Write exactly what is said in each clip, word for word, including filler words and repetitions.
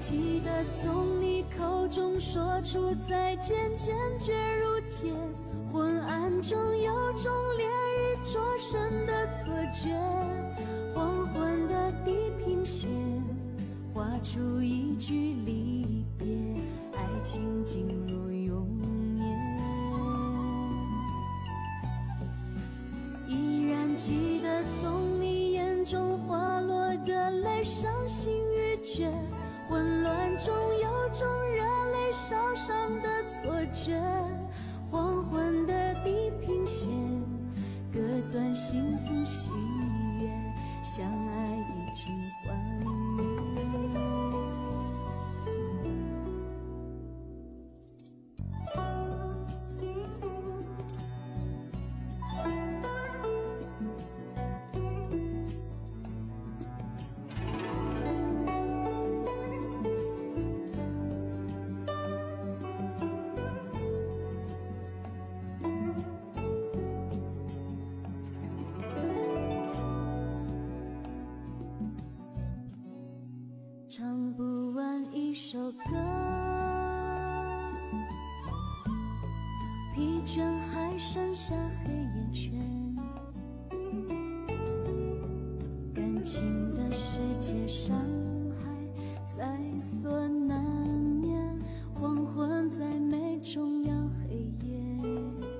记得从你口中说出再见，坚决如铁。昏暗中有种烈日灼身的错觉，黄昏的地平线画出一句离别，爱情进入永远。依然记得从你眼中滑落的泪，伤心欲绝。混乱中有种热泪烧伤的错觉，黄昏的地平线割断幸福喜悦，相爱已经幻灭。唱不完一首歌，疲倦还剩下黑眼圈。感情的世界，伤害在所难免，黄昏再美终要黑夜。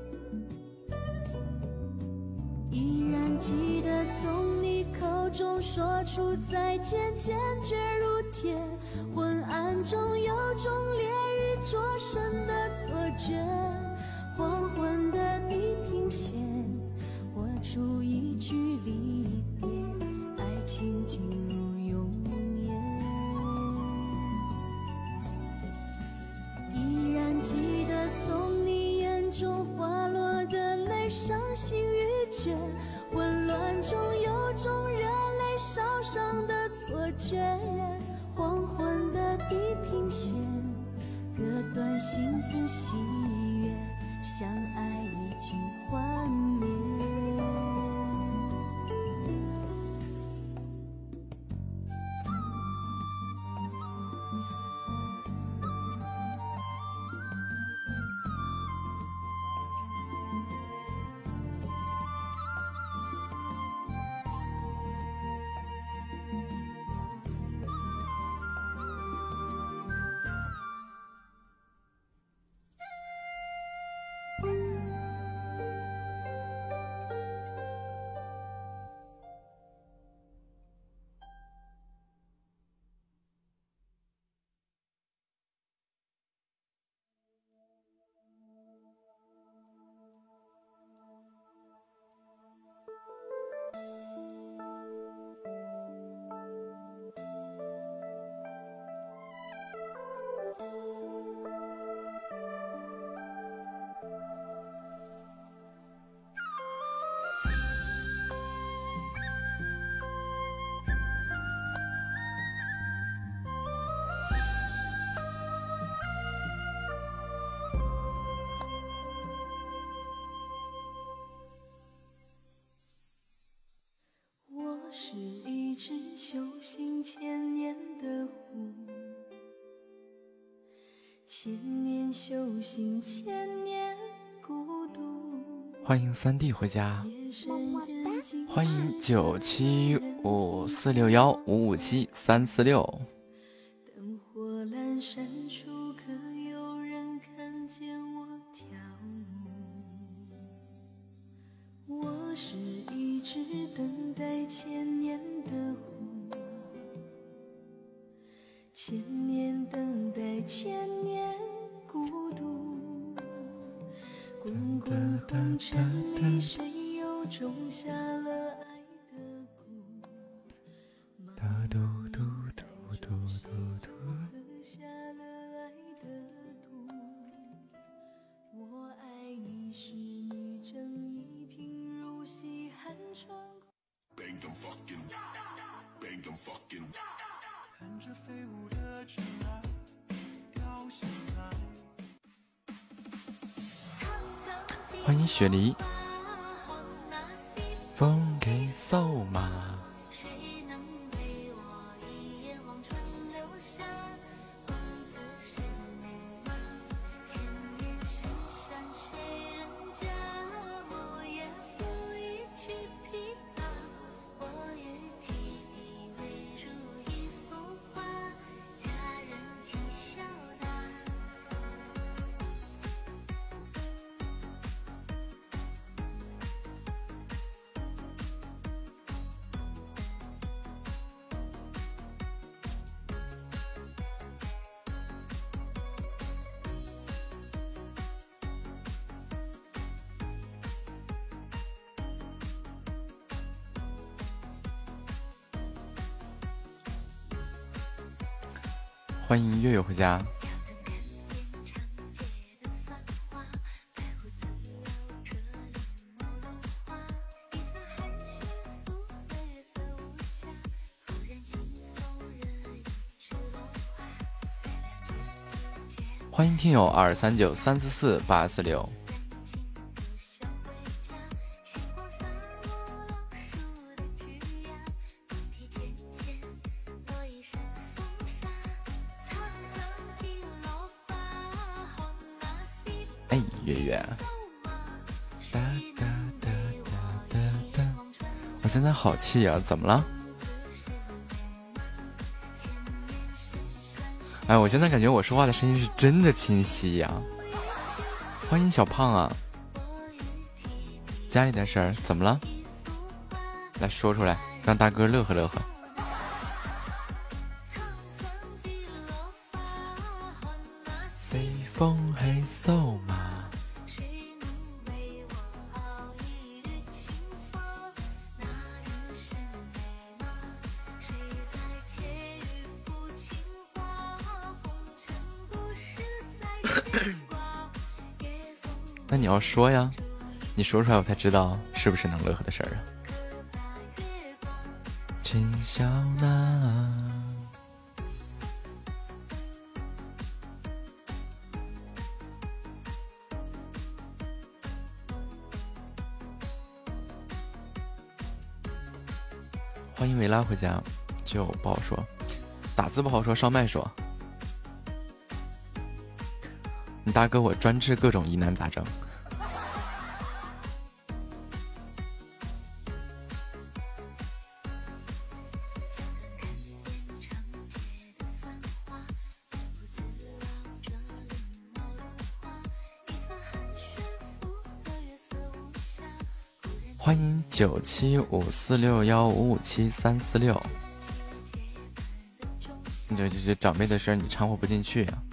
依然记得从你口中说出再见，坚决如铁。昏暗中有种烈日灼身的错觉，黄昏的地平线画出一句离别，爱情进入永远。依然记得从你眼中滑落的泪，伤心欲绝。混乱中有种热泪烧伤的错觉，黄昏的地平线割断幸福喜悦，相爱已经幻灭。是一只修行千年的狐，千年修行千年孤独。 欢迎三弟回家， 么么哒。 欢迎九七五四六幺五五七三四六。 灯火阑珊处，可有人看见我跳舞？我是一只等待千年的狐，千年等待千年孤独。滚滚红尘里，谁又种下了爱的蛊？ 嘟嘟嘟嘟嘟嘟嘟。 喝下了爱的毒。我爱你是你正一贫如洗寒窗。看着飞舞的尘埃掉下来。 欢迎雪梨，风给扫码。 欢迎月月回家。欢迎听友二三九三四四八四六。哎，月月，哒哒哒哒哒哒，我现在好气啊！怎么了？哎，我现在感觉我说话的声音是真的清晰呀、啊！欢迎小胖啊！家里的事儿怎么了？来说出来，让大哥乐呵乐呵。西風起掃馬，那你要说呀，你说出来我才知道是不是能乐呵的事儿啊。秦小娜。欢迎维拉回家，就不好说，打字不好说，上麦说。你大哥我专治各种疑难杂症。欢迎九七五四六幺五五七三四六。这这这长辈的事儿，你掺和不进去呀、啊。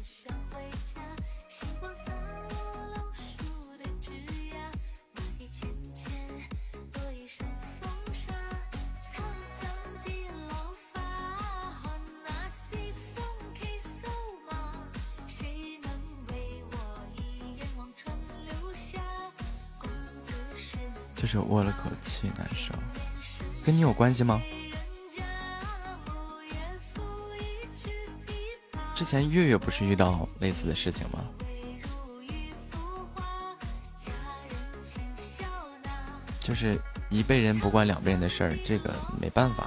就是窝了口气难受，跟你有关系吗？之前月月不是遇到类似的事情吗？就是一辈人不惯两辈人的事儿，这个没办法。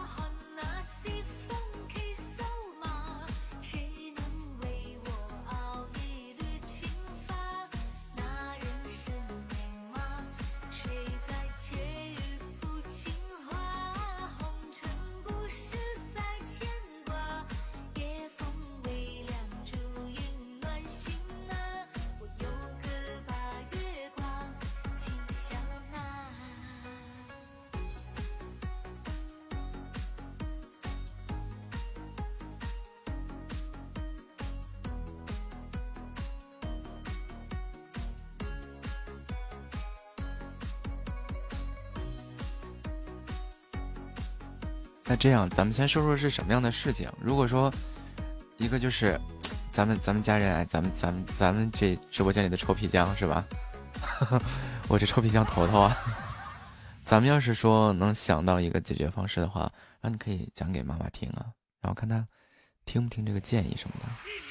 那这样，咱们先说说是什么样的事情。如果说一个就是咱们咱们家人，哎，咱们咱们咱们这直播间里的臭皮匠是吧？我这臭皮匠头头啊，咱们要是说能想到一个解决方式的话，然后你可以讲给妈妈听啊，然后看她听不听这个建议什么的。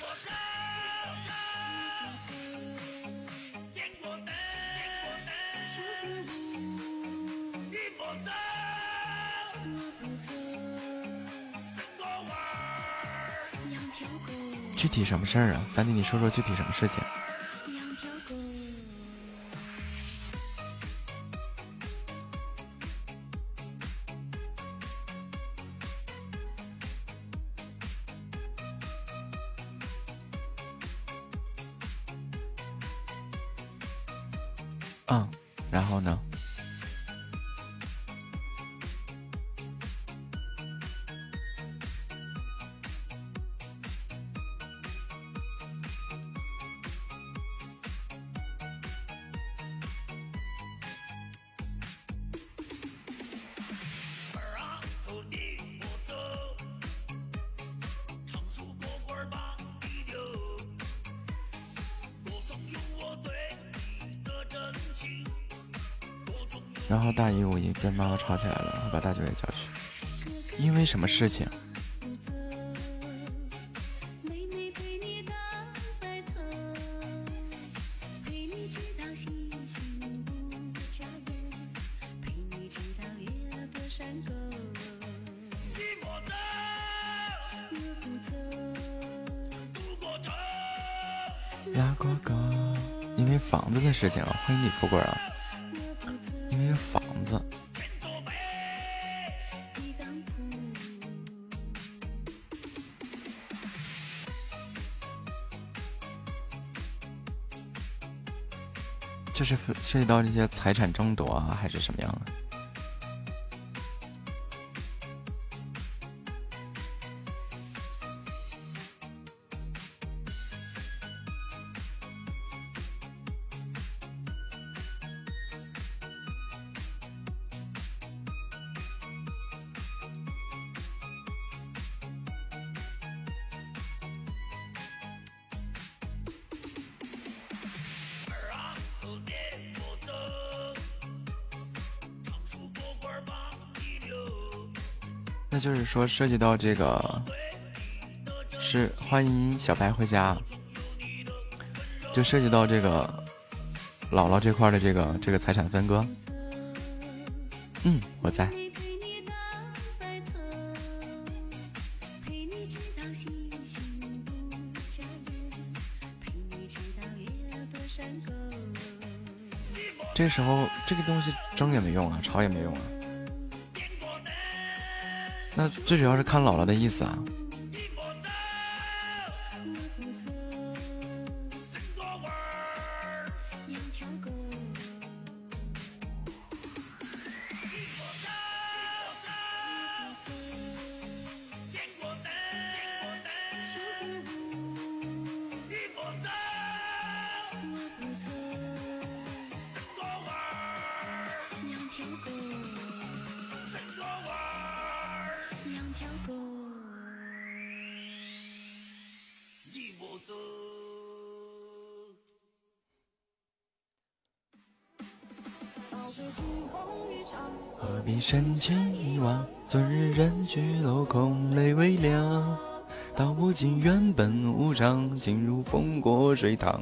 具体什么事儿啊？三弟，你说说具体什么事情？嗯，然后呢？ 然后大一五一跟妈妈吵起来了，然后把大舅也叫去。因为什么事情？拉过高，因为房子的事情啊！欢迎你富贵啊！因为房子。这是涉及到这些财产争夺啊，还是什么样的？那就是说，涉及到这个是欢迎小白回家，就涉及到这个姥姥这块的这个这个财产分割。嗯，我在。这时候这个东西争也没用啊，吵也没用啊。那最主要是看姥姥的意思啊。何必深情一往，昨日人去楼空泪微凉，道不尽原本无常，竟如风过水淌。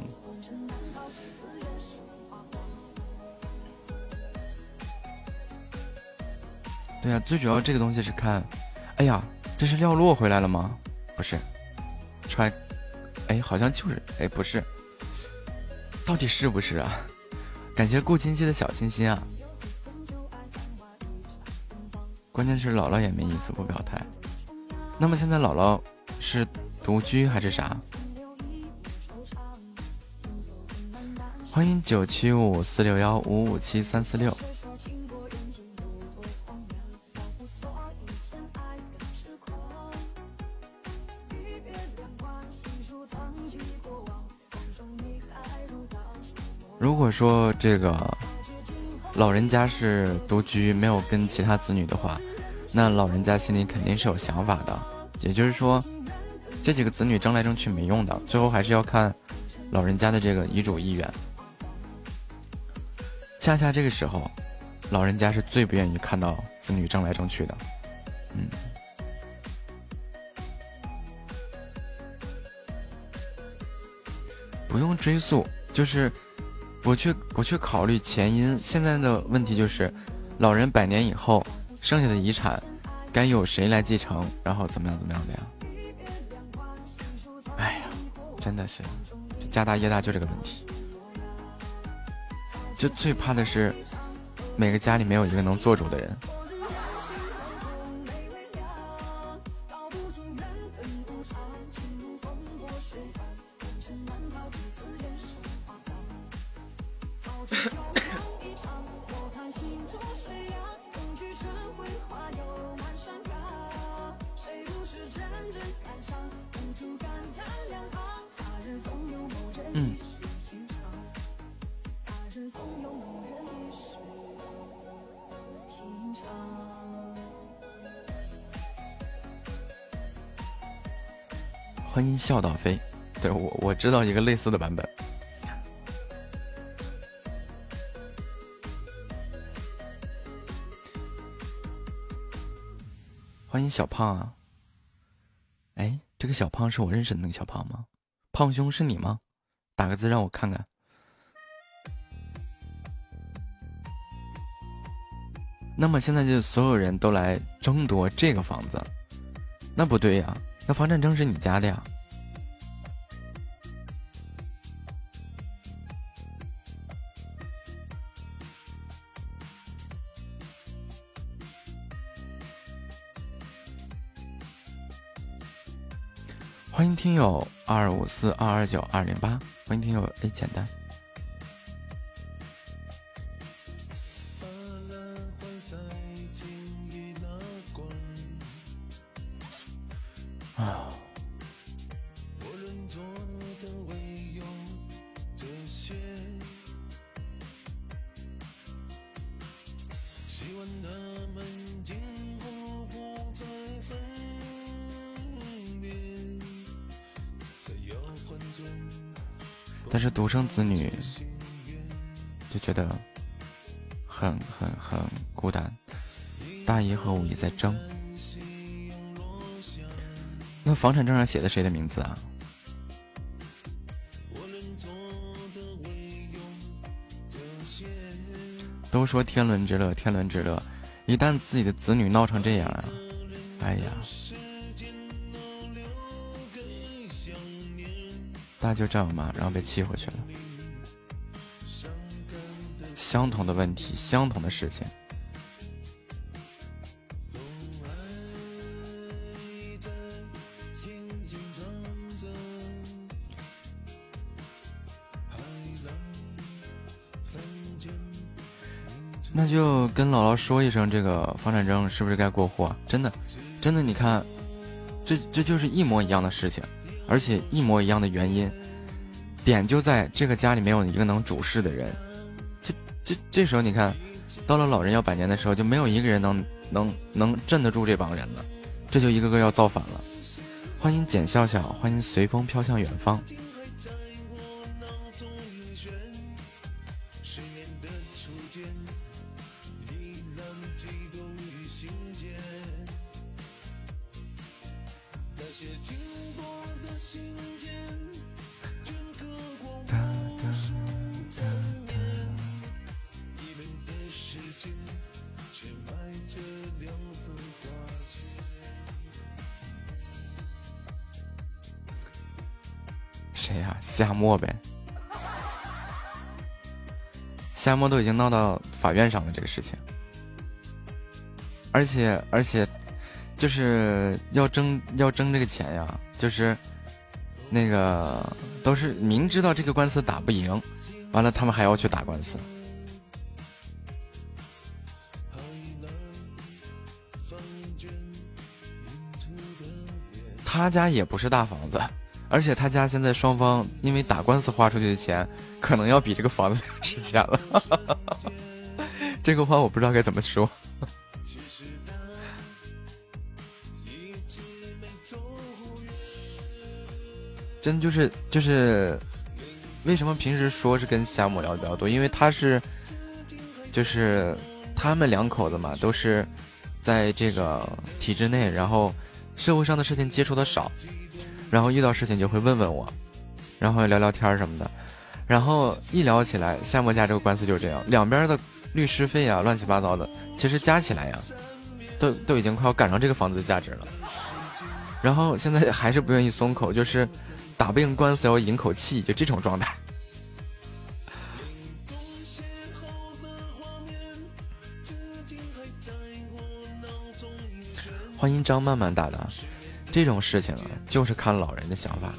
对啊，最主要这个东西是看，哎呀，这是廖洛回来了吗？不是，揣，哎，好像就是，哎，不是，到底是不是啊？感谢顾清溪的小心心啊！关键是姥姥也没意思，不表态。那么现在姥姥是独居还是啥？欢迎九七五四六幺五五七三四六。如果说这个老人家是独居，没有跟其他子女的话，那老人家心里肯定是有想法的。也就是说，这几个子女争来争去没用的，最后还是要看老人家的这个遗嘱意愿。恰恰这个时候，老人家是最不愿意看到子女争来争去的。嗯，不用追溯，就是我去我去考虑前因。现在的问题就是，老人百年以后剩下的遗产该由谁来继承，然后怎么样怎么样的呀？哎呀，真的是家大业大就这个问题。就最怕的是每个家里没有一个能做主的人。嗯，欢迎笑到飞。对，我我知道一个类似的版本。 欢迎小胖啊！哎，这个小胖是我认识的那个小胖吗？胖兄是你吗？打个字让我看看。那么现在就所有人都来争夺这个房子，那不对呀，那房产证是你家的呀。欢迎听友二五四二二九二零八，欢迎听友 A 简单。啊，但是独生子女就觉得很很很孤单，大姨和五姨在争。那房产证上写的谁的名字啊？都说天伦之乐，天伦之乐，一旦自己的子女闹成这样啊，哎呀，大家就这样嘛，然后被气回去了。相同的问题，相同的事情。那就跟姥姥说一声，这个房产证是不是该过户啊？真的，真的，你看，这这就是一模一样的事情，而且一模一样的原因，点就在这个家里没有一个能主事的人。这这这时候你看，到了老人要百年的时候，就没有一个人能能能镇得住这帮人了，这就一个个要造反了。欢迎简笑笑，欢迎随风飘向远方。谁呀、啊？夏沫呗。夏沫都已经闹到法院上了这个事情，而且而且就是要争要争这个钱呀，就是那个都是明知道这个官司打不赢，完了他们还要去打官司。他家也不是大房子，而且他家现在双方因为打官司花出去的钱，可能要比这个房子值钱了。这个话我不知道该怎么说。真就是就是，为什么平时说是跟夏沫聊的比较多？因为他是，就是他们两口子嘛，都是在这个体制内，然后社会上的事情接触的少，然后遇到事情就会问问我，然后聊聊天什么的，然后一聊起来，夏沫家这个官司就是这样，两边的律师费啊，乱七八糟的，其实加起来呀，都都已经快要赶上这个房子的价值了。然后现在还是不愿意松口，就是打不赢官司要赢口气，就这种状态。欢迎张曼曼大大，这种事情啊，就是看老人的想法。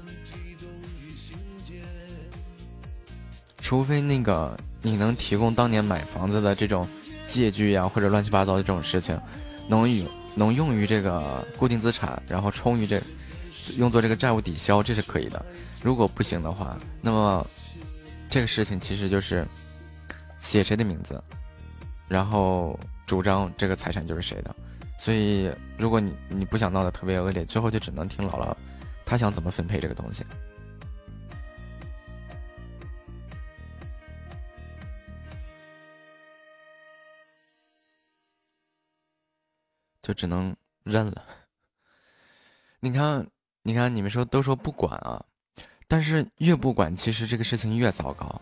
除非那个你能提供当年买房子的这种借据呀、啊，或者乱七八糟的这种事情，能用能用于这个固定资产，然后充于这用作这个债务抵消，这是可以的。如果不行的话，那么这个事情其实就是写谁的名字，然后主张这个财产就是谁的。所以如果你你不想闹得特别恶劣，最后就只能听姥姥她想怎么分配这个东西，就只能认了。你看，你看，你们说都说不管啊，但是越不管，其实这个事情越糟糕。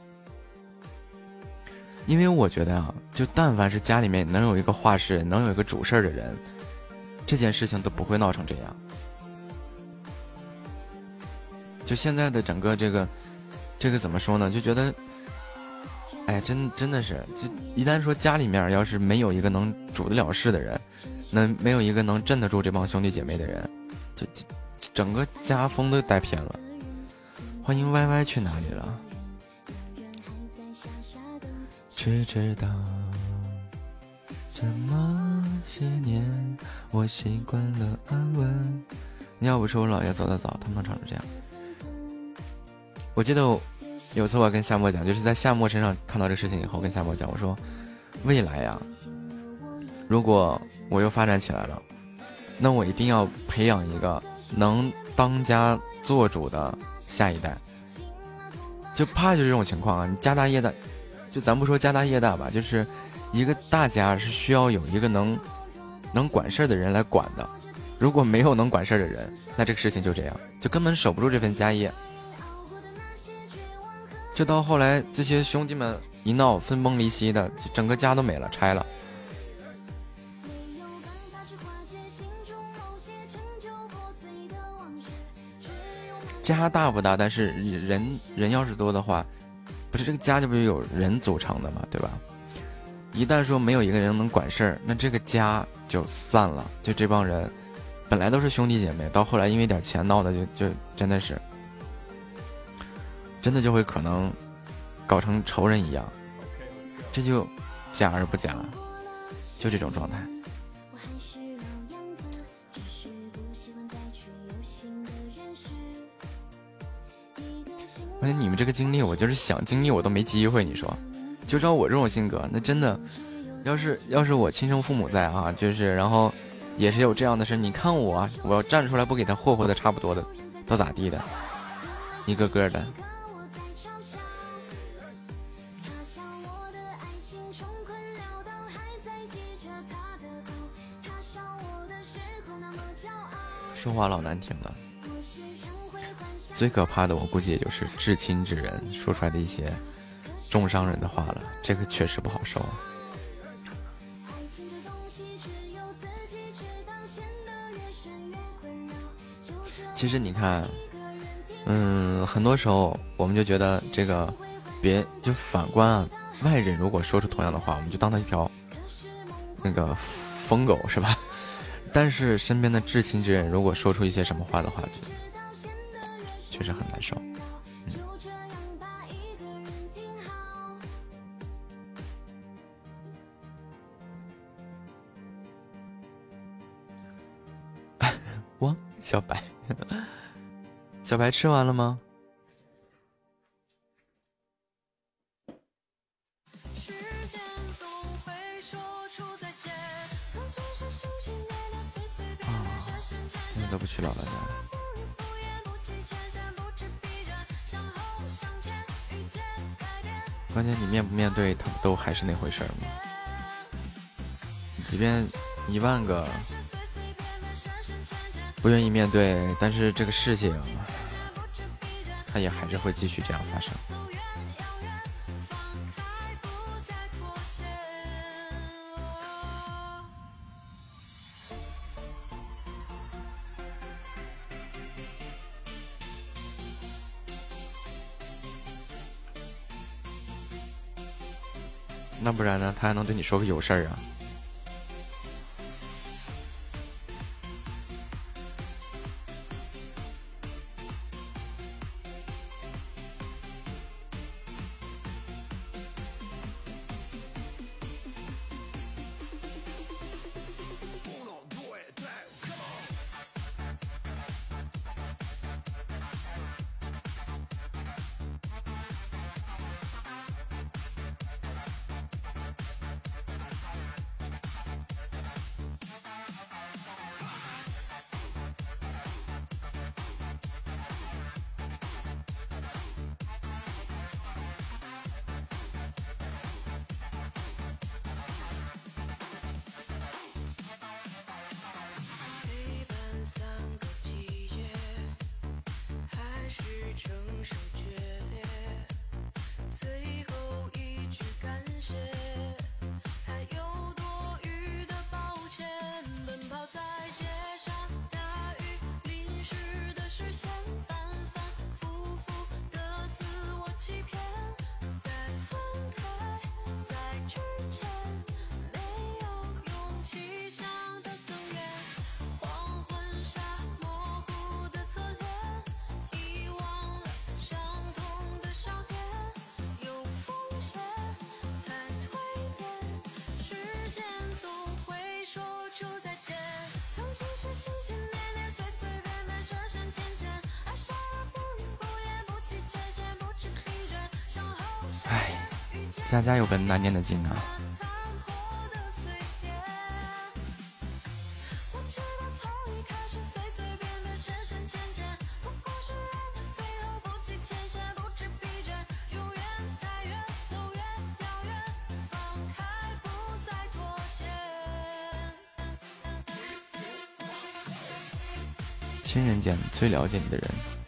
因为我觉得啊，就但凡是家里面能有一个话事人，能有一个主事的人，这件事情都不会闹成这样。就现在的整个这个，这个怎么说呢？就觉得，哎，真真的是，就一旦说家里面要是没有一个能主得了事的人，那没有一个能镇得住这帮兄弟姐妹的人，就就整个家风都带偏了。欢迎 Y Y 去哪里了？只知道这么些年，我习惯了安稳。要不是我姥爷走得早，他们常常这样。我记得我有次我跟夏沫讲，就是在夏沫身上看到这个事情以后，跟夏沫讲，我说未来呀，如果我又发展起来了，那我一定要培养一个能当家做主的下一代。就怕就是这种情况啊，你家大业大，就咱不说家大业大吧，就是一个大家是需要有一个能能管事的人来管的。如果没有能管事的人，那这个事情就这样，就根本守不住这份家业。就到后来这些兄弟们一闹分崩离析的，就整个家都没了，拆了。家大不大，但是人人要是多的话，不是这个家就不是有人组成的嘛，对吧？一旦说没有一个人能管事儿，那这个家就散了。就这帮人本来都是兄弟姐妹，到后来因为点钱闹的就就真的是真的就会可能搞成仇人一样，这就假而不假，就这种状态。而且你们这个经历，我就是想经历我都没机会。你说，就照我这种性格，那真的，要是要是我亲生父母在啊，就是然后也是有这样的事，你看我，我要站出来不给他霍霍的差不多的，都咋地的，一个个的。说话老难听了。最可怕的我估计也就是至亲之人说出来的一些重伤人的话了，这个确实不好受啊。其实你看，嗯，很多时候我们就觉得这个别就反观啊，外人如果说出同样的话，我们就当他一条那个疯狗是吧？但是身边的至亲之人如果说出一些什么话的话，就确实很难受。嗯，我小白，小白吃完了吗？啊，现在都不去姥姥家了。关键你面不面对他们都还是那回事儿嘛。即便一万个不愿意面对，但是这个事情它也还是会继续这样发生。那不然呢？他还能对你说个有事儿啊？ 唉，家家有本难念的经啊。亲人间最了解你的人。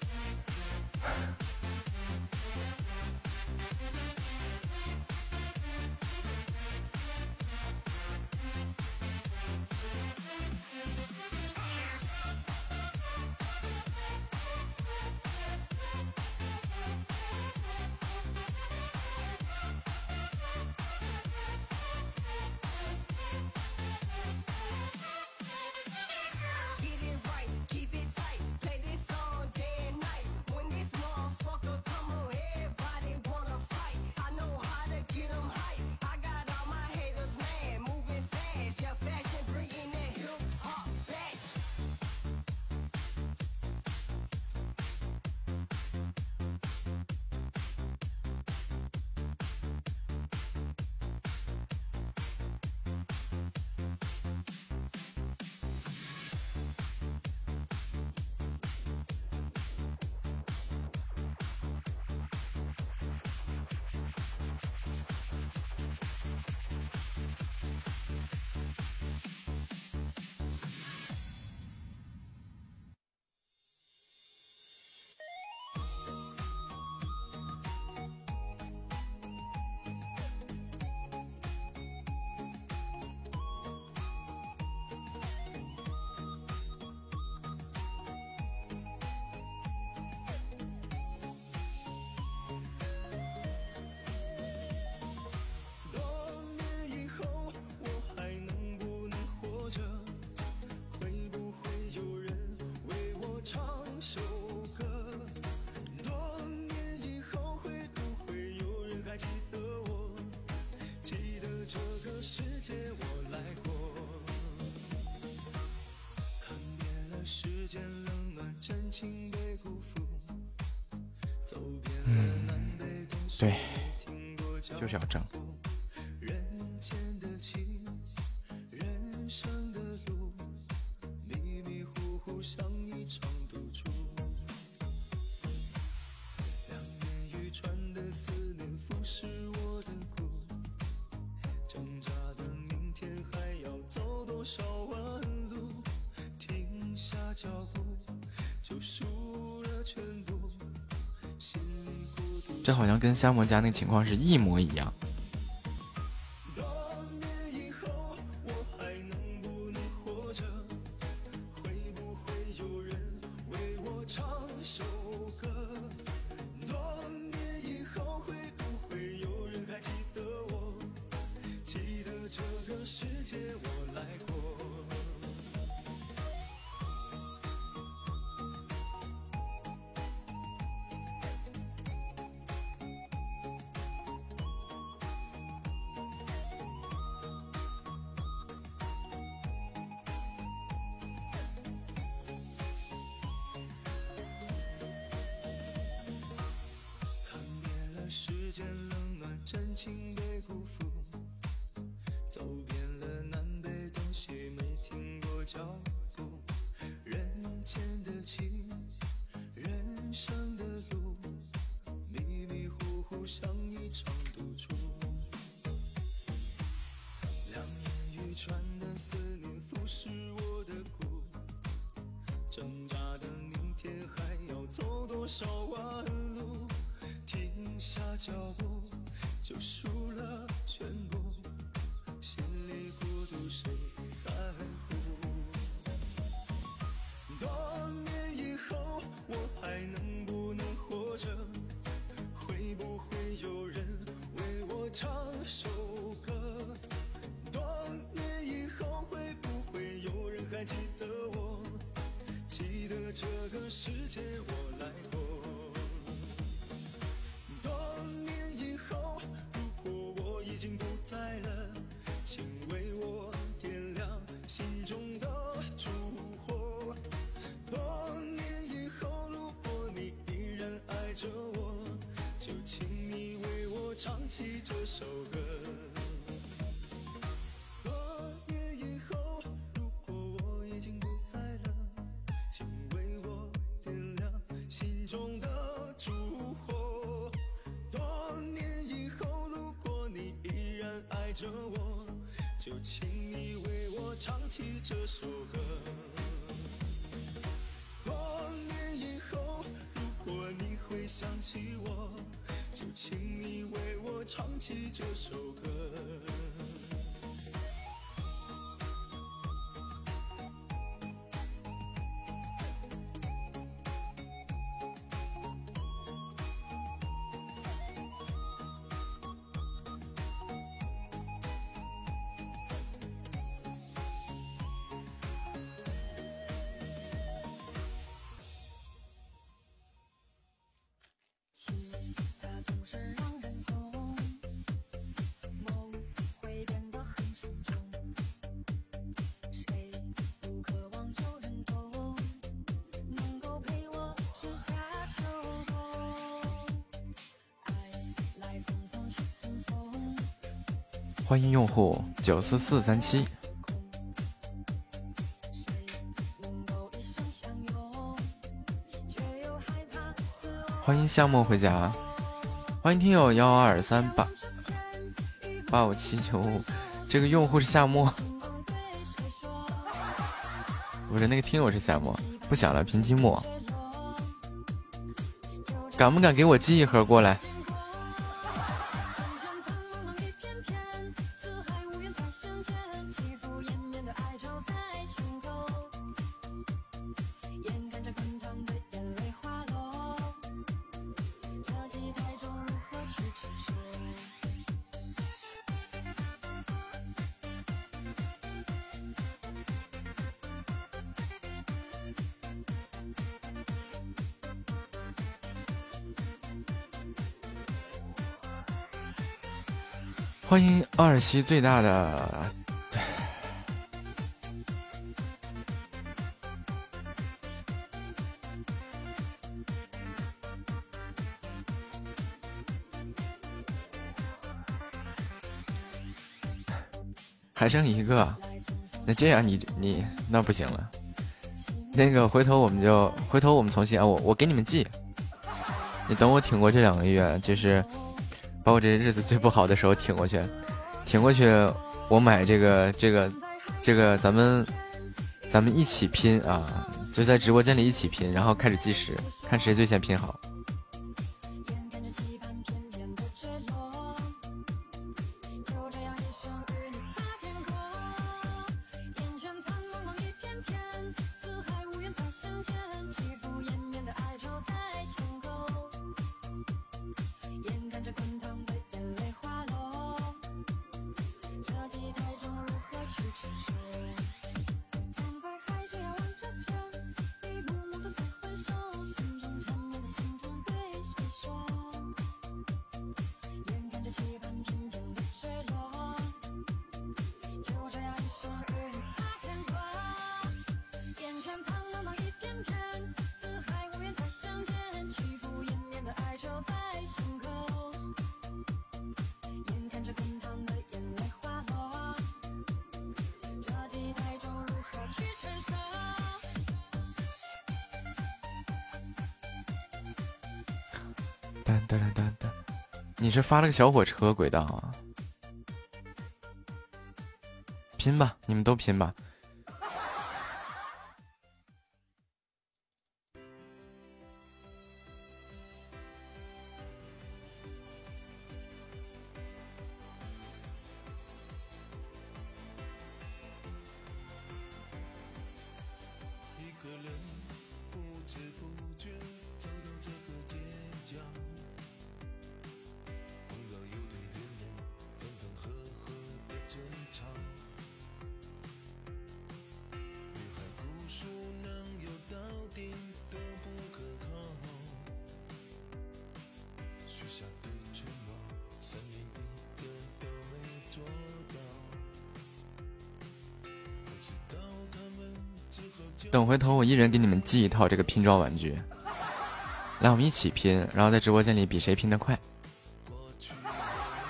嗯，对，就是要挣。这好像跟夏沫家那个情况是一模一样。 着我，就请你为我唱欢迎用户九四四三七，欢迎夏末回家，欢迎听友幺二三八八五七九五，这个用户是夏末，不是那个听友是夏末，不想了，平积木，敢不敢给我寄一盒过来？欢迎二期最大的，还剩一个，那这样你你那不行了，那个回头我们就回头我们重新啊，我我给你们寄，你等我挺过这两个月，就是把我这日子最不好的时候挺过去，挺过去，我买这个这个这个咱们咱们一起拼啊，就在直播间里一起拼，然后开始计时，看谁最先拼好。你是发了个小火车轨道啊？拼吧，你们都拼吧。等回头我一人给你们寄一套这个拼装玩具，来我们一起拼，然后在直播间里比谁拼得快。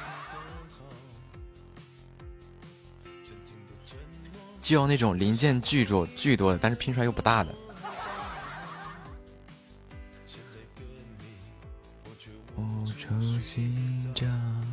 就要那种零件巨多巨多的，但是拼出来又不大的。无处寻找。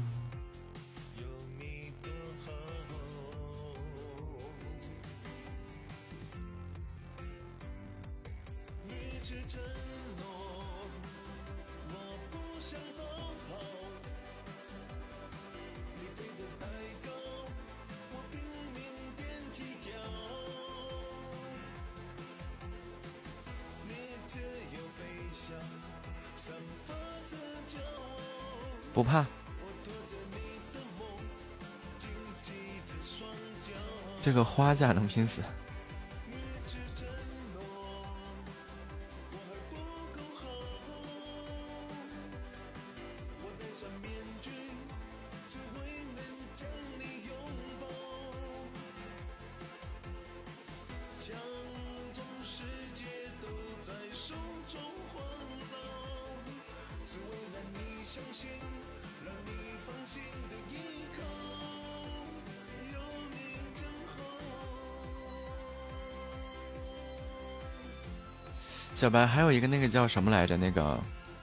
不怕，这个花架能拼死。小白还有一个那个叫什么来着？那个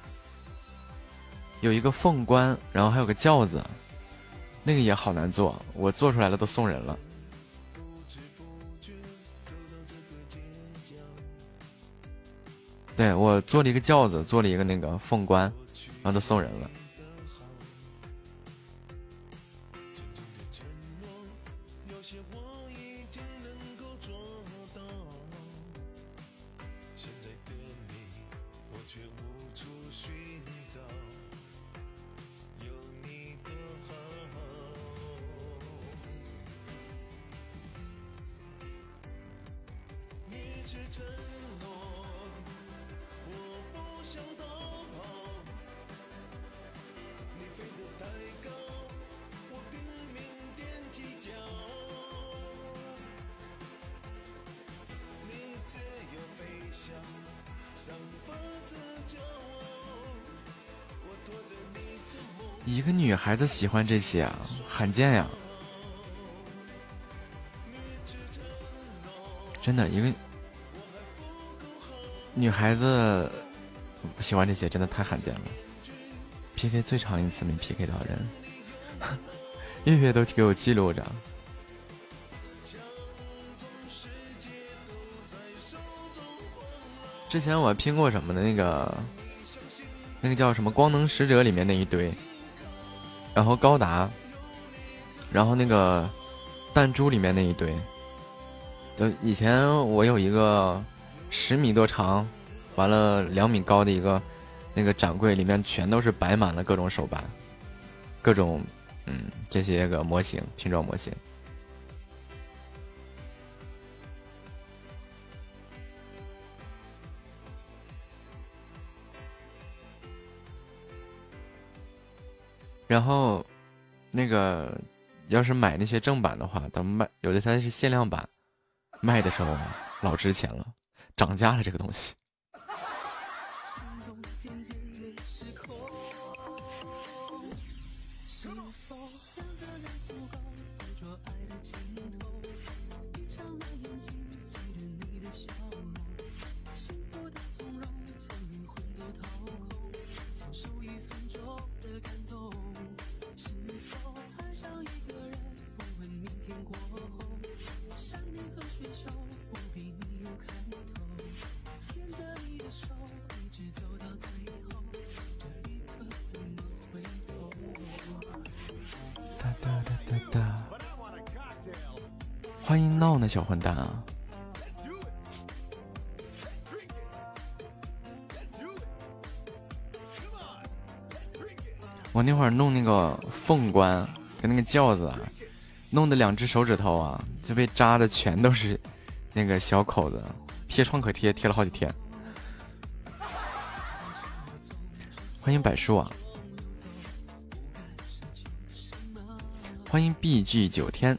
有一个凤冠，然后还有个轿子，那个也好难做，我做出来了都送人了。对，我做了一个轿子，做了一个那个凤冠，然后都送人了。一个女孩子喜欢这些啊，罕见呀！真的，一个女孩子喜欢这些，真的太罕见了。P K 最长一次没 P K 到人，月月都给我记录着。之前我拼过什么的那个，那个叫什么《光能使者》里面那一堆。然后高达，然后那个弹珠里面那一堆，就以前我有一个十米多长，完了两米高的一个那个展柜，里面全都是摆满了各种手办，各种嗯这些个模型拼装模型。然后，那个要是买那些正版的话，他卖有的它是限量版，卖的时候老值钱了，涨价了这个东西。欢迎闹呢小混蛋啊！我那会儿弄那个凤冠跟那个轿子啊，弄的两只手指头啊就被扎的全都是那个小口子，贴创可贴，贴了好几天。欢迎柏树啊！欢迎 B G 九天。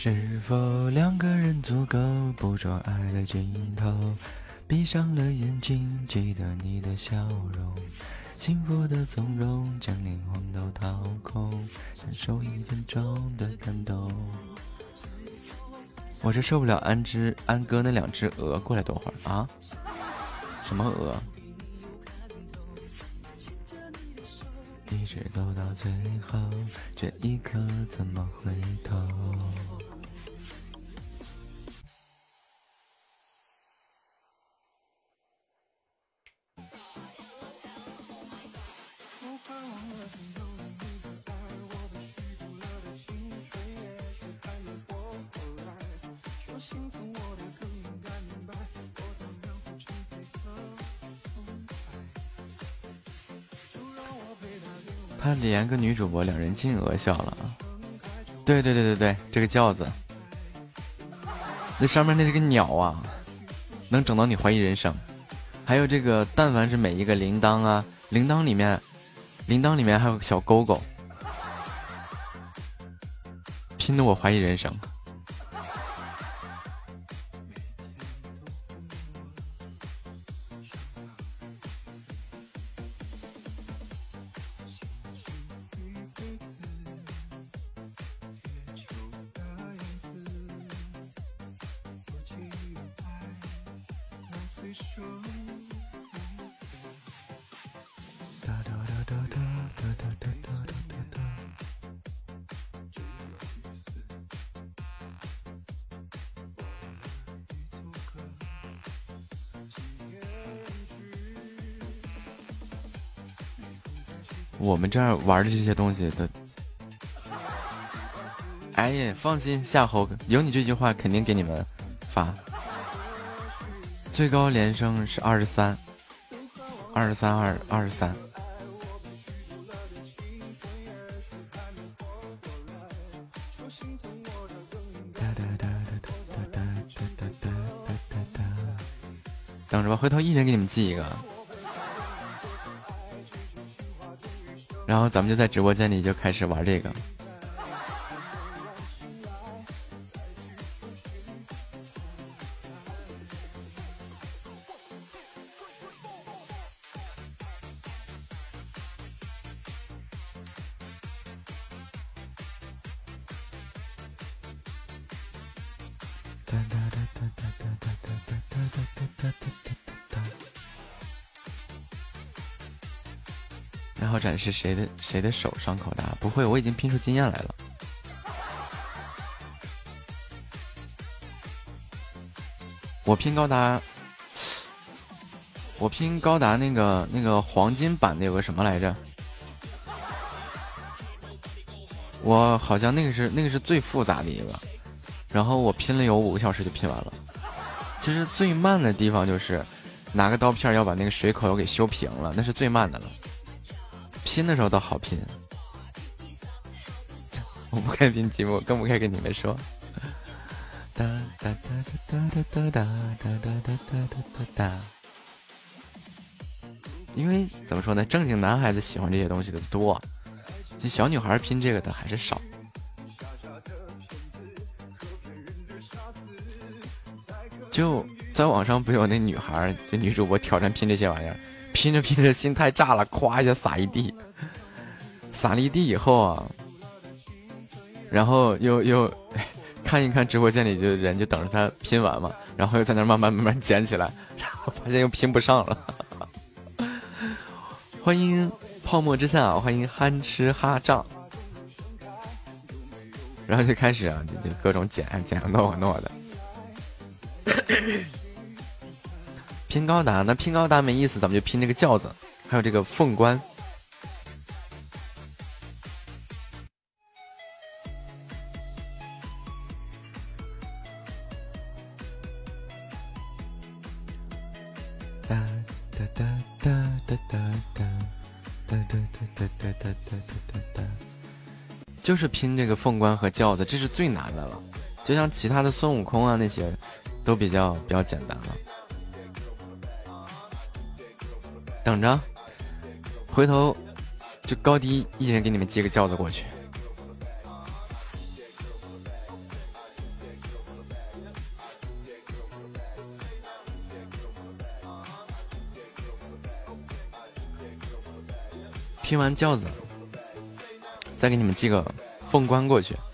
是否两个人足够捕捉爱的尽头？闭上了眼睛，记得你的笑容，幸福的从容，将灵魂都掏空，享受一分钟的感动。我是受不了安之安哥那两只鹅，过来多会儿啊？什么鹅？一直走到最后，这一刻怎么回头？他连个女主播，两人进鹅笑了。对对对对对，这个轿子，那上面那是个鸟啊，能整到你怀疑人生。还有这个，但凡是每一个铃铛啊，铃铛里面，铃铛里面还有个小勾勾，拼得我怀疑人生。我们这儿玩的这些东西的，哎呀，放心，夏侯有你这句话肯定给你们发。最高连胜是二十三，二十三二二十三。等着吧，回头一人给你们记一个。然后咱们就在直播间里就开始玩这个。然后展示谁的谁的手伤口大？不会，我已经拼出经验来了。我拼高达，我拼高达那个那个黄金版的有个什么来着？我好像那个是那个是最复杂的一个，然后我拼了有五个小时就拼完了。其实最慢的地方就是拿个刀片要把那个水口又给修平了，那是最慢的了。拼的时候倒好拼，我不该拼积木，更不该跟你们说。哒哒哒哒哒哒哒哒哒哒哒哒哒。因为怎么说呢，正经男孩子喜欢这些东西的多，就小女孩拼这个的还是少。就在网上不有那女孩，就女主播挑战拼这些玩意儿。拼着拼着心太炸了，咵一下撒一地，撒了一地以后啊，然后又又看一看直播间里就人就等着他拼完嘛，然后又在那慢慢慢慢捡起来，然后发现又拼不上了。欢迎泡沫之夏，欢迎憨吃哈胀，然后就开始啊，就就各种捡捡诺诺的。拼高达，那拼高达没意思，咱们就拼这个轿子，还有这个凤冠。哒哒哒哒哒哒哒哒哒哒哒哒哒哒哒，就是拼这个凤冠和轿子，这是最难的了。就像其他的孙悟空啊那些，都比较比较简单了。等着，回头就高低一人给你们接个轿子过去。 拼完轿子，再给你们寄个凤冠过去。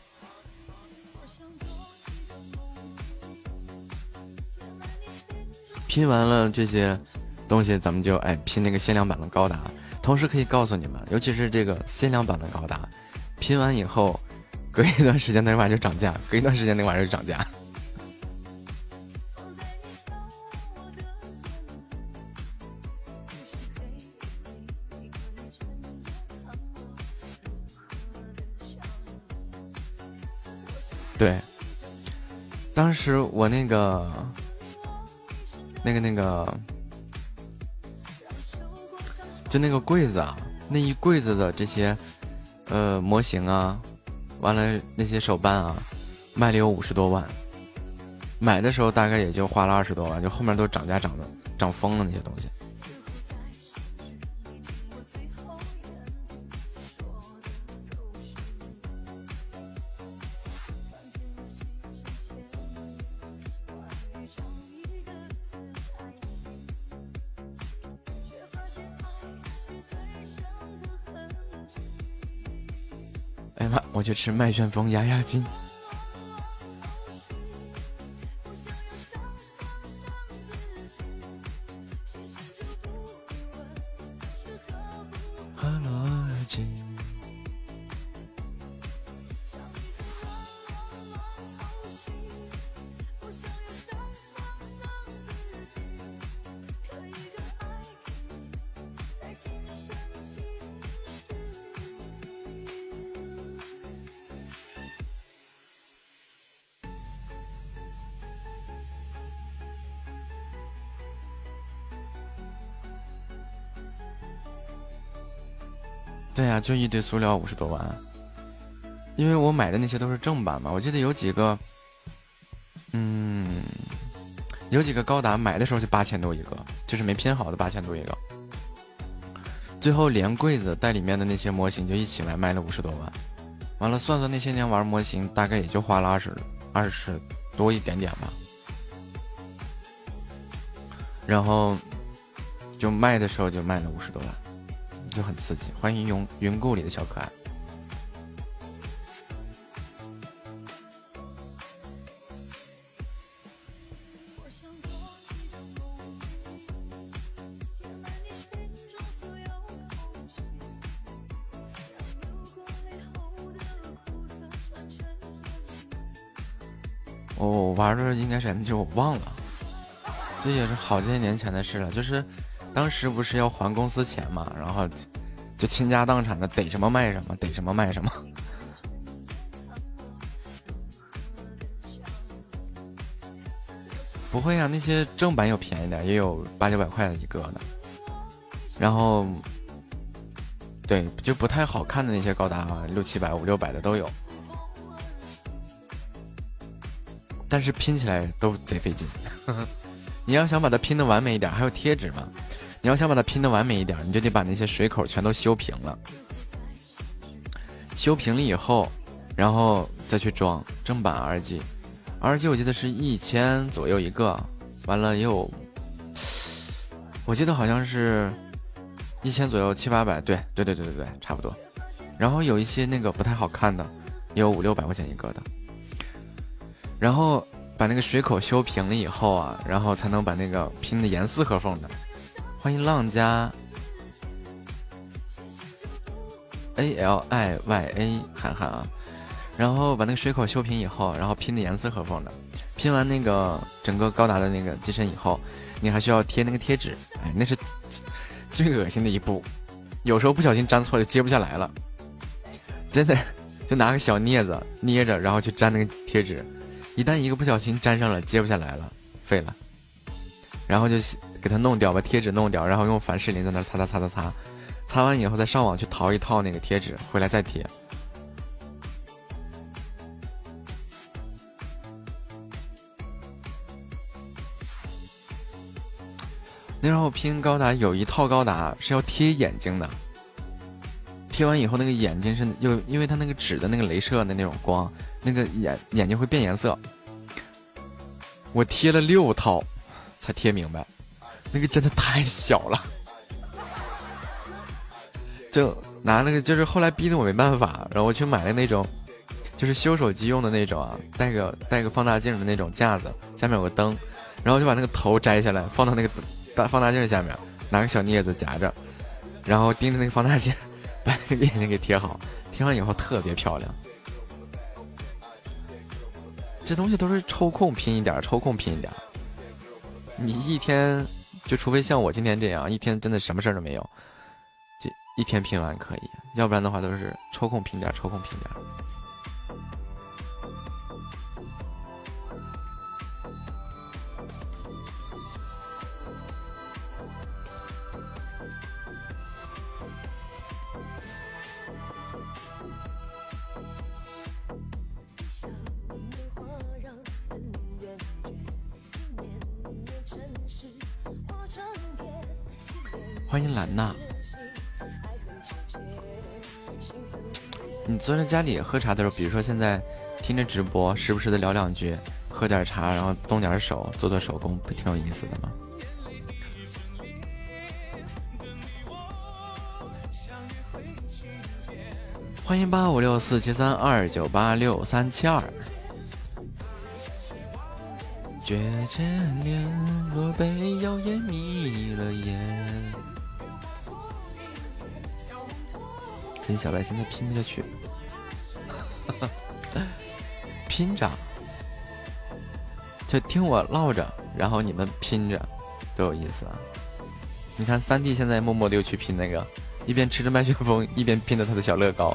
拼完了这些东西，咱们就哎拼那个限量版的高达。同时可以告诉你们，尤其是这个限量版的高达，拼完以后，隔一段时间那玩意儿就涨价，隔一段时间那玩意儿就涨价。对，当时我那个、那个、那个，就那个柜子啊，那一柜子的这些呃模型啊，完了那些手办啊，卖了有五十多万，买的时候大概也就花了二十多万，就后面都涨价涨的涨疯了那些东西。哎呀妈！我去吃麦旋风压压惊。对呀、啊，就一堆塑料五十多万，因为我买的那些都是正版嘛。我记得有几个，嗯，有几个高达买的时候就八千多一个，就是没拼好的八千多一个。最后连柜子带里面的那些模型就一起来卖了五十多万。完了，算算那些年玩模型，大概也就花了二十二十多一点点吧。然后就卖的时候就卖了五十多万。就很刺激，欢迎云云故里的小可爱。我玩的应该是 M 九，我忘了，这也是好些年前的事了。就是当时不是要还公司钱嘛，然后就倾家荡产的逮什么卖什么，逮什么卖什么。不会啊，那些正版有便宜的，也有八九百块的一个的。然后，对，就不太好看的那些高达啊，六七百、五六百的都有。但是拼起来都贼费劲。你要想把它拼的完美一点，还有贴纸嘛。你要想把它拼的完美一点，你就得把那些水口全都修平了。修平了以后，然后再去装正版 R G。R G 我记得是一千左右一个，完了也有，我记得好像是一千左右，七八百，对对对对对对，差不多。然后有一些那个不太好看的，也有五六百块钱一个的。然后把那个水口修平了以后啊，然后才能把那个拼的严丝合缝的。欢迎浪家 A L I Y A 涵涵啊，然后把那个水口修平以后，然后拼的严丝合缝的。拼完那个整个高达的那个机身以后，你还需要贴那个贴纸，哎，那是最恶心的一步，有时候不小心粘错了接不下来了，真的就拿个小镊子捏着，然后去粘那个贴纸。一旦一个不小心粘上了，接不下来了，废了。然后就给它弄掉，把贴纸弄掉，然后用凡士林在那擦擦擦擦擦，擦完以后再上网去淘一套那个贴纸，回来再贴。那时候拼高达有一套高达是要贴眼睛的，贴完以后那个眼睛是又因为它那个纸的那个镭射的那种光，那个眼眼睛会变颜色。我贴了六套才贴明白，那个真的太小了，就就拿那个，就是后来逼得我没办法，然后我去买了那种，就是修手机用的那种啊，带个带个放大镜的那种架子，下面有个灯，然后就把那个头摘下来，放到那个大放大镜下面，拿个小镊子夹着，然后盯着那个放大镜，把那个眼睛给贴好，贴完以后特别漂亮。这东西都是抽空拼一点，抽空拼一点。你一天就除非像我今天这样，一天真的什么事儿都没有，就一天拼完可以，要不然的话都是抽空拼点，抽空拼点。欢迎兰娜。你坐在家里喝茶的时候，比如说现在听着直播，时不时的聊两句，喝点茶，然后动点手，做做手工，不挺有意思的吗？欢迎八五六四七三二九八六三七二。绝千恋，若被谣言迷了眼。跟小白现在拼不下去，拼着，就听我唠着，然后你们拼着，多有意思啊！你看三弟现在默默的又去拼那个，一边吃着麦旋风，一边拼着他的小乐高。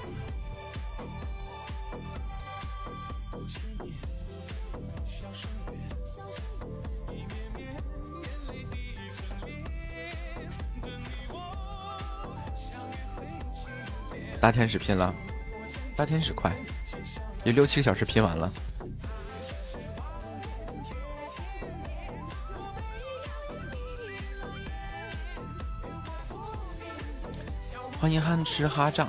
大天使拼了，大天使快，有六七个小时拼完了。欢迎憨吃哈胀。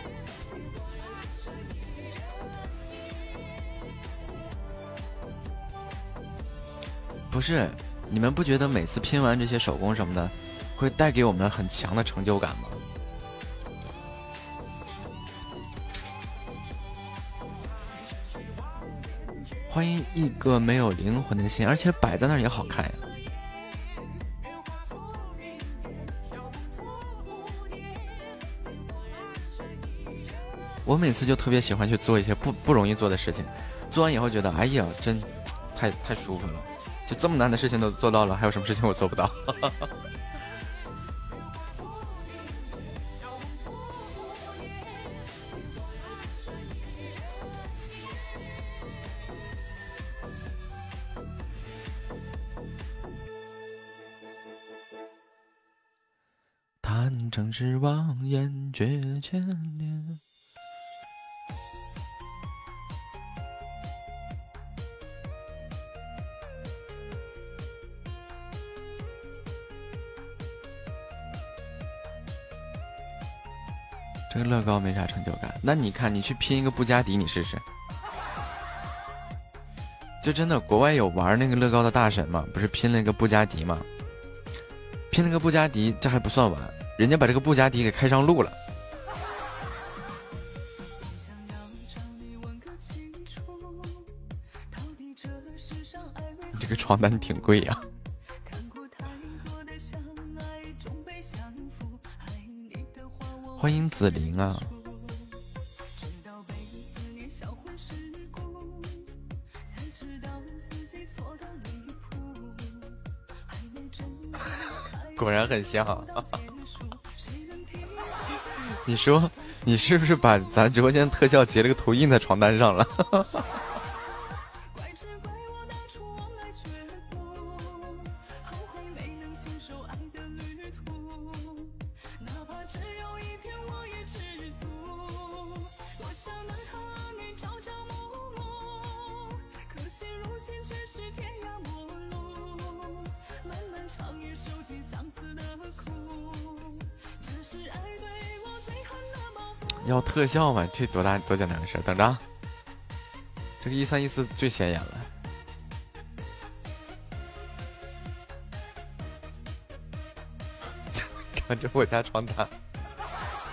不是，你们不觉得每次拼完这些手工什么的，会带给我们很强的成就感吗？欢迎一个没有灵魂的心，而且摆在那儿也好看呀。我每次就特别喜欢去做一些不不容易做的事情，做完以后觉得，哎呀，真太太舒服了。就这么难的事情都做到了，还有什么事情我做不到？正是望眼绝千年。这个乐高没啥成就感，那你看你去拼一个布加迪，你试试。就真的国外有玩那个乐高的大神嘛，不是拼了一个布加迪嘛？拼了个布加迪，这还不算完。人家把这个布加迪给开上路了。这个床单挺贵呀。欢迎紫菱啊。果然很像。你说你是不是把咱直播间特效截了个图印在床单上了？要特效吗？这多大多简单的事，等着。这个一三一四最显眼了。看着我家床单，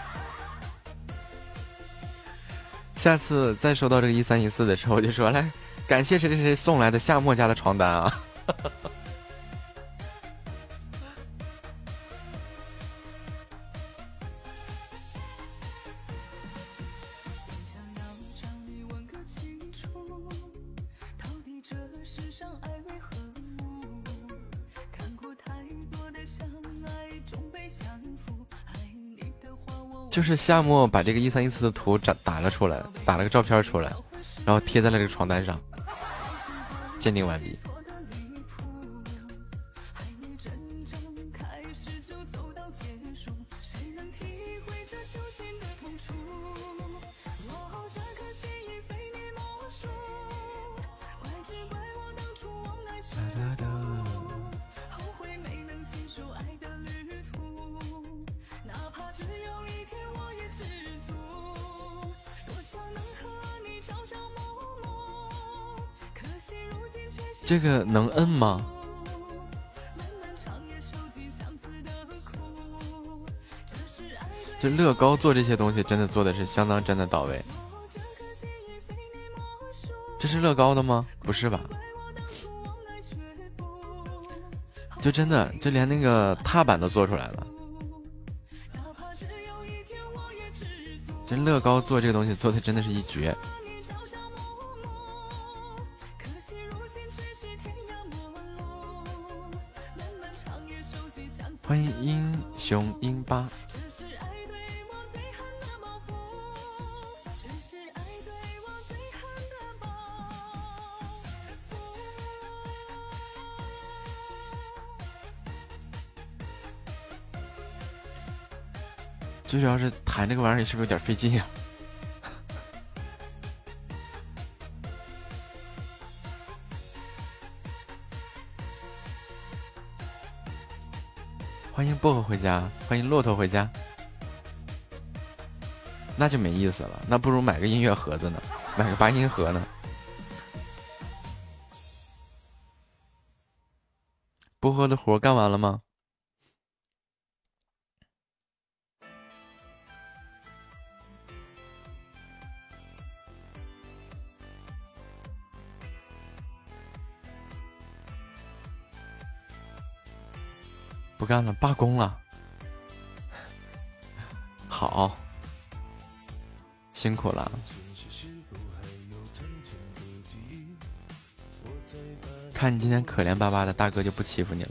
下次再收到这个一三一四的时候，我就说来感谢谁谁谁送来的夏末家的床单啊。就是夏末把这个一三一四的图打打了出来，打了个照片出来，然后贴在了这个床单上。鉴定完毕。这个能摁吗？这乐高做这些东西真的做的是相当真的到位。这是乐高的吗？不是吧？就真的就连那个踏板都做出来了。这乐高做这个东西做的真的是一绝。欢迎英雄英巴。最主要是弹这个玩意儿是不是有点费劲呀？欢迎薄荷回家，欢迎骆驼回家。那就没意思了，那不如买个音乐盒子呢，买个八音盒呢。薄荷的活干完了吗？不干了，罢工了。好，辛苦了。看你今天可怜巴巴的，大哥就不欺负你了。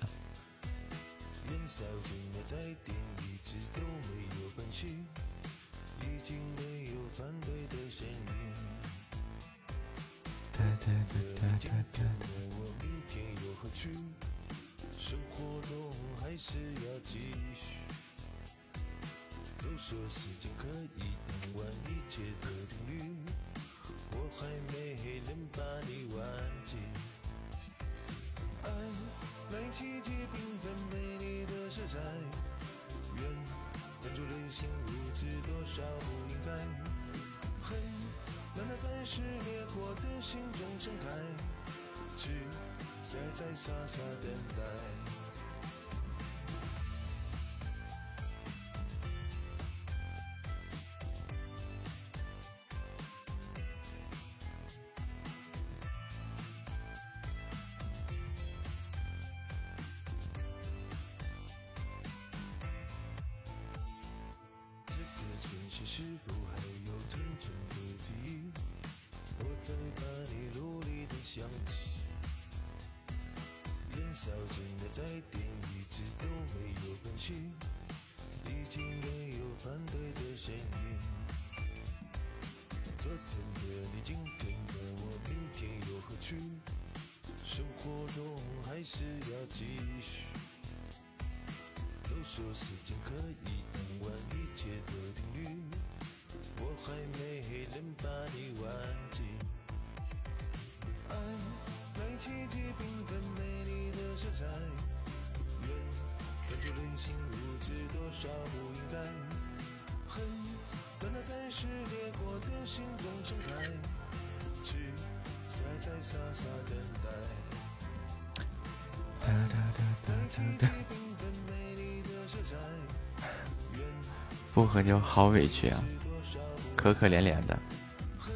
薄荷就好委屈啊，可可怜怜的。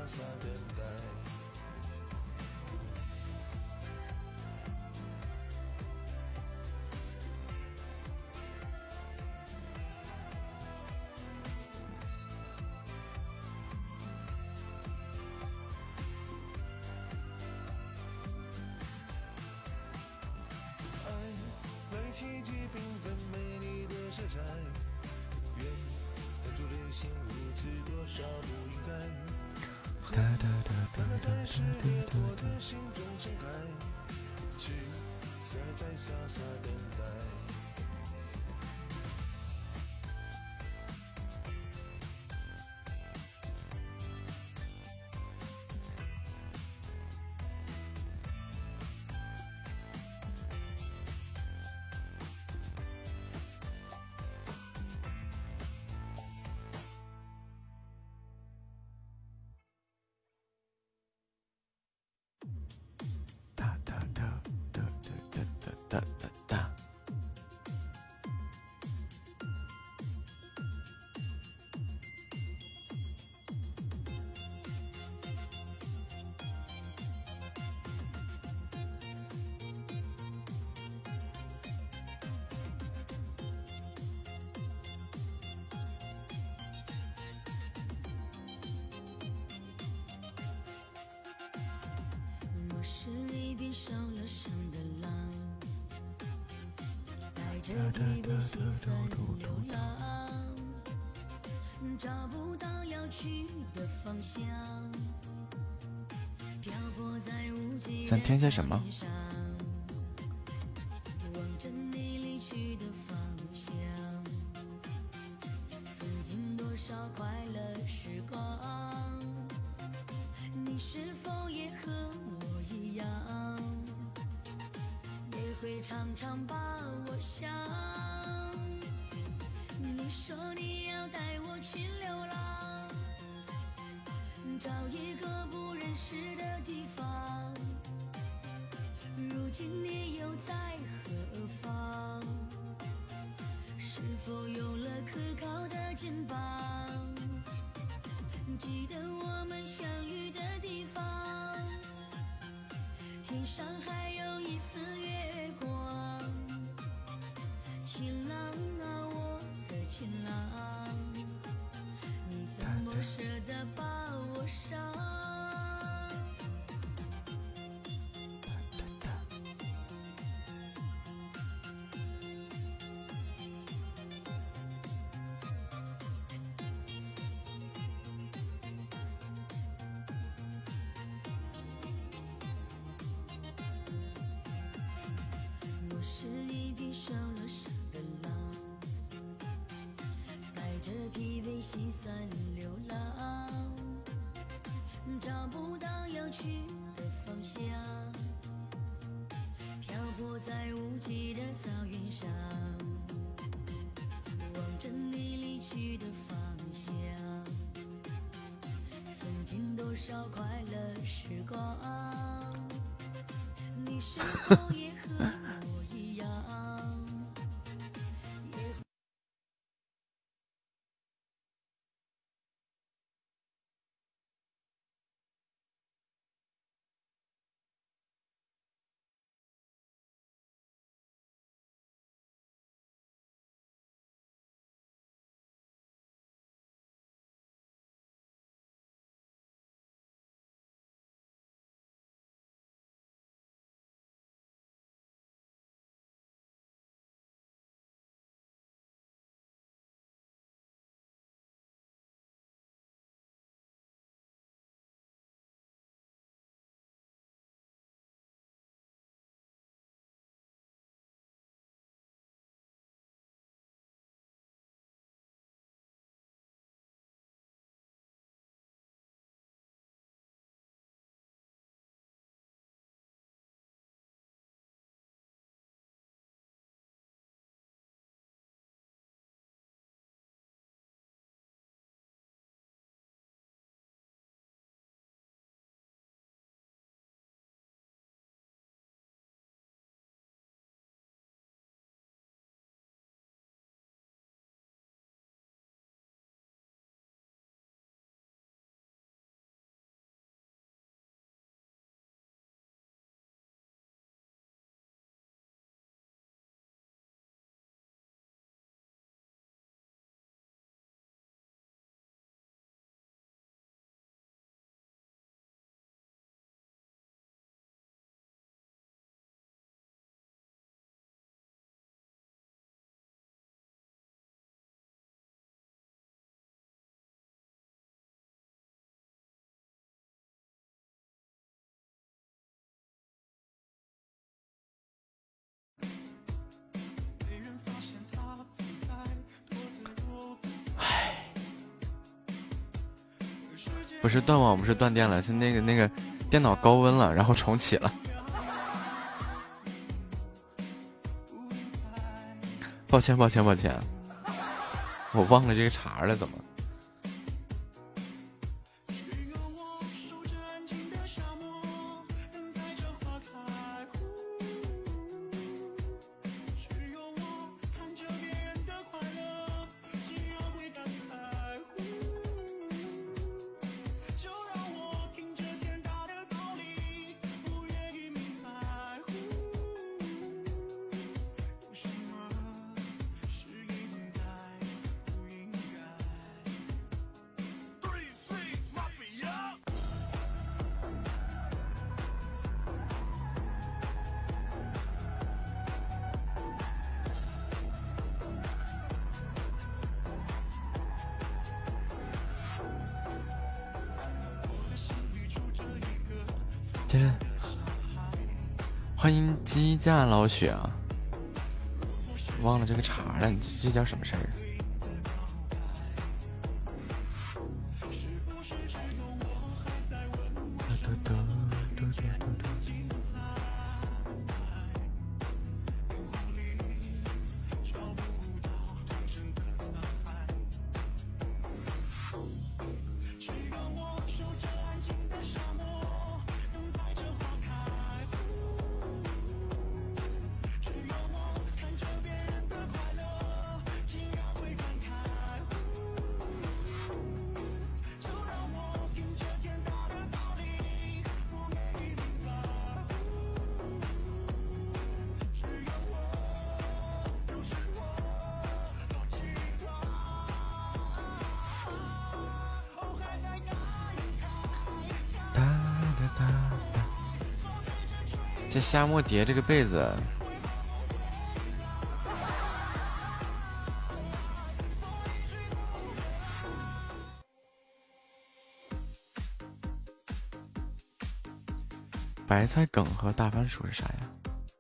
傻等待。奇迹缤纷美丽的色彩，愿当初的心无知多少不应该，让它在世界多的心中盛开，去再再傻傻等待。 是一匹受了伤的狼，带着疲惫心酸流浪，找不到要去的方向，漂泊在无际的想听些什么？ 望着你离去的方向，曾经多少快乐时光，你是否也和我一样，也会常常把我想。你说你要带我去流浪，找一个不认识的地方，如今你又在何方？是否有了可靠的肩膀？记得我们相遇的地方，天上还有一丝月光。情郎啊，我的情郎，你怎么舍得把我伤？我是一匹受了伤的狼，带着疲惫心酸流浪，找不到要去的方向，漂泊在无际的草原上，望着你离去的方向，曾经多少快乐时光，你是否也和我一样？ 不是断网，不是断电了，是那个那个电脑高温了，然后重启了。抱歉抱歉抱歉，我忘了这个茬了，怎么？接着，欢迎机架老雪啊！忘了这个茬了，这叫什么事儿？这夏末叠这个被子，白菜梗和大番薯是啥呀？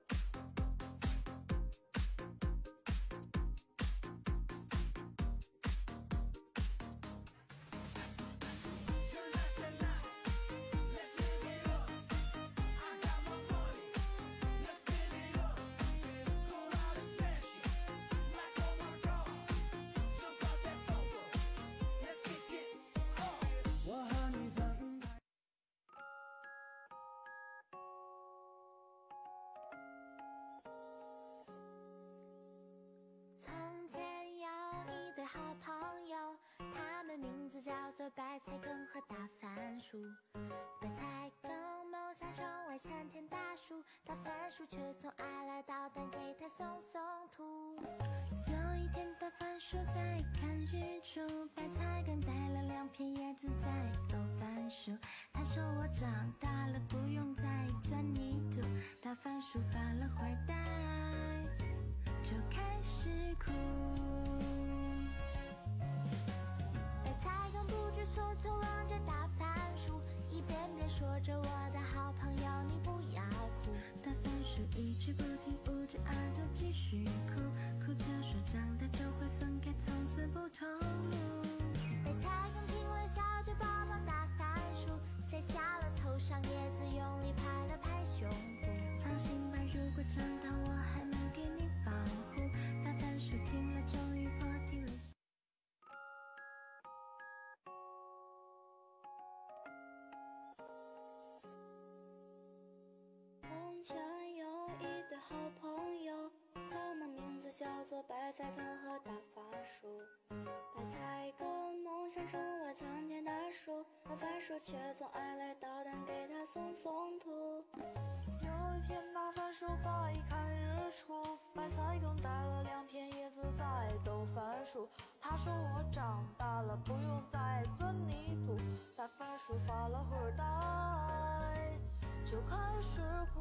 叫做白菜根和大番薯，白菜根梦想成为参天大树，大番薯却总爱来捣蛋给他送送土。有一天大番薯在看日出，白菜根带了两片叶子在逗番薯，他说我长大了不用再钻泥土，大番薯发了会儿呆就开始哭。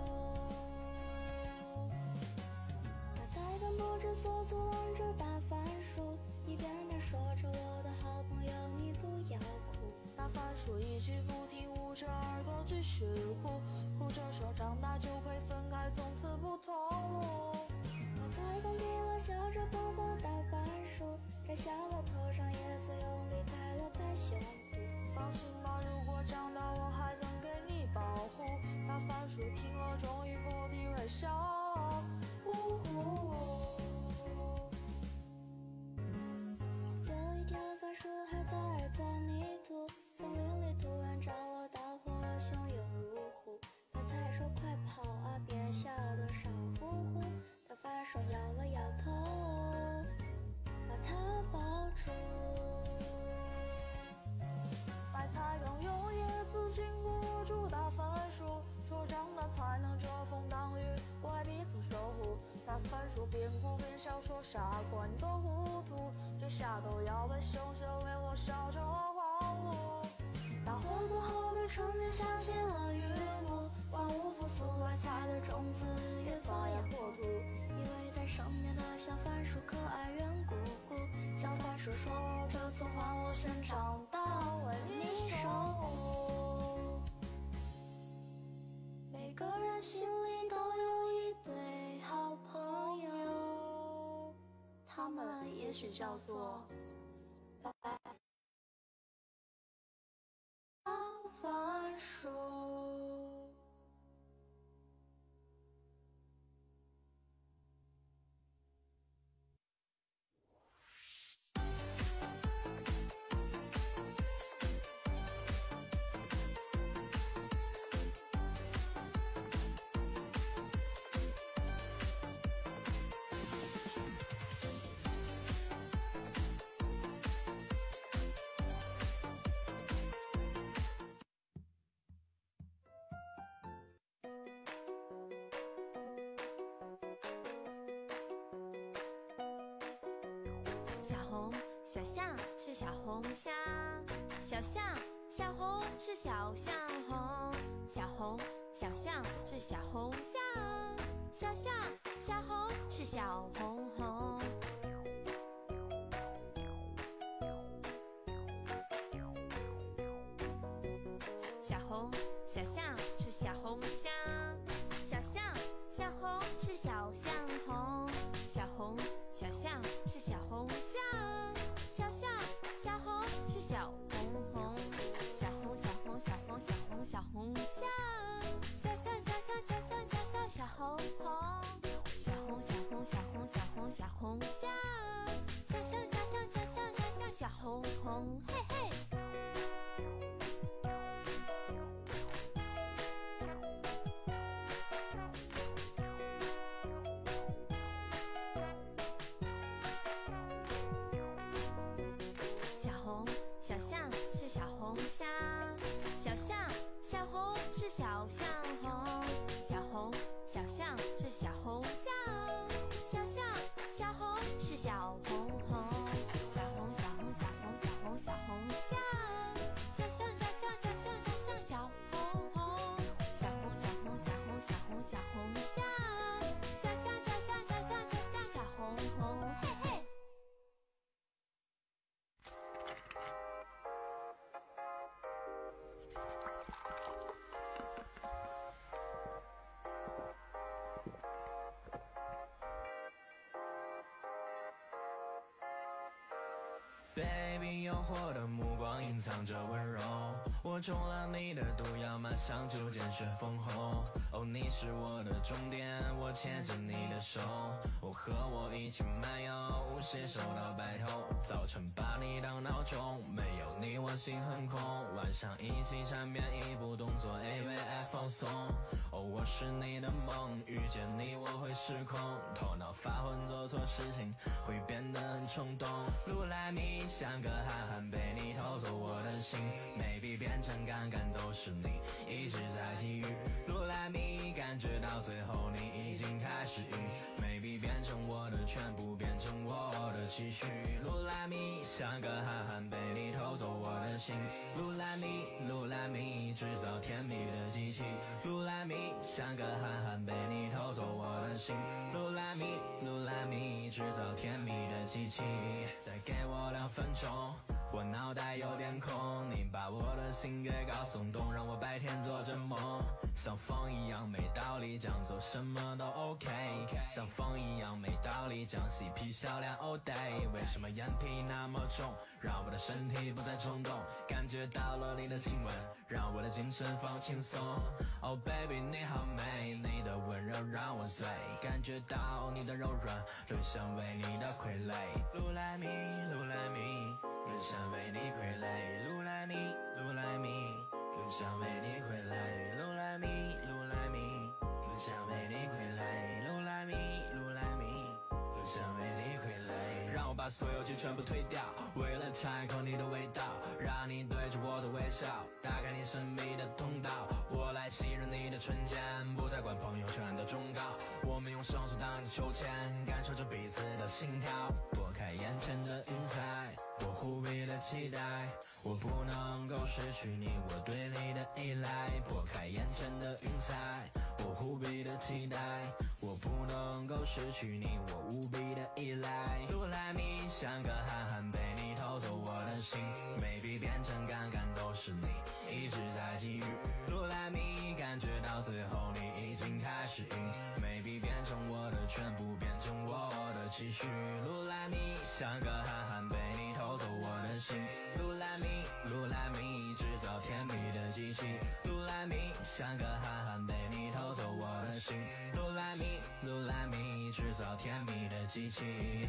白菜根不知所措望着大番薯，一遍遍说着我的好朋友你不要哭。大番薯一句不提，捂着耳朵继续哭，哭着说长大就会分开，从此不同路。白菜根低了笑着抱抱大番薯，摘下了头上叶子用力拍了拍胸脯。 放心吧，如果长大我还能给你保护。大番薯听了终于伏地微笑。呜呼有一天番薯还在钻泥土，森林里突然着了大火，熊涌入湖。大菜说快跑啊，别笑得傻乎乎。大番薯摇了摇头，把它抱住。 白菜刚用叶子紧裹住大番薯，说长大才能遮风挡雨，我还彼此守护。大番薯边哭边笑说傻瓜你多糊涂，这下都要被熊熊为我烧成荒芜。大火过后的春天下起了雨露，万物复苏，白菜的种子越发芽破土。依偎在上面的小番薯可爱圆鼓鼓，小番薯说这次换我先长大为你守护。每个人心里都有一对好朋友，他们也许叫做白番薯。 小红小象是小红象，小象小红是小象红，小红小象是小红象，小象小红是小红红。小红小象是小红象，小象小红是小象红，小红小象是小红象，小象小红是小红红。小红小红小红小红小红象，小象小象小象小象小红红。小红小红小红小红小红象，小象小象小象小象小红红。嘿嘿。小象是小红象，小象小红是小象红，小红小象是小红象，小象小红是小红红。小红小红小红小红小红象，小象小象小象小象小红红。小红小红小红小红小红象，小象小象小象小象小红红。嘿嘿。 Baby， 诱惑的目光隐藏着温柔，我中了你的毒药，马上就见血封喉。哦，你是我的终点，我牵着你的手，我和我一起漫游，携手到白头。早晨把你当闹钟，没有你我心很空。晚上一起缠绵，一步动作 A V F 放松。哦，我是你的梦，遇见你我会失控，头脑发昏，做错事情会变得很冲动。路来迷像个憨憨，被你偷走我的心 ，maybe 变成杠杆都是你一直在觊觎。路来迷感觉到最后你已经开始晕 ，maybe 变成我的全部，变成我的期许。路来迷像个憨憨，被你偷走我的心。路来迷，路来迷，制造甜蜜的机器。路来迷像个憨憨，被你偷走我的心。路来迷，路来迷，制造甜蜜的机器。再给我两分钟，我脑袋有点空，你把我的心给搞松动，让我白天做着梦，像风一样没道理。 理，这样做什么都 OK， 像风一样没道理，将 C P 销量 all day。 为什么眼皮那么重，让我的身体不再冲动，感觉到了你的亲吻，让我的精神放轻松。 Oh baby 你好美，你的温柔让我醉，感觉到你的柔软，更想为你的傀儡。露来咪露来咪，更想为你傀儡。露来咪露来咪，更想为你傀儡。露来咪露来咪，更想为你傀儡。露来咪露来咪，更想为你傀儡。让我把所有剧全部推掉，为了尝一口你的味道，让你对着我的微笑，打开你神秘的通道，我来吸入你的唇间，不再管朋友圈的忠告，我们用双手荡着秋千，感受着彼此的心跳，拨开眼前的云彩，我无比的期待，我不能够失去你，我对你的依赖，拨开眼前的云彩，我无比的期待，我不能够失去你，我无比的依赖。露来咪像个憨憨被你偷走我的心， maybe 变成杠杆都是你一直在觊觎。露来咪感觉到最后你已经开始赢， maybe 变成我的全部，变成我的期许。露来咪像个憨憨被你偷走我的心，露来咪露来咪制造甜蜜的机器。露来咪像个憨憨被你偷走我的心，露来咪露来咪制造甜蜜的机器。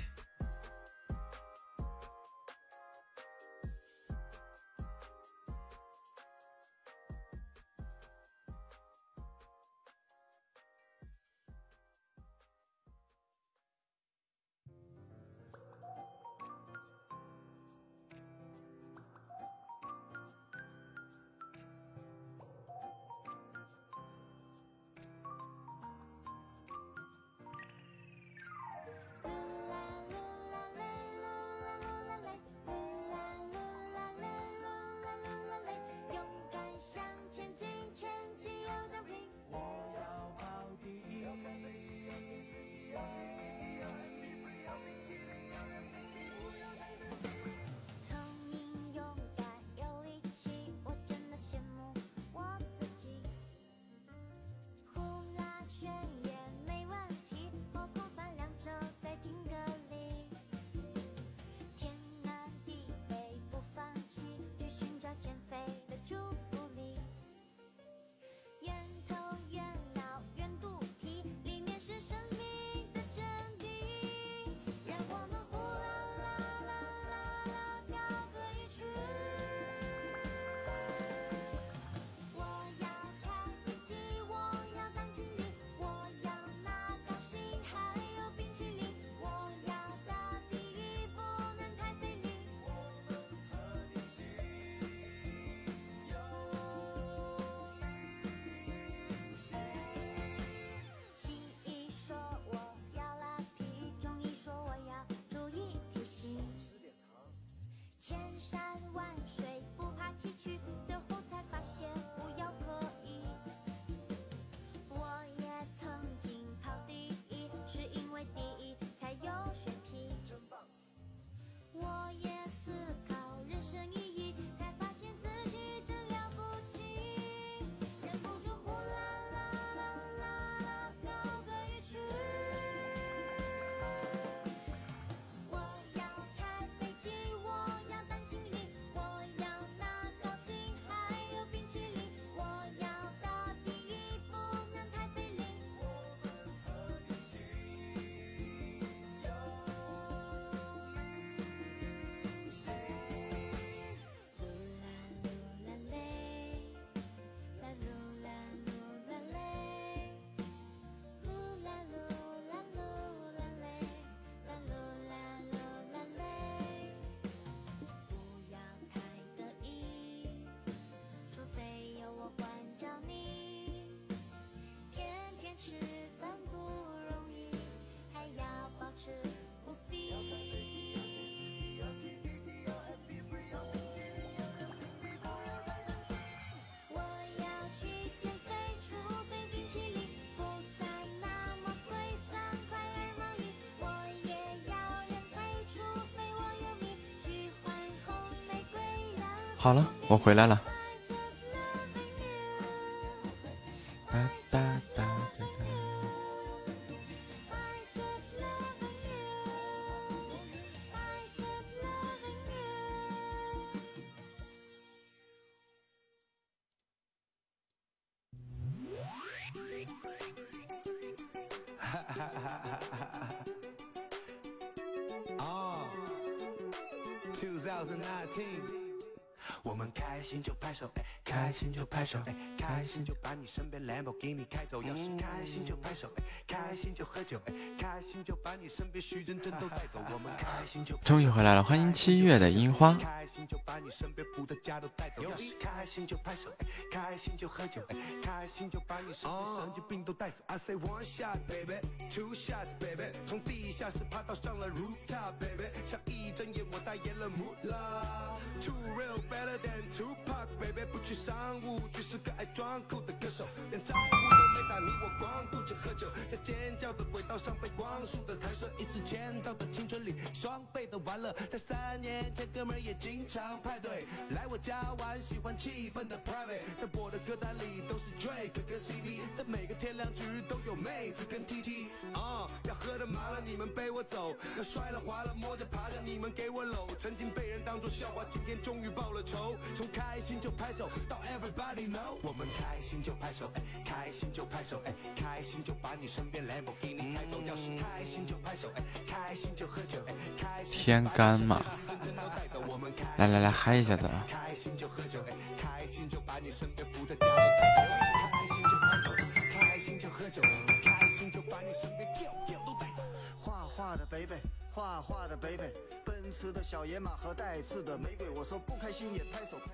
好了，我回来了。哒哒哒哒 Oh, twenty nineteen 我们开心就拍手，哎，开心就拍手，哎，开心就把你身边 Lamborghini 开走。要是开心就拍手，哎，开心就喝酒，哎，开心就把你身边徐真真都带走。我们开心就终于回来了，欢迎七月的樱花。 开心就把你身边伏特加都带走。要是开心就拍手，哎，开心就喝酒，哎，开心就把你身边神经病都带走。I say one shot baby, two shots baby， 从地下室爬到上了 rooftop baby， 像一睁眼我代言了木拉。Too real better than Tupac baby， 不去商务局是个爱装酷的歌手，连招呼都没打你我光顾着喝酒，在尖叫的轨道上被光速的弹射，一直签到的青春里双倍的玩乐，在三年前哥们儿也经常派对来我家玩，喜欢气氛的 private， 在我的歌单里都是 Drake 跟 C P， 在每个天亮局都有妹子跟 T T， 啊、uh, 要喝的麻了你们背我走，要摔了滑了摸着爬着你们给我搂，曾经被人当作笑话，今天终于报了仇，从开心就拍手到 everybody know， 我们开心就拍手，哎，开心就拍手，哎，开心就把你身边 Lamborghini 开走，要是开心就拍手，哎，开心就喝酒，哎，开心天干嘛？来来来，嗨一下子啊！ 开心就喝酒，哎，开心就把你身边伏特加都带走，开心就拍手，开心就喝酒，开心就把你身边跳跳都带走。画画的北北，画画的北北，奔驰的小野马和带刺的玫瑰，我说不开心也拍手拍。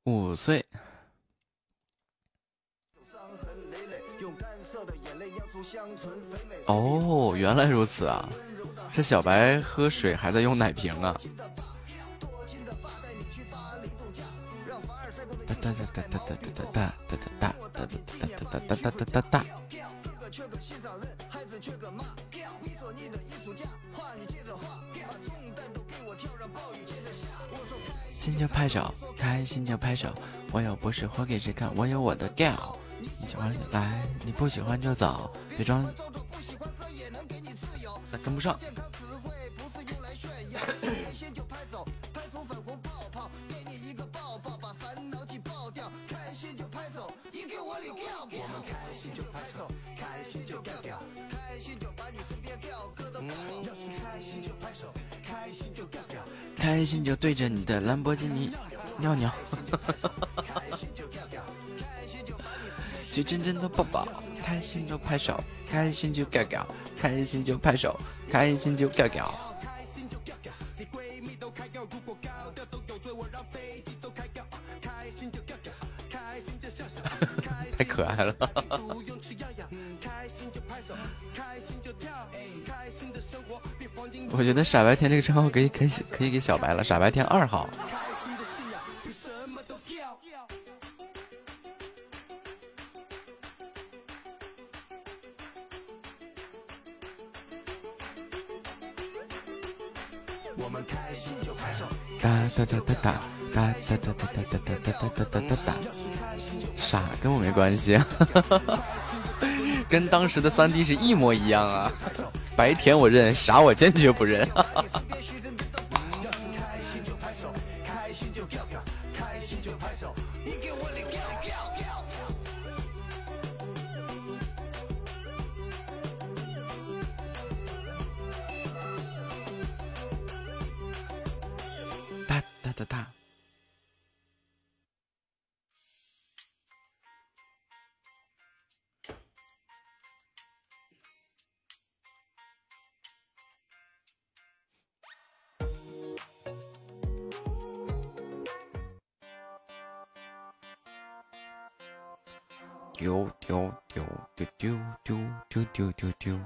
五岁。哦，原来如此啊！是小白喝水还在用奶瓶啊！哒哒哒哒哒哒哒哒哒哒哒哒哒哒哒哒哒哒。心就拍手，开心就拍手。我又不是活给谁看，我有我的 gal。你喜欢就来，你不喜欢就走，别装。跟不上。开心就对着你的兰博基尼尿尿。去真正的抱抱，开心就拍手，开心就嘎嘎，开心就拍手，开心就嘎嘎。太可爱了。我觉得傻白甜这个称号可以可以可以给小白了，傻白甜二号。我们开心就拍手，哒哒哒哒哒哒哒哒哒哒哒哒哒哒哒哒。傻跟我没关系，跟当时的三弟是一模一样啊。白甜我认，傻我坚决不认。哒哒哒哒。丢丢丢丢丢丢丢丢丢丢，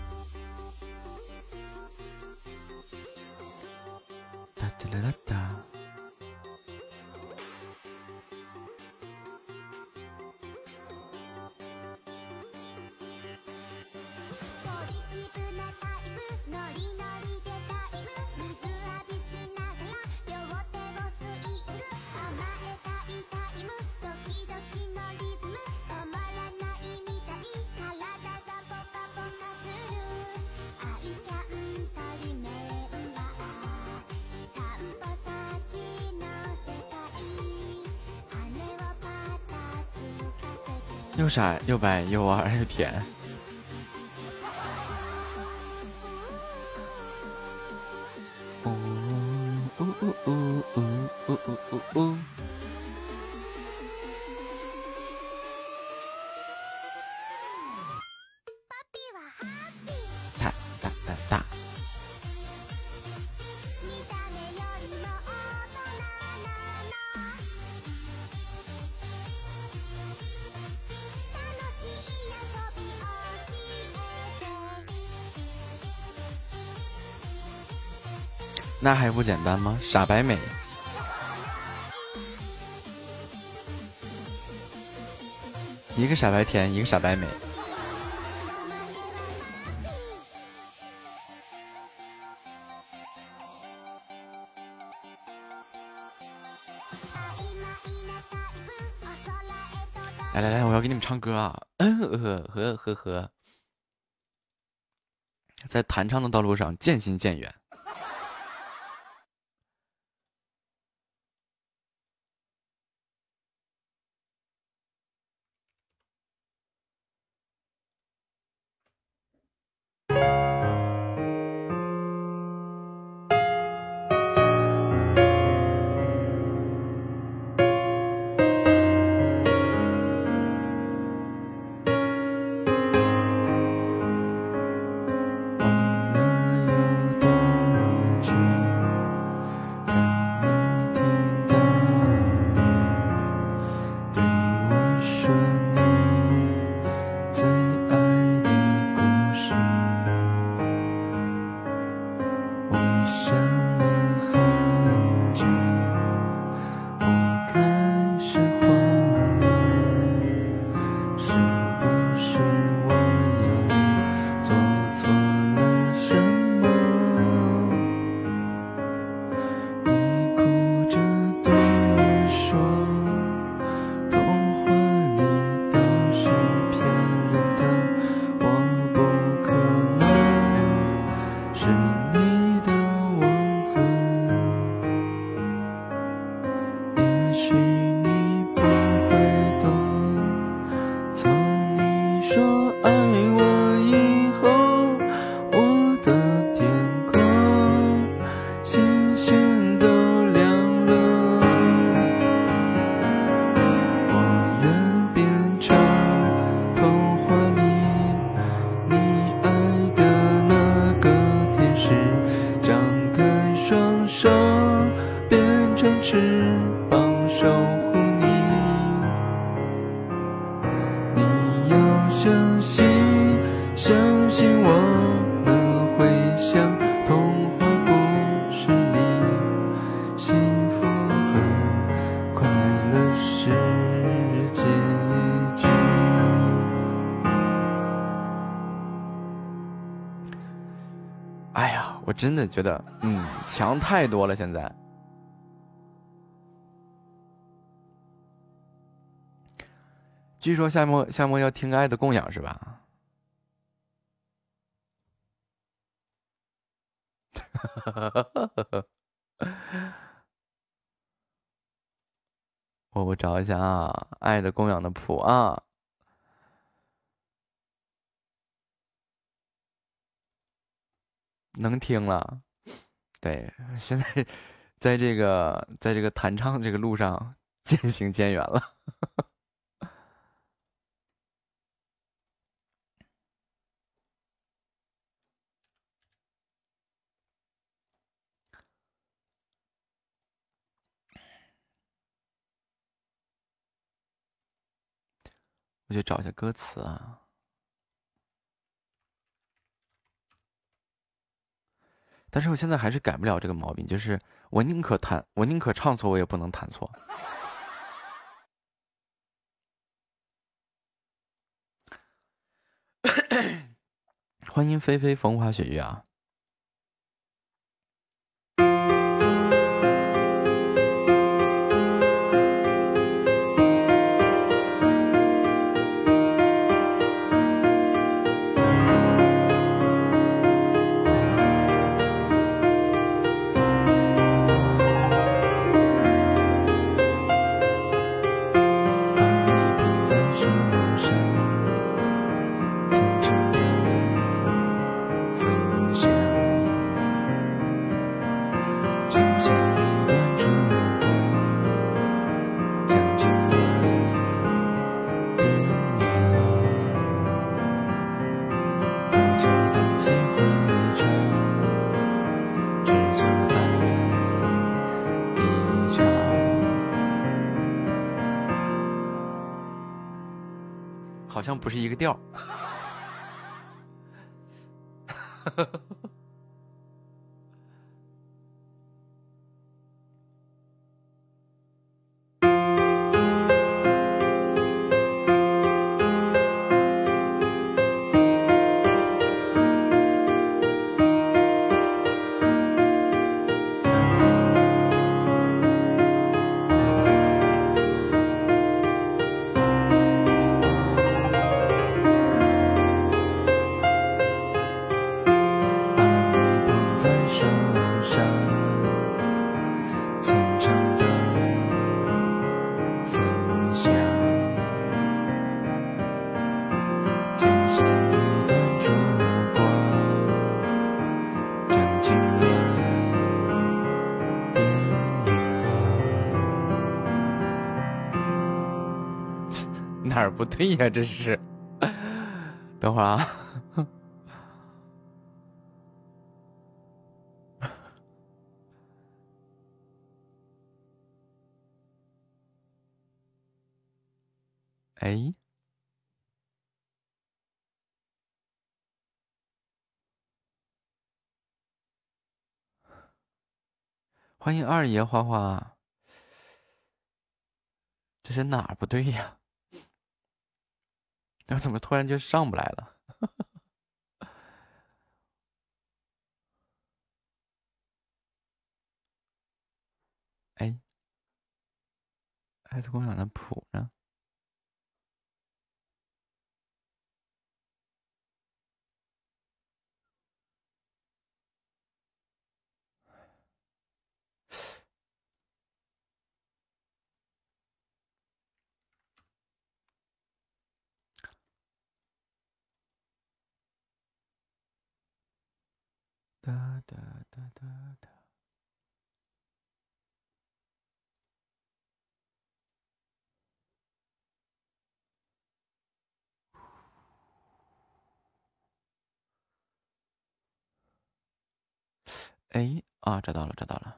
哒哒哒哒哒。又傻又白又玩又甜。呜呜呜呜呜呜呜呜。哒哒哒哒。那还不简单吗？傻白美，一个傻白甜，一个傻白美。来来来，我要给你们唱歌啊！呵呵呵呵，在弹唱的道路上渐行渐远。忘了有多许你不会懂，从你说爱我以后，我的天空星星都亮了。我愿变成童话里你爱的那个天使，张开双手变成翅膀守护你。你要相信，相信我们会像童话故事里，幸福和快乐是结局。哎呀，我真的觉得，嗯，强太多了。现在，据说夏末夏末要听《爱的供养》是吧？我我找一下啊，《爱的供养》的谱啊。能听了，对，现在在这个在这个弹唱这个路上渐行渐远了。我去找一下歌词啊。但是我现在还是改不了这个毛病，就是我宁可弹，我宁可唱错，我也不能弹错。欢迎菲菲风花雪月啊！好像不是一个调。哪儿不对呀？这是，等会儿啊。哎，欢迎二爷花花，这是哪儿不对呀？那怎么突然就上不来了？哎，爱的供养的谱呢？ 哒哒哒哒哒。哎啊，找到了，找到了。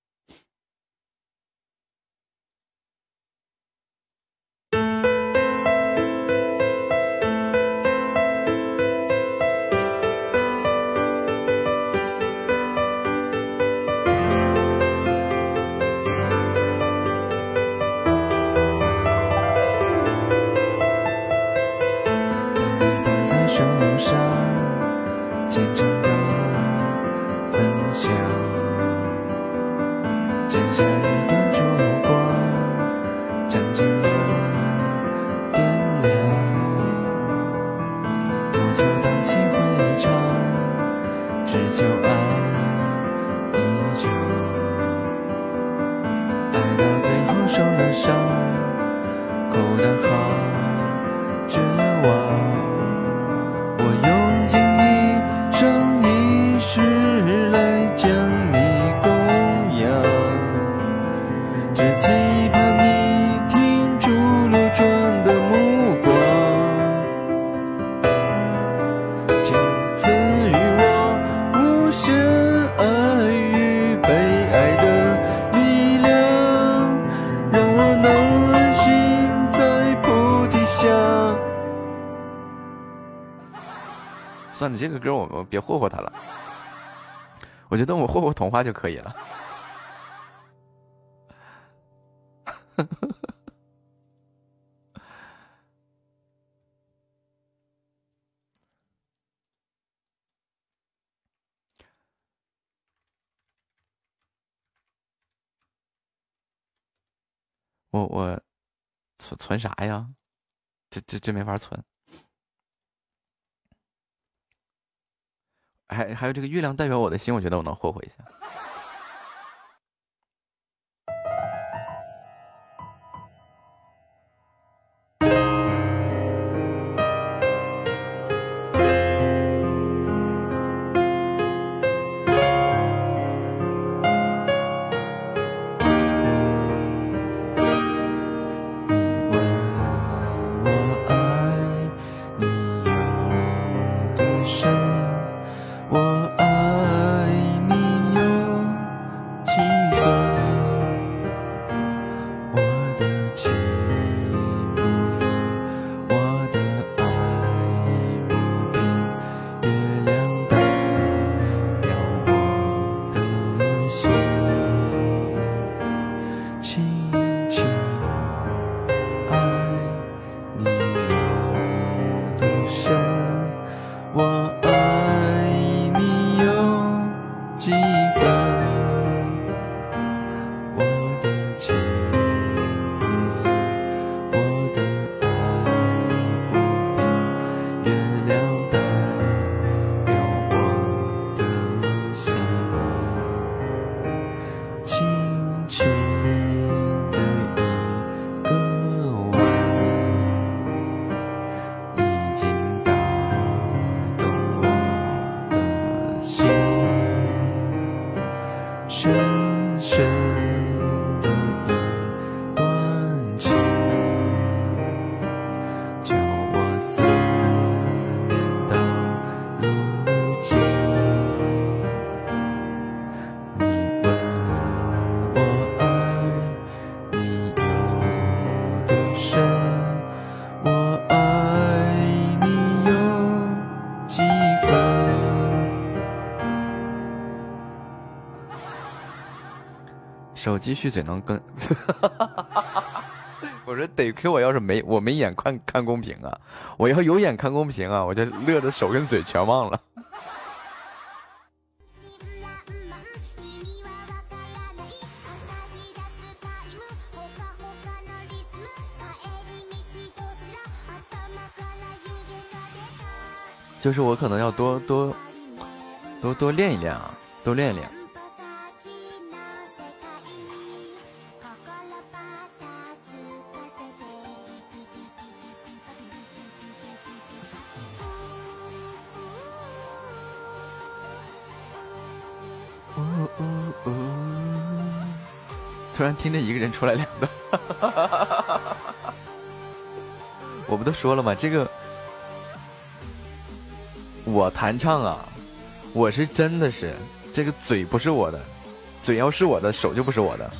算了，这个歌我们别霍霍他了，我觉得我霍霍童话就可以了。我我存存啥呀？这这这没法存。还还有这个月亮代表我的心，我觉得我能霍霍一下。手机续嘴能跟，我说得亏我要是没我没眼看看公屏啊，我要有眼看公屏啊，我就乐得手跟嘴全忘了。就是我可能要多多多多练一练啊，多练一练。 呜呜，突然听着一个人出来两段，我不都说了吗？这个我弹唱啊，我是真的是这个嘴不是我的，嘴要是我的，手就不是我的。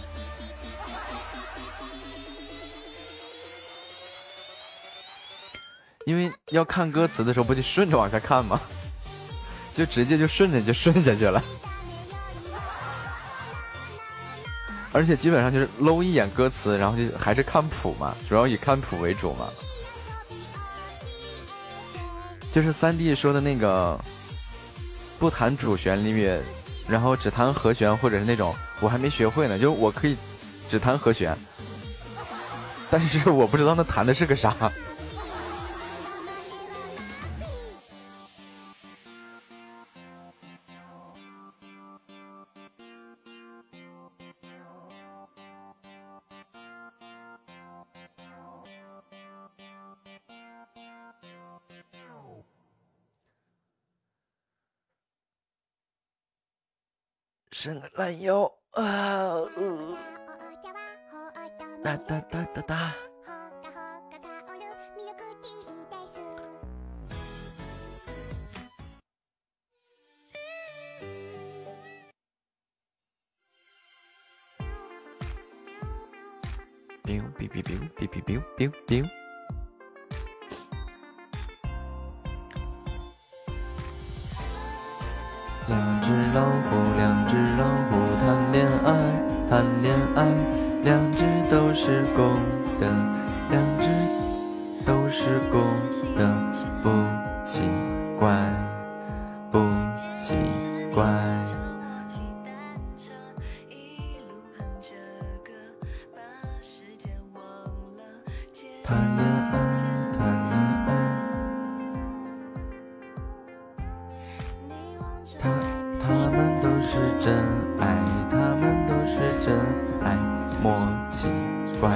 因为要看歌词的时候，不就顺着往下看吗？就直接就顺着就顺下去了。而且基本上就是搂一眼歌词，然后就还是看谱嘛，主要以看谱为主嘛。就是三弟说的那个，不弹主旋律，然后只弹和弦，或者是那种我还没学会呢，就我可以只弹和弦，但是我不知道那弹的是个啥。伸个懒腰啊，呃，哒哒哒哒哒。biu biu biu biu biu biu biu biu。两只老虎，两只老虎谈恋爱，谈恋爱，两只都是公的，两只都是公的，不奇怪，不奇怪。谈恋爱，谈恋爱。他他们都是真爱，他们都是真爱，莫奇怪。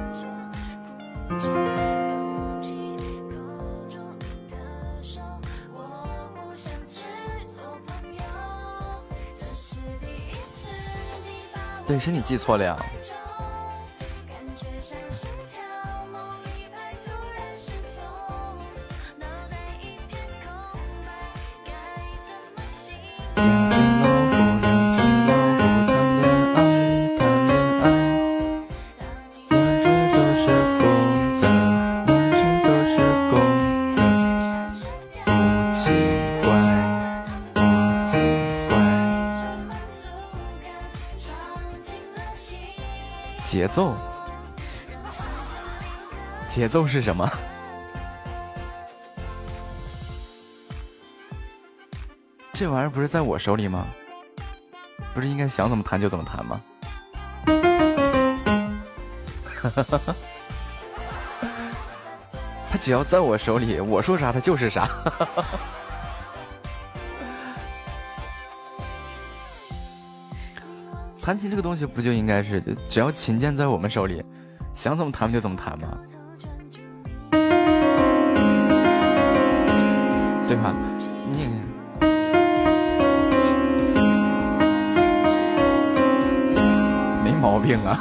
对，是你记错了呀。节奏，节奏是什么？这玩意儿不是在我手里吗？不是应该想怎么弹就怎么弹吗？他只要在我手里，我说啥他就是啥。弹琴这个东西不就应该是，只要琴键在我们手里，想怎么弹就怎么弹吗？对吧？你没毛病啊。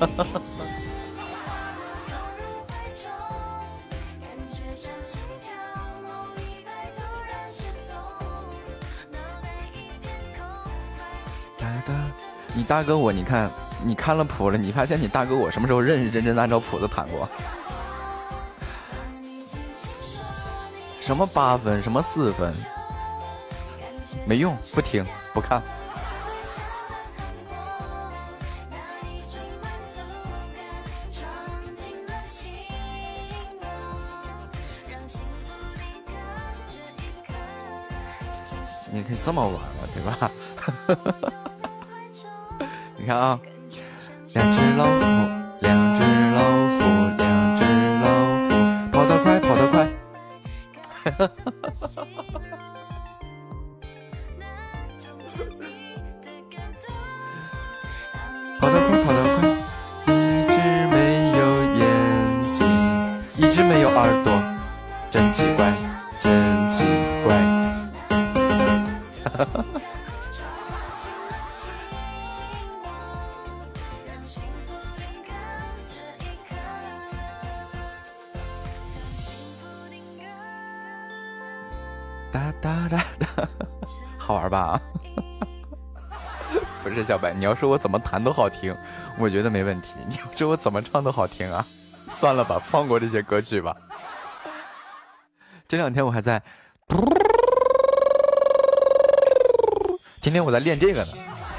你大哥我，你看你看了谱了，你发现你大哥我什么时候认认真真按照谱子弹过？什么八分，什么四分，没用，不听不看。你可以这么玩了，对吧？你看啊，两只老虎，两只老虎，两只老虎，跑得快，跑得快。跑得快，跑得快。一只没有眼睛，一只没有耳朵，真奇怪，真奇怪。 哒哒哒哒，好玩吧？不是小白，你要说我怎么弹都好听，我觉得没问题。你要说我怎么唱都好听啊，算了吧，放过这些歌曲吧。这两天我还在，天天我在练这个呢。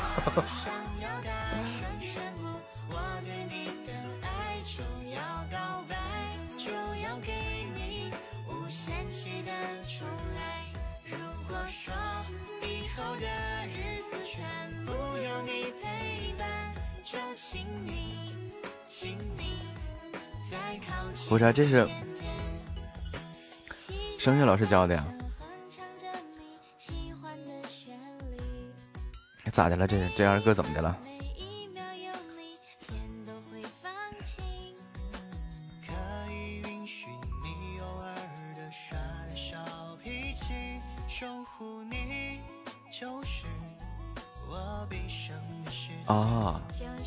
不是，这是声乐老师教的呀。咋的了？这这儿歌怎么的了？啊，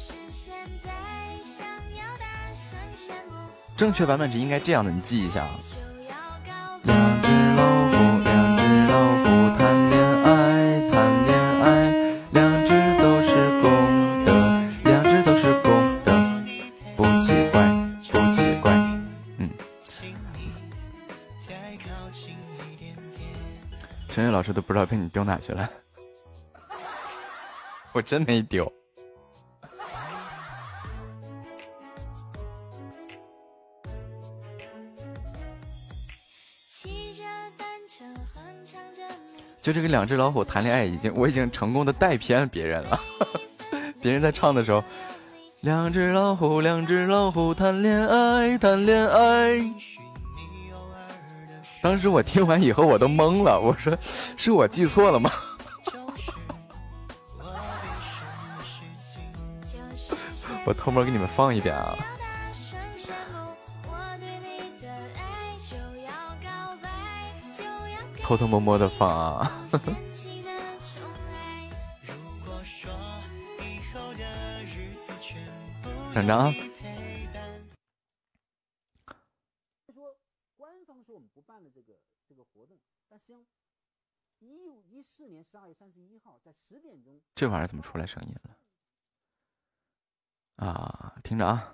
正确版本是应该这样的，你记一下。两只老虎，两只老虎谈恋爱，谈恋爱，两只都是公的，两只都是公的，不奇怪，不奇怪。嗯。声乐老师都不知道被你丢哪去了，我真没丢。就这个两只老虎谈恋爱，已经我已经成功的带偏别人了。别人在唱的时候，两只老虎，两只老虎谈恋爱，谈恋爱。当时我听完以后我都懵了，我说是我记错了吗？我偷摸给你们放一遍啊。偷偷摸摸的放啊。等着啊。 说官方说我们不办了这个这个活动，但实际上一一四年十二月三十一号在十点钟， 这玩意儿怎么出来声音了？啊，听着啊。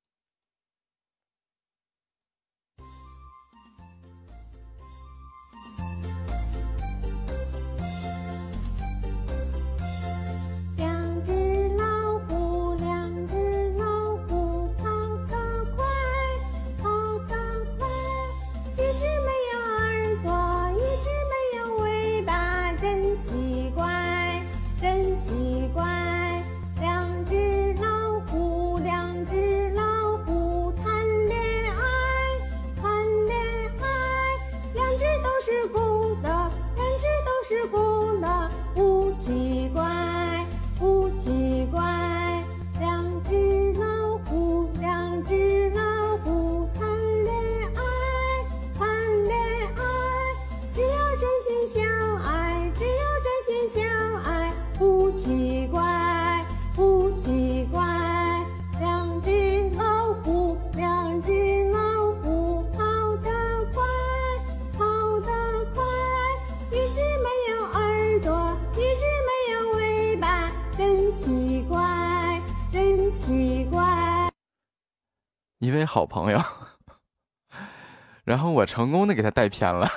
一位好朋友，然后我成功的给他带偏了。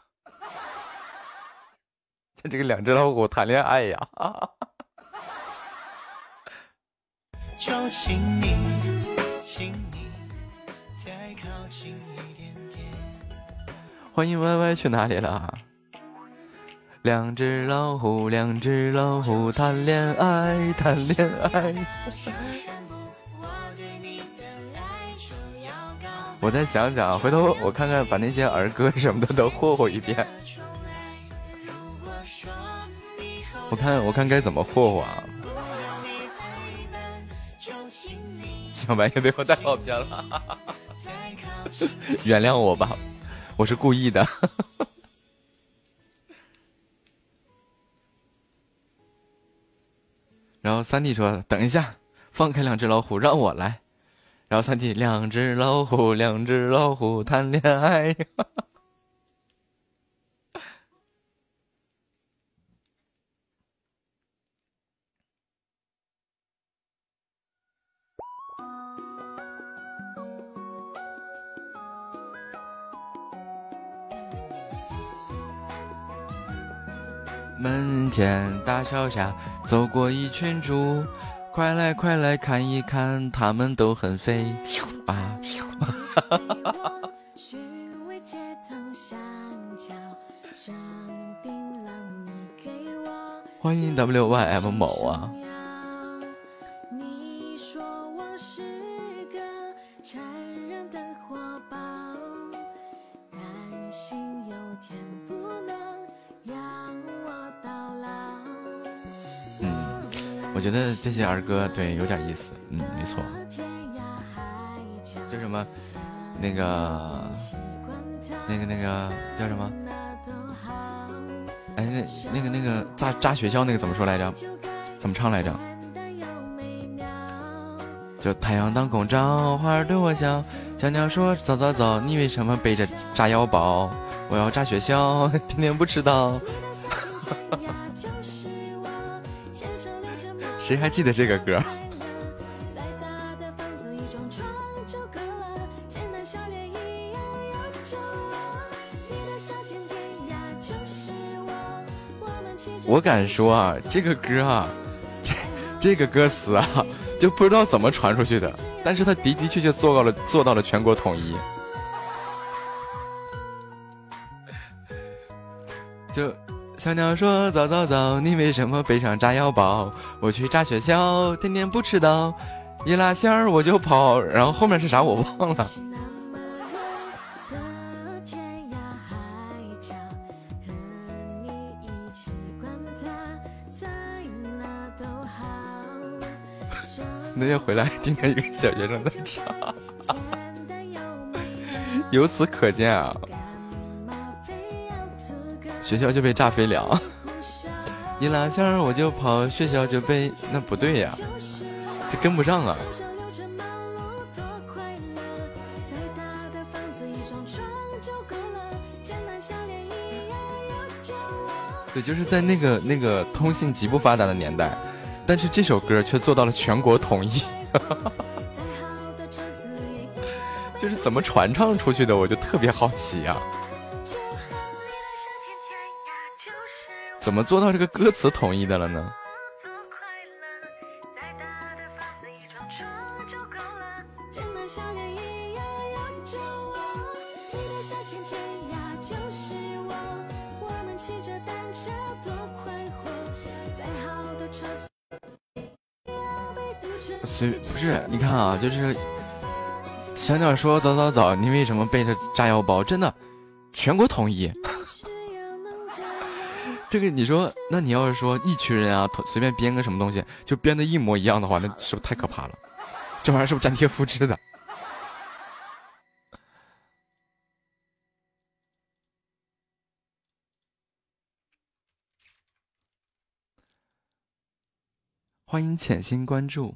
这这个两只老虎谈恋爱呀！就请你，请你再靠近一点点。欢迎 Y Y 去哪里了？两只老虎，两只老虎谈恋爱，谈恋爱。我再想想，回头我看看，把那些儿歌什么的都霍霍一遍。我看，我看该怎么霍霍啊！小白也被我带跑偏了，原谅我吧，我是故意的。然后三弟说：“等一下，放开两只老虎，让我来。”然后三弟，两只老虎，两只老虎谈恋爱。 门前大桥下走过一群猪，快来快来看一看，他们都很肥啊！欢迎 W Y M 某啊！我觉得这些儿歌对有点意思，嗯，没错。叫什么？那个，那个，那个叫什么？哎，那那个那个炸炸学校那个怎么说来着？怎么唱来着？就太阳当空照，花儿对我笑，小鸟说早早早，你为什么背着炸药包？我要炸学校，天天不迟到。谁还记得这个歌？我敢说啊，这个歌啊，这这个歌词啊，就不知道怎么传出去的，但是他的的确确做到了，做到了全国统一。就。小鸟说早早早，你为什么背上炸药包？我去炸学校，天天不迟到，一拉线儿我就跑，然后后面是啥我忘了。那天回来听见一个小学生在唱，由此可见啊。学校就被炸飞了，一拉线我就跑，学校就被……那不对呀，这跟不上啊。对，就是在那个那个通信极不发达的年代，但是这首歌却做到了全国统一，就是怎么传唱出去的，我就特别好奇呀、啊。怎么做到这个歌词统一的了呢？随不是你看啊，就是小鸟说早早早，你为什么背着炸药包？真的，全国统一。这个你说，那你要是说一群人啊，随便编个什么东西，就编的一模一样的话，那是不是太可怕了？这玩意儿是不是粘贴复制的？欢迎潜心关注。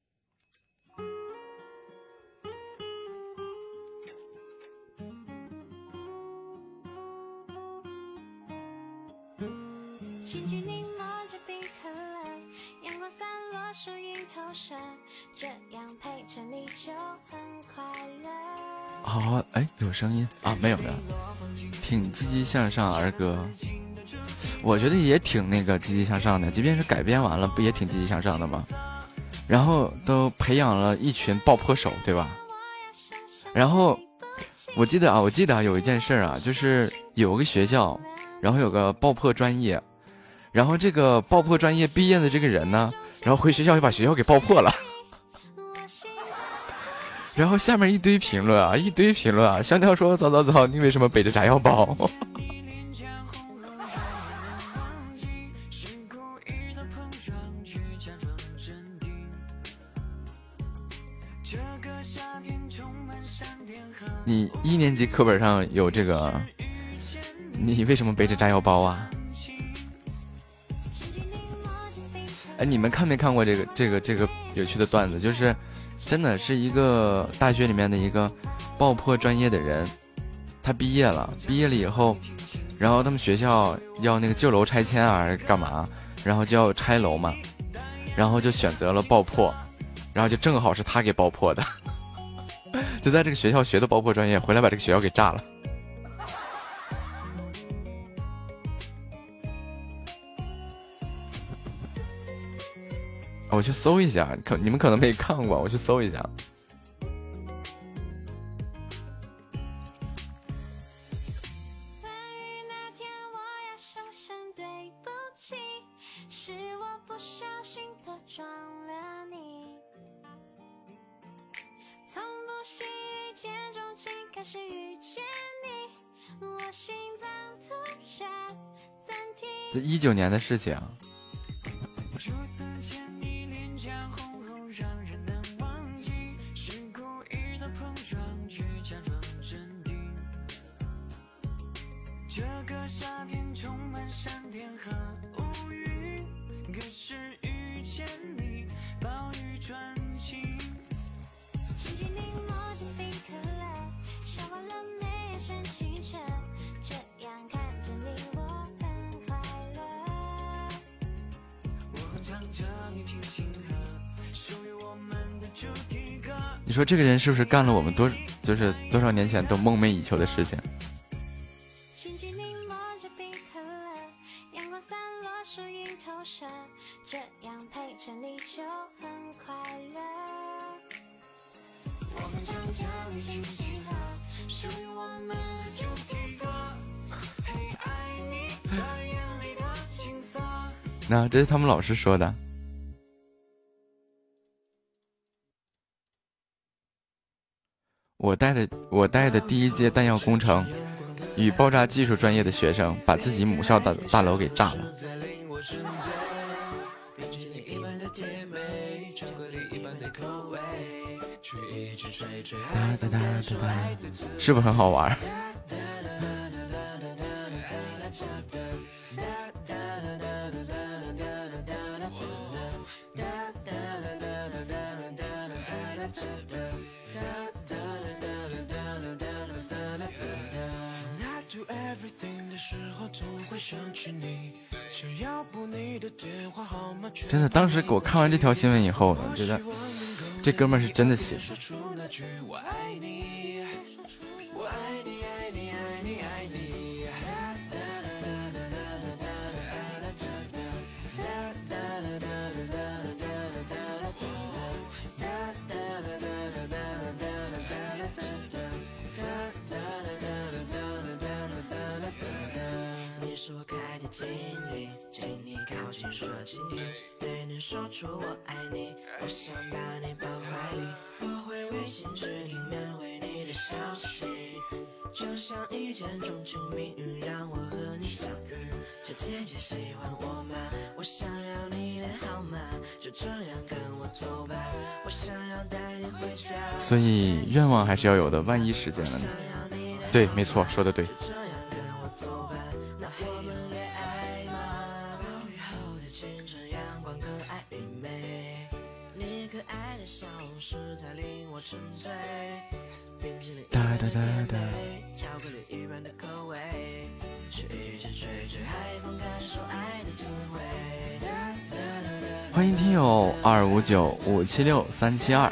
哦，哎，有声音啊？没有没有，挺积极向上儿歌，我觉得也挺那个积极向上的，即便是改编完了，不也挺积极向上的吗？然后都培养了一群爆破手，对吧？然后我记得啊，我记得啊，有一件事啊，就是有个学校，然后有个爆破专业，然后这个爆破专业毕业的这个人呢，然后回学校就把学校给爆破了。然后下面一堆评论啊，一堆评论啊，香蕉说早早早，你为什么背着炸药包？你一年级课本上有这个，你为什么背着炸药包啊？哎，你们看没看过这个这个这个有趣的段子？就是真的是一个大学里面的一个爆破专业的人，他毕业了，毕业了以后，然后他们学校要那个旧楼拆迁啊，干嘛？然后就要拆楼嘛，然后就选择了爆破，然后就正好是他给爆破的，就在这个学校学的爆破专业，回来把这个学校给炸了。 我去搜一下，可你们可能没看过，我去搜一下。这一九年的事情。你说这个人是不是干了我们多就是多少年前都梦寐以求的事情？那、啊、这是他们老师说的。我带的我带的第一届弹药工程与爆炸技术专业的学生，把自己母校大大楼给炸了。哒哒哒哒哒，是不是很好玩？真的，当时我看完这条新闻以后，我觉得这哥们儿是真的喜欢。经历，请你靠近说倾听，对你说出我爱你，我想把你抱怀里，我会微信置顶免回你的消息，就像一见钟情，命运让我和你相遇，小姐姐喜欢我吗？我想要你的号码，就这样跟我走吧，我想要带你回家。所以愿望还是要有的，万一实现了呢？对，没错，说的对。哒哒哒哒。欢迎听友二五九五七六三七二。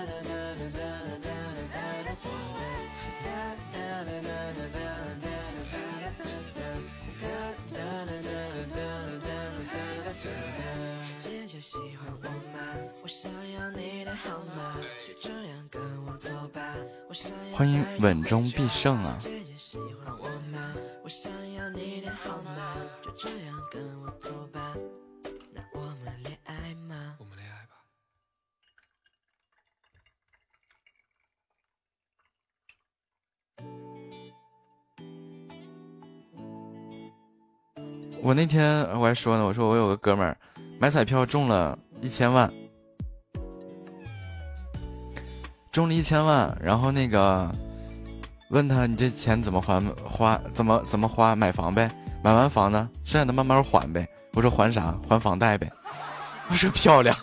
欢迎稳中必胜啊！我那天我还说呢，我说我有个哥们儿买彩票中了一千万。中了一千万，然后那个问他你这钱怎么还花怎么怎么花买房呗，买完房呢剩下的慢慢还呗。我说还啥？还房贷呗。我说漂亮。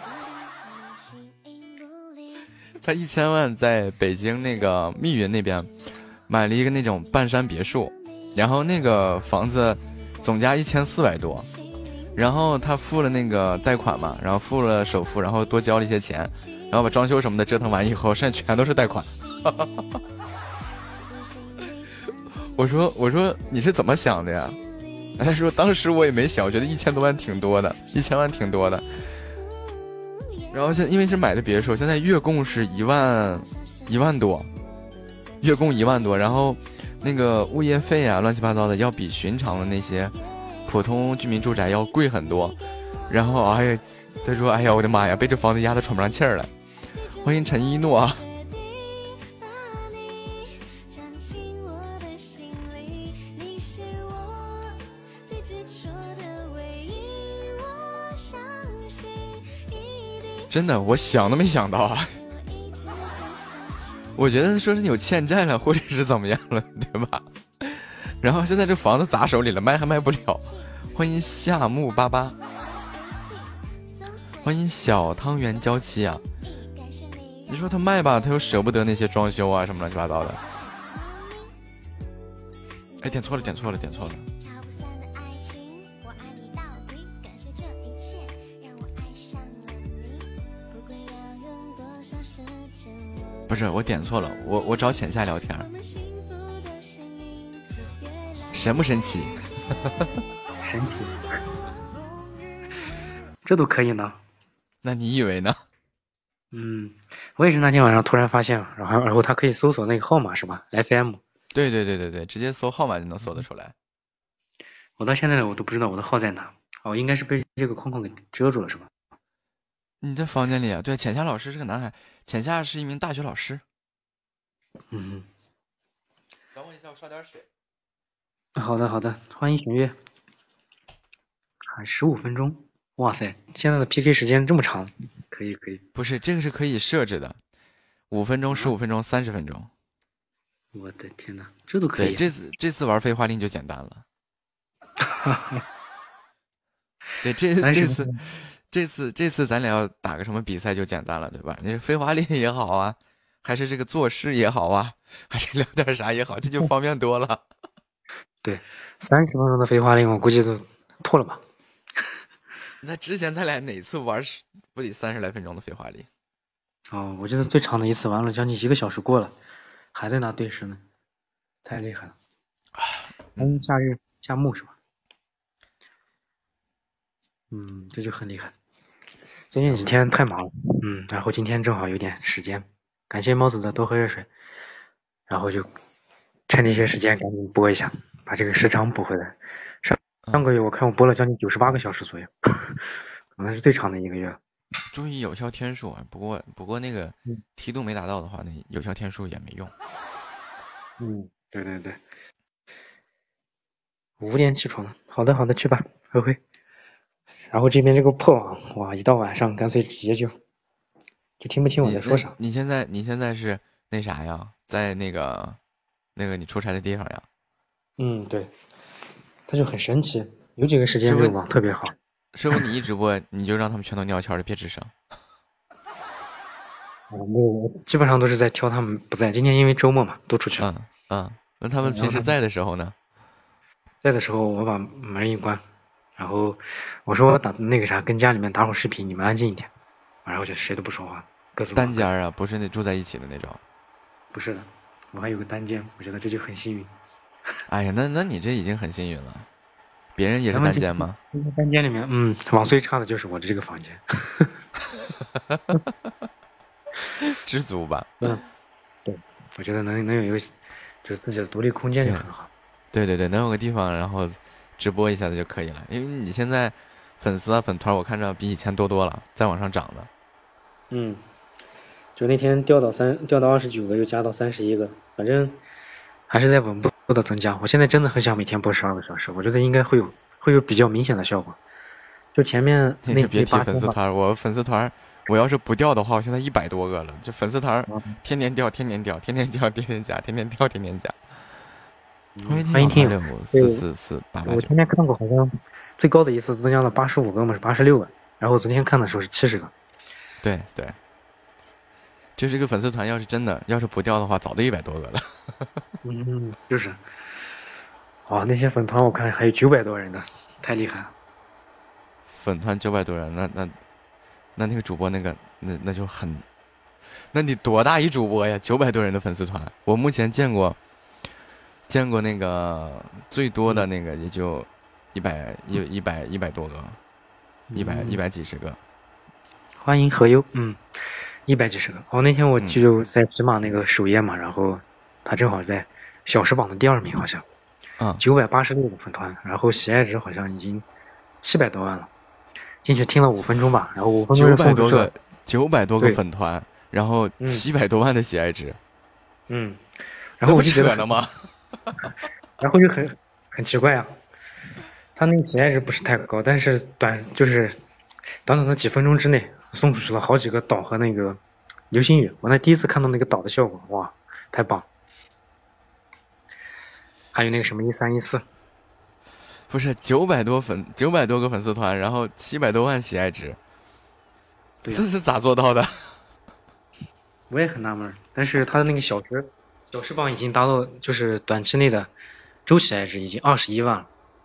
他一千万在北京那个密云那边买了一个那种半山别墅，然后那个房子总价一千四百多，然后他付了那个贷款嘛，然后付了首付，然后多交了一些钱。然后把装修什么的折腾完以后，剩下全都是贷款。我说我说你是怎么想的呀？他说当时我也没想，我觉得一千多万挺多的，一千万挺多的。 然后现因为是买的别墅，现在月供是一万一万多，月供一万多，然后那个物业费啊，乱七八糟的，要比寻常的那些普通居民住宅要贵很多。然后哎呀，他说哎呀我的妈呀，被这房子压得喘不上气儿来。欢迎陈一诺。真的，我想都没想到啊！我觉得说是你有欠债了，或者是怎么样了，对吧？然后现在这房子砸手里了，卖还卖不了。欢迎夏木八八，欢迎小汤圆娇妻啊！你说他卖吧，他又舍不得那些装修啊什么乱七八糟的。哎，点错了，点错了，点错了。不是我点错了，我我找浅夏聊天，神不神奇？ 神奇，这都可以呢？ 那你以为呢？ 嗯，我也是那天晚上突然发现了，然后然后它可以搜索那个号码是吧 ？F M。 对对对对对，直接搜号码就能搜得出来。 我到现在我都不知道我的号在哪，哦，应该是被这个框框给遮住了是吧？ 你在房间里啊？对，浅夏老师是个男孩，浅夏是一名大学老师。 嗯， 等我一下，我刷点水。 好的好的，欢迎玄月。还十五分钟，哇塞，现在的 P K 时间这么长，可以可以。 不是，这个是可以设置的，五分钟、十五分钟、三十分钟。 我的天哪，这都可以、啊。 对，这次这次玩废话令就简单了。对，这这次。这次这次咱俩要打个什么比赛就简单了，对吧？你是飞华令也好啊，还是这个作诗也好啊，还是聊点啥也好，这就方便多了。 对，三十分钟的飞华令，我估计都吐了吧。 那之前咱俩哪次玩不得三十来分钟的飞华令？ 哦，我记得最长的一次玩了将近一个小时过了，还在拿对时呢，太厉害了。嗯，夏日夏木是吧？嗯，这就很厉害。最近几天太忙了，嗯，然后今天正好有点时间，感谢猫子的多喝热水，然后就趁这些时间赶紧播一下，把这个时长补回来。上上个月我看我播了将近九十八个小时左右，可能是最长的一个月。 注意有效天数啊，不过不过那个梯度没达到的话，那有效天数也没用。 嗯，对对对。五点起床了，好的好的，去吧，灰灰。然后这边这个破网，哇，一到晚上干脆直接就就听不清我在说啥。 你, 你现在你现在是那啥呀？在那个那个你出差的地方呀？嗯， 对，它就很神奇，有几个时间这个网特别好。 师傅，你一直播你就让他们全都尿悄的，别吱声。 我基本上都是在挑他们不在，今天因为周末嘛，都出去了。 嗯嗯，那他们平时在的时候呢？ 在的时候我把门一关。然后我说我打那个啥，跟家里面打会儿视频，你们安静一点。然后就谁都不说话，各自单间啊，不是那住在一起的那种。 不是的，我还有个单间，我觉得这就很幸运。 哎呀，那那你这已经很幸运了。别人也是单间吗？ 单间里面，嗯，网最差的就是我的这个房间。 知足吧。 嗯，对，我觉得能能有一个就是自己的独立空间就很好。 对对对，能有个地方，然后。直播一下子就可以了，因为你现在粉丝啊粉团我看着比以前多多了，在往上涨的。 嗯，就那天掉到三掉到二十九个，又加到三十一个，反正还是在稳步的增加。我现在真的很想每天播十二个小时，我觉得应该会有会有比较明显的效果。就前面那别提粉丝团，我粉丝团我要是不掉的话，我现在一百多个了，就粉丝团天天掉，天天掉，天天掉，天天加，天天掉，天天加。 欢迎听友四四四八八九。 我今天看过，好像最高的一次增加了八十五个嘛，是八十六个。然后昨天看的时候是七十个。 对对，就这个粉丝团要是真的要是不掉的话，早都一百多个了。 嗯，就是。哇，那些粉团我看还有九百多人的，太厉害了。 粉团九百多人，那那那那个主播那个那那就很，那你多大一主播呀？九百多人的粉丝团，我目前见过。见过那个最多的那个也就一百一一百一百多个，一百一百几十个。 欢迎何优，嗯，一百几十个。哦，那天我就在喜马那个首页嘛，然后他正好在小时榜的第二名，好像， 嗯， 九百八十六个粉团，然后喜爱值好像已经七百多万了。进去听了五分钟吧，然后五分钟九百多个，九百多个对粉团，然后七百多万的喜爱值， 嗯，然后我就觉得那不扯呢吗？ 然后就很很奇怪啊，他那个喜爱值不是太高，但是短就是短短的几分钟之内送出去了好几个岛和那个流星雨，我那第一次看到那个岛的效果，哇，太棒！还有那个什么一三一四。 不是九百多粉，九百多个粉丝团，然后七百多万喜爱值， 对、啊， 这是咋做到的？ 我也很纳闷，但是他的那个小时小时榜已经达到，就是短期内的周喜爱值已经二十一万了，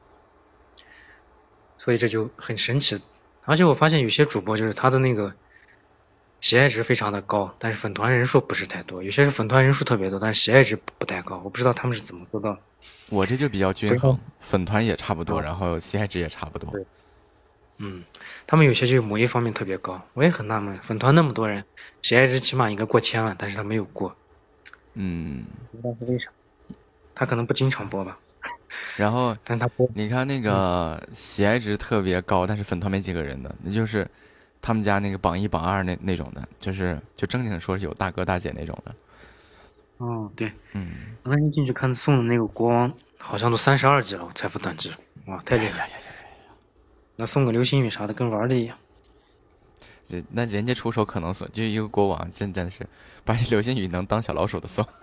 所以这就很神奇。而且我发现有些主播就是他的那个喜爱值非常的高，但是粉团人数不是太多，有些是粉团人数特别多，但是喜爱值不太高，我不知道他们是怎么做到的。 我这就比较均衡，粉团也差不多，然后喜爱值也差不多。 对，嗯，他们有些就某一方面特别高，我也很纳闷，粉团那么多人，喜爱值起码应该过千万，但是他没有过。 嗯， 不知道是为啥，他可能不经常播吧。 然后， 但他播， 你看那个喜爱值特别高，但是粉团没几个人的，那就是他们家那个榜一榜二那那种的，就是就正经说是有大哥大姐那种的。 哦，对， 嗯， 我那天进去看送的那个国王，好像都三十二级了，财富短期，哇，太厉害了！那送个流星雨啥的，跟玩的一样。 这那人家出手可能送，就一个国王，真真的是把流星雨能当小老鼠的送。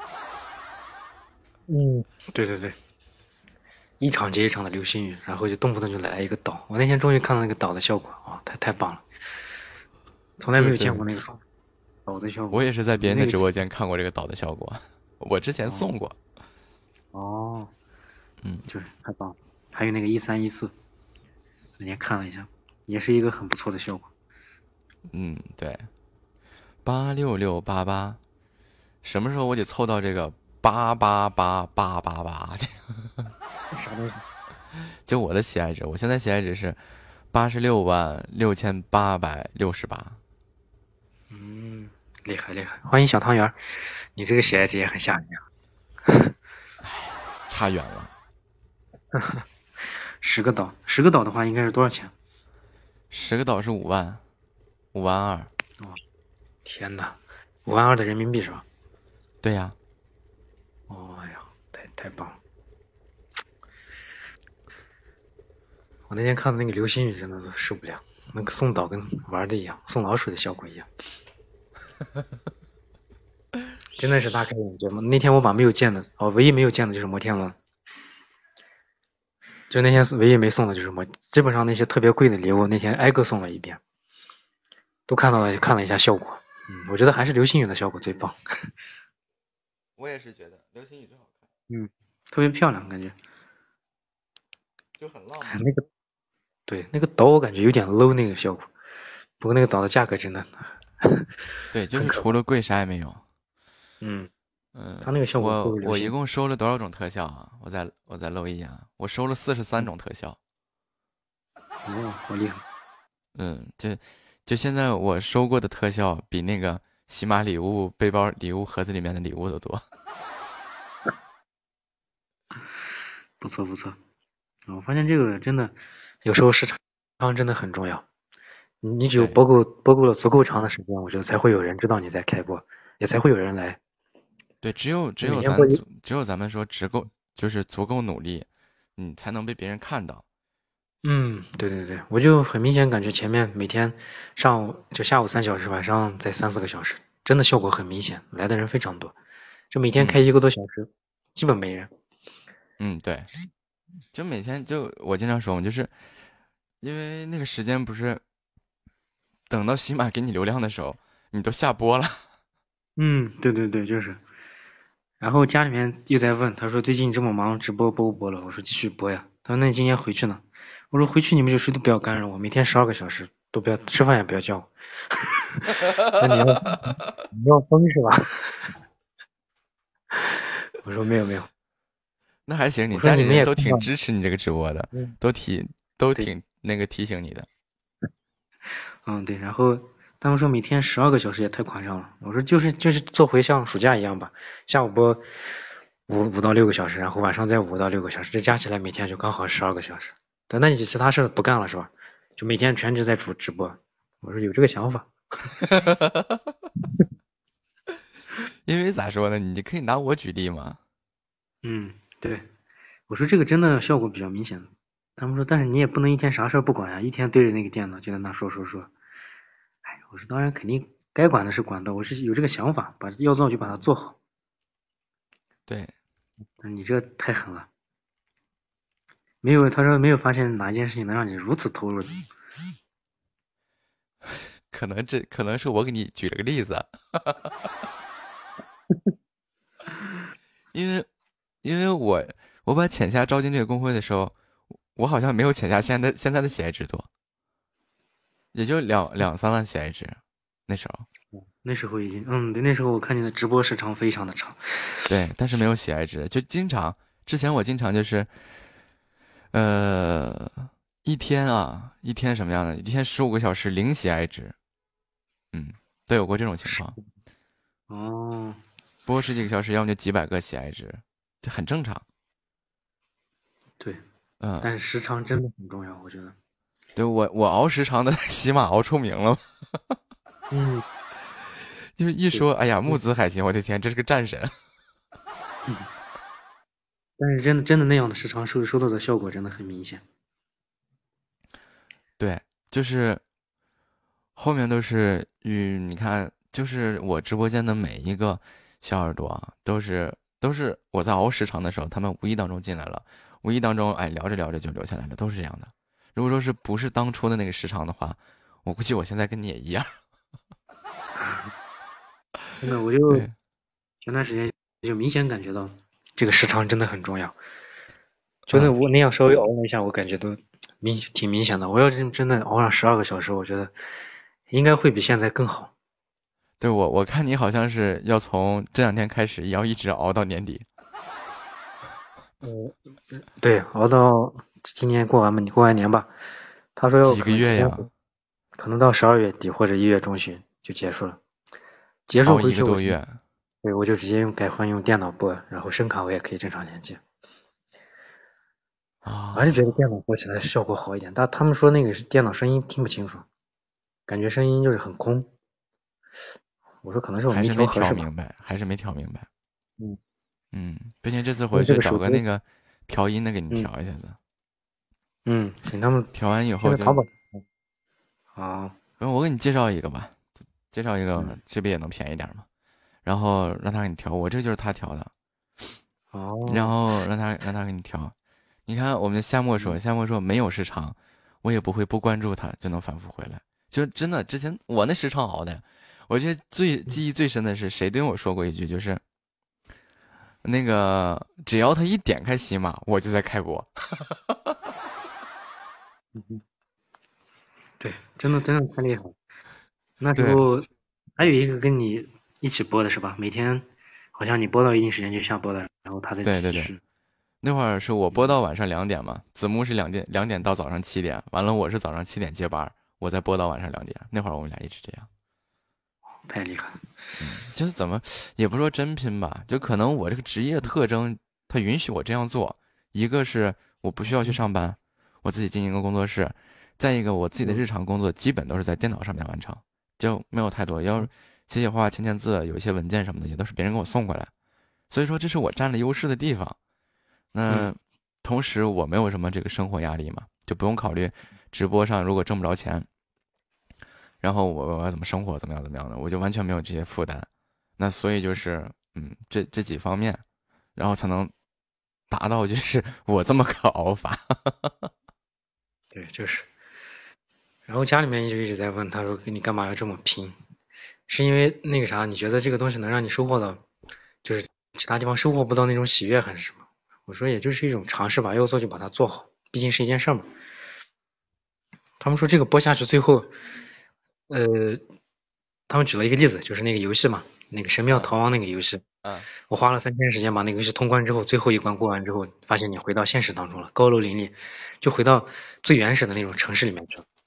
嗯，对对对，一场接一场的流星雨，然后就动不动就来一个岛。我那天终于看到那个岛的效果，哇，太太棒了，从来没有见过那个送岛的效果。 我也是在别人的直播间看过这个岛的效果，我之前送过。 哦， 嗯， 就是太棒了。还有那个一三一四，那天看了一下，也是一个很不错的效果。 嗯，对，八六六八八，什么时候我得凑到这个八八八八八八？ 啥东西？ 就我的喜爱值，我现在喜爱值是八十六万六千八百六十八。 嗯，厉害厉害！欢迎小汤圆，你这个喜爱值也很吓人呀。 差远了。 十个岛，十个岛的话应该是多少钱？ 十个岛是五万，五万二。 哦，天哪，五万二的人民币是吧？ 对呀。 哦呀，太太棒了！我那天看的那个流星雨真的是受不了，那个送岛跟玩的一样，送老鼠的效果一样，真的是大开眼界嘛！那天我把没有见的，哦，唯一没有见的就是摩天轮。就那天唯一没送的就是我，基本上那些特别贵的礼物，那天挨个送了一遍，都看到了，看了一下效果。嗯，我觉得还是流星雨的效果最棒。 我也是觉得流星雨最好看。 嗯，特别漂亮，感觉就很浪漫。 那个，对，那个岛我感觉有点 low 那个效果，不过那个岛的价格真的， 对，就是除了贵啥也没有。 嗯。 嗯， 他那个效果我我一共收了多少种特效啊？我再我再露一眼，我收了四十三种特效。 哦，好厉害！ 嗯，就就现在我收过的特效比那个喜马礼物背包礼物盒子里面的礼物都多。 不错不错，我发现这个真的有时候时长真的很重要。你你只有播够播够了足够长的时间，我觉得才会有人知道你在开播，也才会有人来。 对，只有只有咱只有咱们说足够，就是足够努力，你才能被别人看到。 嗯，对对对，我就很明显感觉前面每天上午就下午三小时，晚上再三四个小时，真的效果很明显，来的人非常多。就每天开一个多小时，嗯、基本没人。 嗯，对，就每天就我经常说嘛，就是因为那个时间不是等到喜马给你流量的时候，你都下播了。 嗯，对对对，就是。然后家里面又在问，他说最近你这么忙，直播播不播了？我说继续播呀。他说那你今天回去呢？我说回去你们就谁都不要干扰我，每天十二个小时都不要吃饭也不要叫我。那你要你要疯是吧？我说没有没有。 那还行，你家里人都挺支持你这个直播的，都提都挺那个提醒你的。 嗯，对。然后他们说每天十二个小时也太夸张了。我说就是就是做回像暑假一样吧，下午播五五到六个小时，然后晚上再五到六个小时，这加起来每天就刚好十二个小时。但那你其他事不干了是吧？就每天全职在主直播。我说有这个想法。 因为咋说呢，你可以拿我举例嘛。 嗯，对，我说这个真的效果比较明显。他们说，但是你也不能一天啥事儿不管呀，一天对着那个电脑就在那说说说。哎，我说当然肯定该管的是管的，我是有这个想法，把要做就把它做好。 对， 但是你这太狠了，没有，他说没有发现哪一件事情能让你如此投入。 可能这可能是我给你举了个例子。因为因为我我把潜虾招进这个公会的时候，我好像没有潜虾现在的现在的喜爱值多，也就两两三万喜爱值，那时候。 那时候已经，嗯，对，那时候我看见的直播时长非常的长。 对，但是没有喜爱值，就经常之前我经常就是，呃，一天啊，一天什么样的？一天十五个小时零喜爱值，嗯，都有过这种情况。 哦。 播十几个小时，要么就几百个喜爱值，这很正常。 对， 嗯， 但是时长真的很重要，我觉得。 对我，我熬时长的起码熬出名了。 嗯， 就是一说，哎呀，木子海行，我的天，这是个战神。 嗯，但是真的真的那样的时长收收到的效果真的很明显。 对，就是后面都是与你看。就是我直播间的每一个小耳朵啊，都是都是我在熬时长的时候，他们无意当中进来了，无意当中哎聊着聊着就留下来了，都是这样的。如果说是不是当初的那个时长的话，我估计我现在跟你也一样。 真的，我就前段时间就明显感觉到这个时长真的很重要。真的，我那样稍微熬了一下，我感觉都明挺明显的。我要是真的熬上十二个小时，我觉得应该会比现在更好。 对，我我看你好像是要从这两天开始，也要一直熬到年底。 嗯，对，熬到今年过完嘛，你过完年吧。他说要几个月呀？ 可能到十二月底或者一月中旬就结束了。结束回去熬一个多月。 对，我就直接用改换用电脑播，然后声卡我也可以正常连接。 啊， 我还是觉得电脑播起来效果好一点，但他们说那个是电脑声音听不清楚，感觉声音就是很空。我说可能是我还是没调调明白，还是没调明白。 嗯嗯，不行，这次回去找个那个调音的给你调一下子。 嗯，请他们调完以后就。 淘宝。啊， 我给你介绍一个吧，介绍一个，这边也能便宜点嘛。然后让他给你调，我这就是他调的。 哦。 然后让他让他给你调。你看我们的夏末说，夏末说没有时长，我也不会不关注他就能反复回来。就真的之前我那时长熬的。我觉得最记忆最深的是谁对我说过一句，就是那个只要他一点开喜马，我就在开播。 对，真的真的太厉害了。那时候还有一个跟你一起播的是吧？每天好像你播到一定时间就下播了，然后他再对对对，那会儿是我播到晚上两点嘛，子木是两点两点到早上七点，完了我是早上七点接班，我再播到晚上两点。那会儿我们俩一直这样。 太厉害了。 嗯，就是怎么也不说真拼吧，就可能我这个职业特征它允许我这样做。一个是我不需要去上班，我自己经营一个工作室，再一个我自己的日常工作基本都是在电脑上面完成，就没有太多要写写画签签字，有一些文件什么的也都是别人给我送过来，所以说这是我占了优势的地方。那同时我没有什么这个生活压力嘛，就不用考虑直播上如果挣不着钱，然后我我要怎么生活，怎么样怎么样的，我就完全没有这些负担。那所以就是嗯，这这几方面，然后才能达到就是我这么个熬法。 对，就是。然后家里面就一直在问，他说你干嘛要这么拼？是因为那个啥，你觉得这个东西能让你收获到，就是其他地方收获不到那种喜悦还是什么？我说也就是一种尝试吧，要做就把它做好，毕竟是一件事嘛。他们说这个播下去最后。呃，他们举了一个例子，就是那个游戏嘛，那个神庙逃亡那个游戏， 嗯， 我花了三天时间把那个游戏通关之后，最后一关过完之后，发现你回到现实当中了，高楼林立，就回到最原始的那种城市里面去了。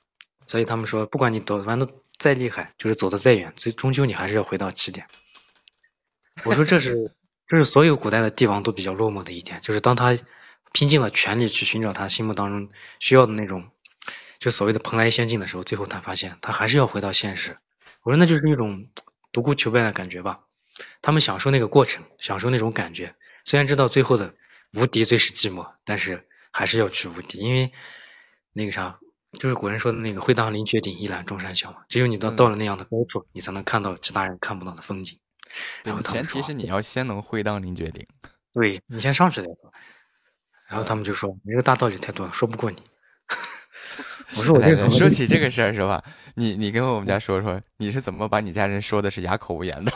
所以他们说，不管你躲玩的再厉害，就是走的再远，最终究你还是要回到起点。我说这是这是所有古代的帝王都比较落寞的一点，就是当他拼尽了全力去寻找他心目当中需要的那种，就所谓的蓬莱仙境的时候，最后他发现他还是要回到现实。我说那就是一种独孤求败的感觉吧。他们享受那个过程，享受那种感觉，虽然知道最后的无敌最是寂寞，但是还是要去无敌，因为那个啥，就是古人说的那个会当凌绝顶，一览众山小嘛。只有你到到了那样的高处，你才能看到其他人看不到的风景。然后他们说， 前提是你要先能会当凌绝顶， 对你先上去再说。然后他们就说你这个大道理太多了，说不过你。我说我这个说起这个事儿是吧？你你跟我们家说说，你是怎么把你家人说的是哑口无言的？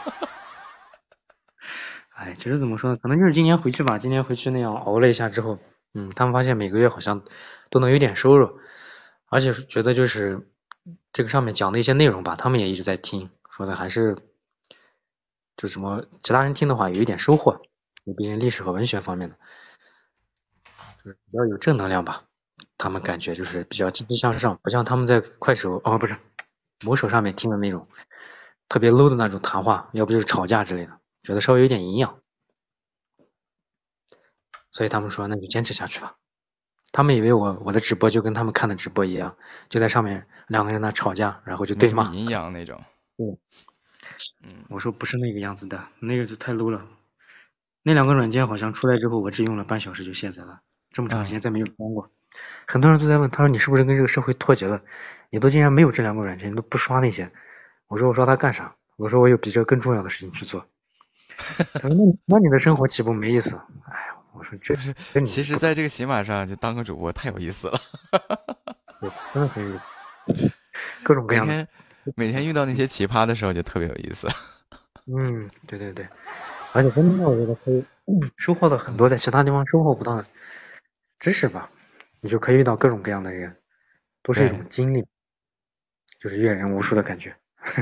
哎，其实怎么说呢？可能就是今年回去吧，今年回去那样熬了一下之后，嗯，他们发现每个月好像都能有点收入，而且觉得就是这个上面讲的一些内容吧，他们也一直在听，说的还是就什么其他人听的话有一点收获，毕竟历史和文学方面的，就是比较有正能量吧。他们感觉就是比较积极向上，不像他们在快手哦不是某手上面听的那种特别 low 的那种谈话，要不就是吵架之类的，觉得稍微有点营养。所以他们说那就坚持下去吧。他们以为我我的直播就跟他们看的直播一样，就在上面两个人那吵架，然后就对骂营养那种。 对，嗯，我说不是那个样子的，那个就太 low 了。那两个软件好像出来之后，我只用了半小时就卸载了，这么长时间再没有装过。嗯、很多人都在问，他说你是不是跟这个社会脱节了？你都竟然没有这两个软件，你都不刷那些？我说我刷它干啥？我说我有比这更重要的事情去做。他说那那你的生活岂不没意思？哎呀，我说这是其实在这个喜马上就当个主播太有意思了。 对，真的很有意思，各种各样的。 每天每天遇到那些奇葩的时候就特别有意思。 嗯，对对对，而且真的我觉得可以、嗯、收获到很多在其他地方收获不到的知识吧。你就可以遇到各种各样的人，都是一种经历，就是阅人无数的感觉。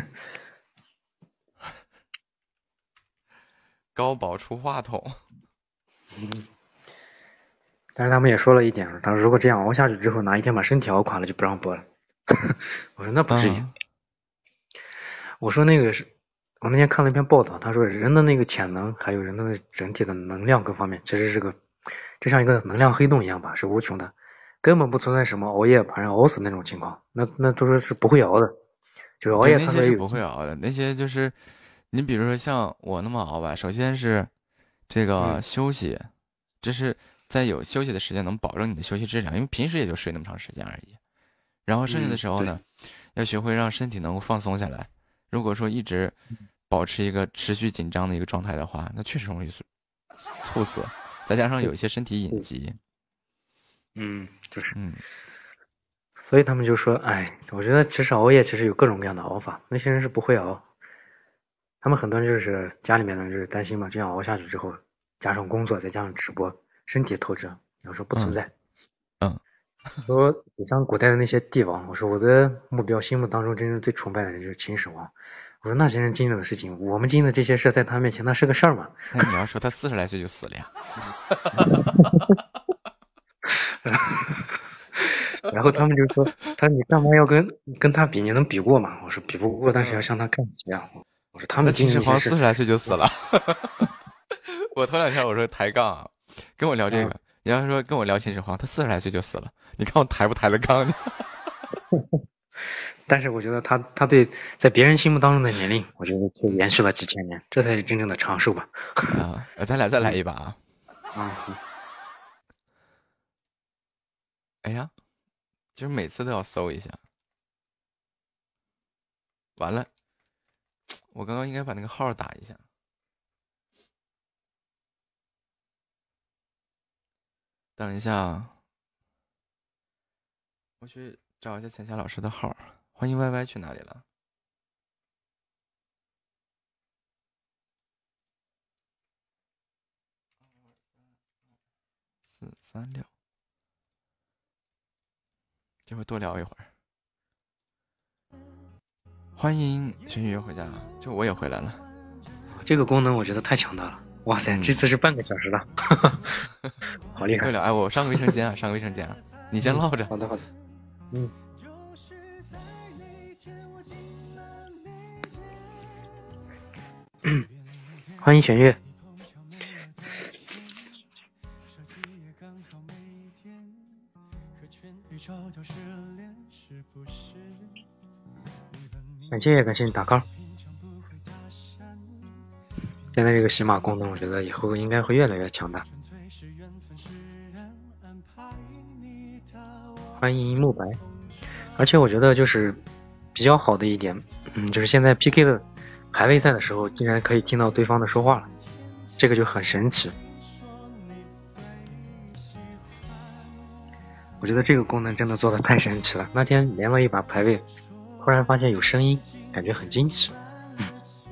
高宝出话筒。 嗯，但是他们也说了一点，他说如果这样熬下去之后，哪一天把身体熬垮了就不让播了。我说那不至于。嗯、我说那个是，我那天看了一篇报道，他说人的那个潜能，还有人的整体的能量各方面，其实是个就像一个能量黑洞一样吧，是无穷的，根本不存在什么熬夜把人熬死那种情况。那那都说是不会熬的，就是熬夜他说有不会熬的，那些就是你比如说像我那么熬吧，首先是这个休息，嗯、这是在有休息的时间能保证你的休息质量，因为平时也就睡那么长时间而已。然后剩下的时候呢，嗯、要学会让身体能够放松下来。如果说一直保持一个持续紧张的一个状态的话，那确实容易猝死，再加上有一些身体隐疾。 嗯，就是， 嗯， 所以他们就说，哎，我觉得其实熬夜其实有各种各样的熬法，那些人是不会熬。他们很多人就是家里面的就是担心嘛，这样熬下去之后，加上工作再加上直播，身体透支。我说不存在。 嗯。 说你像古代的那些帝王，我说我的目标心目当中真正最崇拜的人就是秦始皇。我说那些人经历的事情，我们经历的这些事在他面前那是个事儿吗？ 那你要说他四十来岁就死了呀。 然后他们就说，他说你干嘛要跟跟他比？你能比过吗？我说比不过，但是要向他看齐啊。我说他们秦始皇四十来岁就死了。我头两天我说抬杠，跟我聊这个，嗯、你要说跟我聊秦始皇，他四十来岁就死了，你看我抬不抬得杠呢？ 但是我觉得他他对在别人心目当中的年龄，我觉得就延续了几千年，这才是真正的长寿吧。 啊，咱俩再来一把啊！ 啊。 哎呀，就是每次都要搜一下。完了，我刚刚应该把那个号打一下。等一下啊，我去找一下浅夏老师的号。欢迎 Y Y 去哪里了？四三六。这会多聊一会儿。欢迎轩宇回家，就我也回来了。 这个功能我觉得太强大了，哇塞，嗯、这次是半个小时了，好厉害！ 对了，哎，我上个卫生间啊，上个卫生间啊，你先唠着。 嗯、好的，好的。嗯。 欢迎玄月。感谢感谢你打杠。现在这个洗码功能，我觉得以后应该会越来越强大。欢迎慕白。而且我觉得就是比较好的一点，嗯，就是现在 P K 的排位赛的时候，竟然可以听到对方的说话了，这个就很神奇。我觉得这个功能真的做的太神奇了。那天连了一把排位，突然发现有声音，感觉很惊奇。嗯、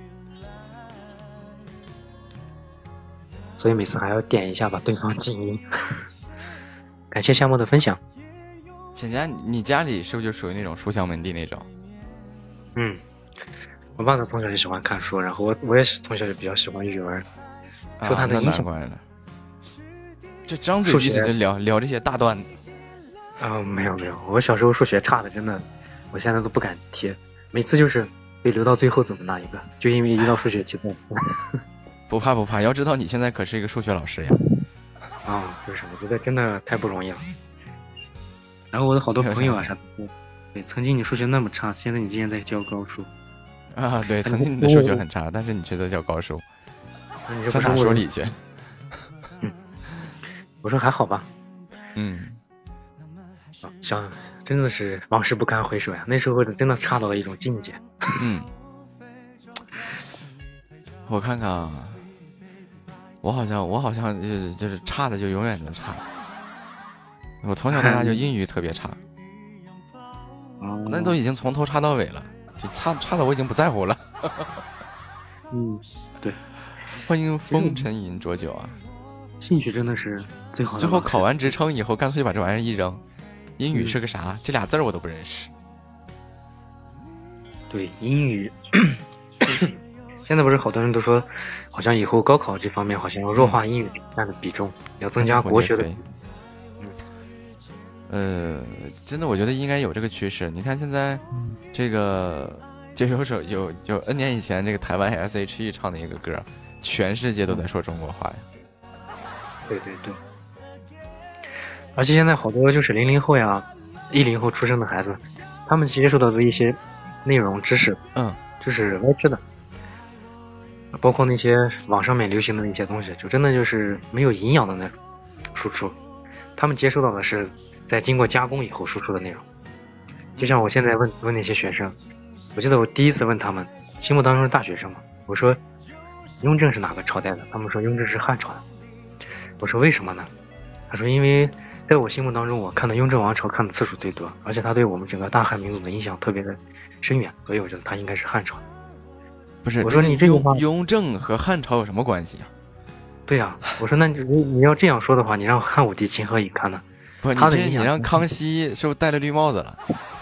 所以每次还要点一下把对方静音。感谢夏沫的分享。 浅家，你家里是不是就属于那种书香门第那种？ 嗯，我爸他从小就喜欢看书，然后我我也是从小就比较喜欢语文，受他的影响。 啊、难怪了。这张嘴闭嘴就聊聊这些大段子。 啊、呃，没有没有，我小时候数学差的真的，我现在都不敢提，每次就是被留到最后走的那一个，就因为一道数学题目。 不怕不怕，要知道你现在可是一个数学老师呀。 啊，就是我觉得真的太不容易了。然后我的好多朋友啊啥的，对，曾经你数学那么差，现在你竟然在教高数。 啊，对，曾经你的数学很差，但是你却在教高数，上哪说理去？ 嗯，我说还好吧。 嗯。 想真的是往事不堪回首呀，那时候真的差到了一种境界。 嗯，我看看啊，我好像我好像就是就是差的就永远的差。我从小到大就英语特别差， 嗯、 那都已经从头差到尾了，就差差的我已经不在乎了。 嗯，对。 欢迎风尘饮浊酒啊！ 兴趣真的是最好的。 最后考完职称以后，干脆就把这玩意儿一扔。英语是个啥？嗯、这俩字儿我都不认识。 对，英语现在不是好多人都说，好像以后高考这方面好像要弱化英语占的比重，要增加国学的。 嗯，呃，真的，我觉得应该有这个趋势。你看现在这个，就有首有有 N 年以前这个台湾 S H E 唱的一个歌，全世界都在说中国话呀。 对对对。而且现在好多就是零零后呀、一零后出生的孩子，他们接受到的一些内容知识， 嗯， 就是歪知的，包括那些网上面流行的一些东西，就真的就是没有营养的那种输出。他们接受到的是在经过加工以后输出的内容。就像我现在问问那些学生，我记得我第一次问他们，心目当中是大学生嘛，我说雍正是哪个朝代的？他们说雍正是汉朝的。我说为什么呢？他说因为在我心目当中，我看的雍正王朝看的次数最多，而且他对我们整个大汉民族的影响特别的深远，所以我觉得他应该是汉朝的。 不是， 我说你这句话， 雍正和汉朝有什么关系啊？ 对呀、啊，我说那你你要这样说的话，你让汉武帝情何以堪呢？ 不， 他的你你让康熙是不是戴了绿帽子了？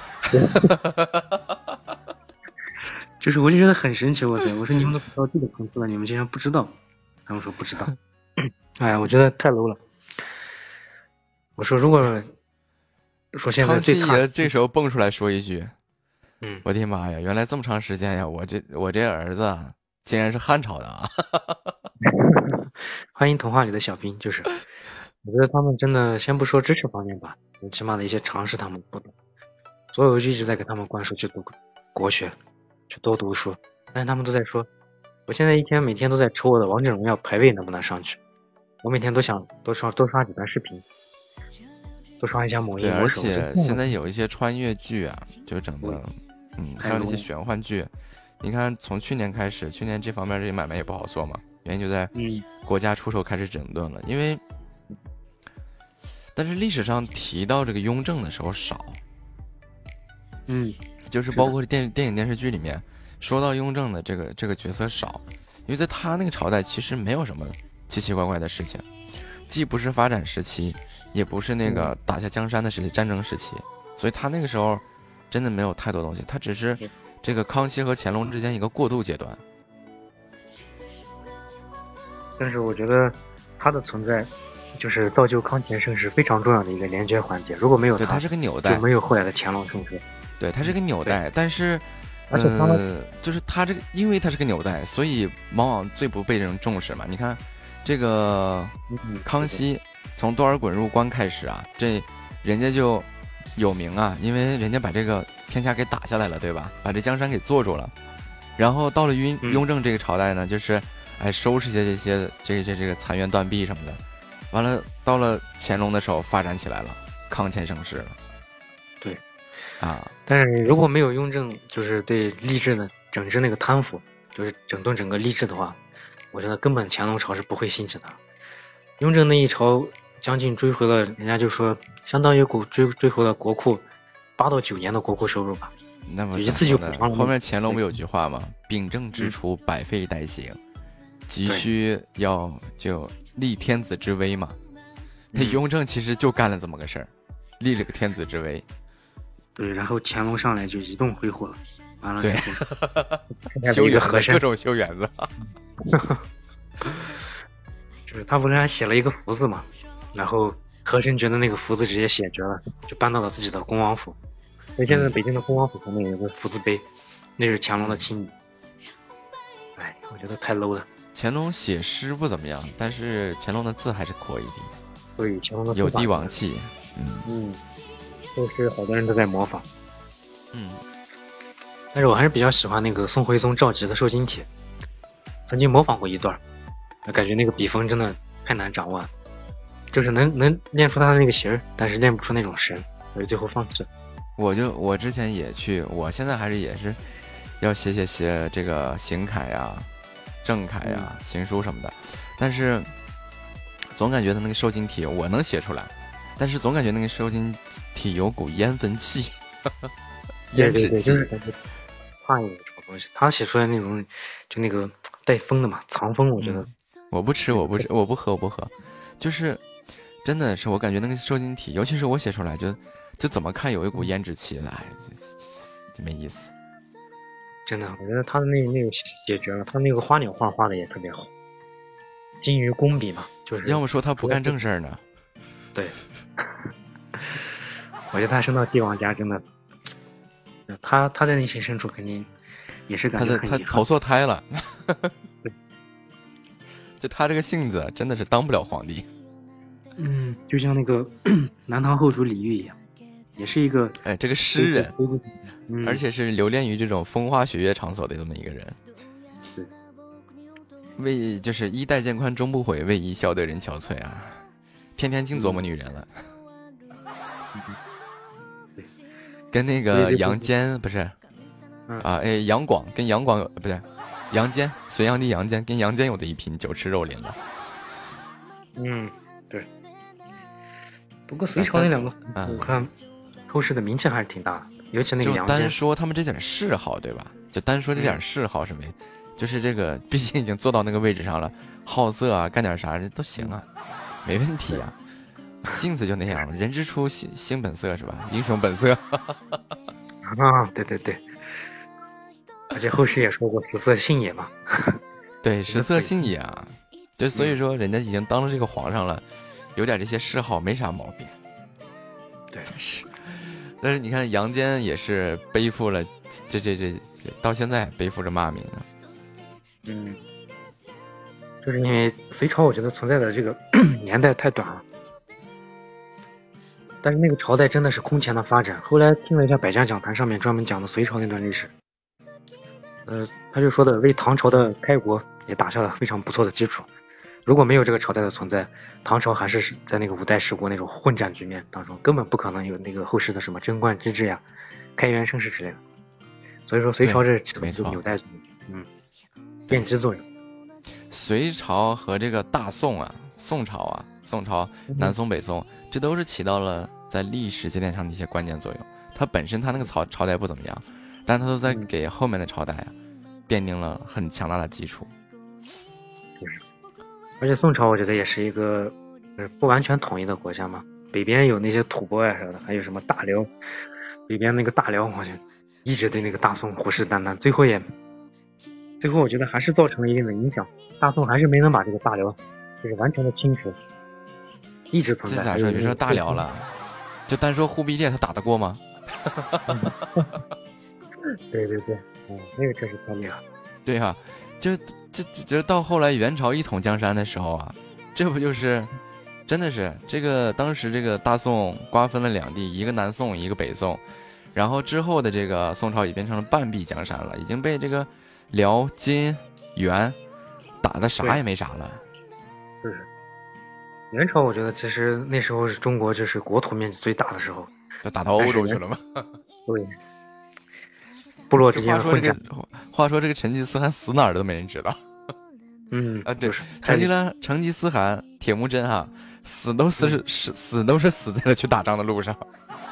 就是我就觉得很神奇，哇塞！我说你们都到这个层次了，你们竟然不知道？他们说不知道。哎呀，我觉得太 low 了。我说如果说现在最差， 康熙爷这时候蹦出来说一句：“ 嗯， 我的妈呀，原来这么长时间呀，我这我这儿子竟然是汉朝的啊！” 欢迎童话里的小兵，就是我觉得他们真的先不说知识方面吧，起码的一些常识他们不懂，所以我就一直在给他们灌输去读国学，去多读书，但是他们都在说，我现在一天每天都在抽我的王者荣耀排位能不能上去，我每天都想多刷多刷几段视频，多刷一下某音。 对，而且现在有一些穿越剧啊，就整的，嗯，还有那些玄幻剧，你看从去年开始，去年这方面这些买卖也不好做嘛，原因就在国家出手开始整顿了，因为，但是历史上提到这个雍正的时候少， 嗯， 就是包括电电影电视剧里面说到雍正的这个这个角色少，因为在他那个朝代其实没有什么奇奇怪怪的事情，既不是发展时期，也不是那个打下江山的时期，战争时期，所以他那个时候真的没有太多东西，他只是这个康熙和乾隆之间一个过渡阶段。 但是我觉得他的存在就是造就康乾盛世非常重要的一个连接环节，如果没有他， 对，他是个纽带， 就没有后来的乾隆盛世。 对，它是个纽带，但是而且他呃，就是他这个，因为他是个纽带，所以往往最不被人重视嘛。你看，这个康熙从多尔衮入关开始啊，这人家就有名啊，因为人家把这个天下给打下来了，对吧？把这江山给坐住了。然后到了雍雍正这个朝代呢，就是哎收拾些这些这个这这个残垣断壁什么的。完了，到了乾隆的时候发展起来了，康乾盛世了。 对， 啊， 但是如果没有雍正，就是对吏治的整治那个贪腐，就是整顿整个吏治的话，我觉得根本乾隆朝是不会兴起的。雍正那一朝将近追回了，人家就说相当于国追追回了国库八到九年的国库收入吧。 那么一次就补偿了。 后面乾隆不有句话吗？秉政之初，百废待兴，急需要就立天子之威嘛。那雍正其实就干了这么个事儿，立了个天子之威。 对，然后乾隆上来就一顿挥霍了，完了对， 修一个和珅， 各种修园子。 就是他不是还写了一个福字嘛，然后和珅觉得那个福字直接写绝了，就搬到了自己的恭王府。所以现在北京的恭王府上面有个福字碑，那是乾隆的亲笔。哎，我觉得太 low 了。 乾隆写诗不怎么样，但是乾隆的字还是可以的。 对，乾隆的有帝王气。嗯嗯，都是好多人都在模仿。 嗯， 但是我还是比较喜欢那个宋徽宗赵佶的《瘦金帖》，曾经模仿过一段，感觉那个笔锋真的太难掌握了，就是能能练出他的那个型儿，但是练不出那种神，所以最后放弃了。 我就我之前也去，我现在还是也是要写写写这个行楷呀、正楷呀、行书什么的，但是总感觉他那个瘦金体我能写出来，但是总感觉那个瘦金体有股烟氛气， 烟脂气，就是感觉怕有什么东西。他写出来那种就那个带风的嘛，藏风，我觉得、 嗯、我不吃，我不吃，我不喝，我不喝，就是真的是我感觉那个瘦金体，尤其是我写出来就。就怎么看有一股胭脂气来，就没意思。 真的，我觉得他的那那个写绝了，他那个花鸟画画的也特别好，精于工笔嘛，就是要么说他不干正事儿呢。 对，我觉得他升到帝王家真的，他他在内心深处肯定也是感觉很他他投错胎了。就他这个性子，真的是当不了皇帝。 嗯，就像那个南唐后主李煜一样。也是一个哎，这个诗人、 嗯， 而且是流连于这种风花雪月场所的这么一个人。 对， 为就是衣带渐宽终不悔，为伊笑对人憔悴啊，天天净琢磨女人了。 嗯、对， 跟那个杨坚不是、嗯、啊，哎，杨广跟杨广有不对，杨坚隋炀帝杨坚跟杨坚有的一拼，酒池肉林了。 嗯，对。不过隋朝那两个，我看。后世的名气还是挺大的，尤其那个杨坚。 就单说他们这点嗜好，对吧？就单说这点嗜好是没，嗯、就是这个，毕竟已经做到那个位置上了，好色啊，干点啥都行啊，没问题啊。性子就那样，人之初性性本色是吧？英雄本色。 啊，对对对。而且后世也说过“食色性也”嘛。 对，食色性也啊。对，所以说人家已经当了这个皇上了，有点这些嗜好没啥毛病。 对， 是。但是你看杨坚也是背负了这这这到现在背负着骂名呢。 嗯，就是因为隋朝我觉得存在的这个年代太短了，但是那个朝代真的是空前的发展。后来听了一下百家讲坛上面专门讲的隋朝那段历史，呃，他就说的为唐朝的开国也打下了非常不错的基础。如果没有这个朝代的存在，唐朝还是在那个五代十国那种混战局面当中，根本不可能有那个后世的什么贞观之治呀、开元盛世之类的。所以说隋朝这起了一个纽带作用，嗯，奠基作用。 隋朝和这个大宋啊、宋朝啊、宋朝、南宋、北宋，这都是起到了在历史节点上的一些关键作用。它本身它那个朝朝代不怎么样，但它都在给后面的朝代啊奠定了很强大的基础。 而且宋朝我觉得也是一个不完全统一的国家嘛，北边有那些吐蕃啊啥的，还有什么大辽，北边那个大辽好像一直对那个大宋虎视眈眈，最后也最后我觉得还是造成了一定的影响，大宋还是没能把这个大辽就是完全的清除，一直存在。 这咋说？别说大辽了，就单说忽必烈，他打得过吗？ 对对对，嗯，那个确实太厉害。 对啊，就就就到后来元朝一统江山的时候啊，这不就是真的是这个当时这个大宋瓜分了两地，一个南宋，一个北宋，然后之后的这个宋朝也变成了半壁江山了，已经被这个辽、金、元打的啥也没啥了。 是。元朝我觉得其实那时候是中国就是国土面积最大的时候， 都打到欧洲去了吗？ 对，部落之间的混战。 话说这个成吉思汗死哪儿都没人知道。 嗯啊，对， 就是成吉思成吉思汗、铁木真哈，死都死是死死都是死在了去打仗的路上，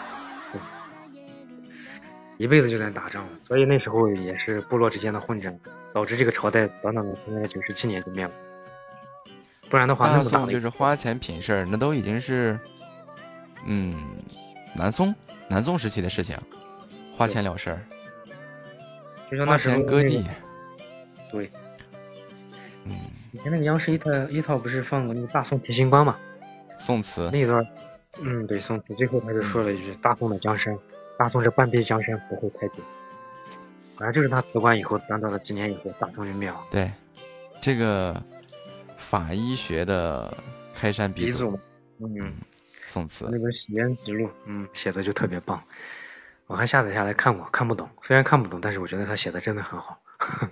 一辈子就在打仗，所以那时候也是部落之间的混战，导致这个朝代短短的存在了九十七年就灭了。不然的话，那大么大的宋就是花钱品事儿，那都已经是，嗯，南宋南宋时期的事情，花钱了事儿，花就像那时候钱割地。 对， 嗯， 以前那个央视一套一套不是放过那个大宋提刑官嘛？ 宋词那一段，嗯，对，宋词最后他就说了一句：“大宋的江山，大宋这半壁江山不会太久。”反正就是他辞官以后，短短的几年以后，大宋就灭了。 对，这个法医学的开山鼻祖， 鼻祖，嗯， 宋词那本《洗冤集录》，嗯，写的就特别棒。我还下载下来看过，看不懂，虽然看不懂，但是我觉得他写的真的很好。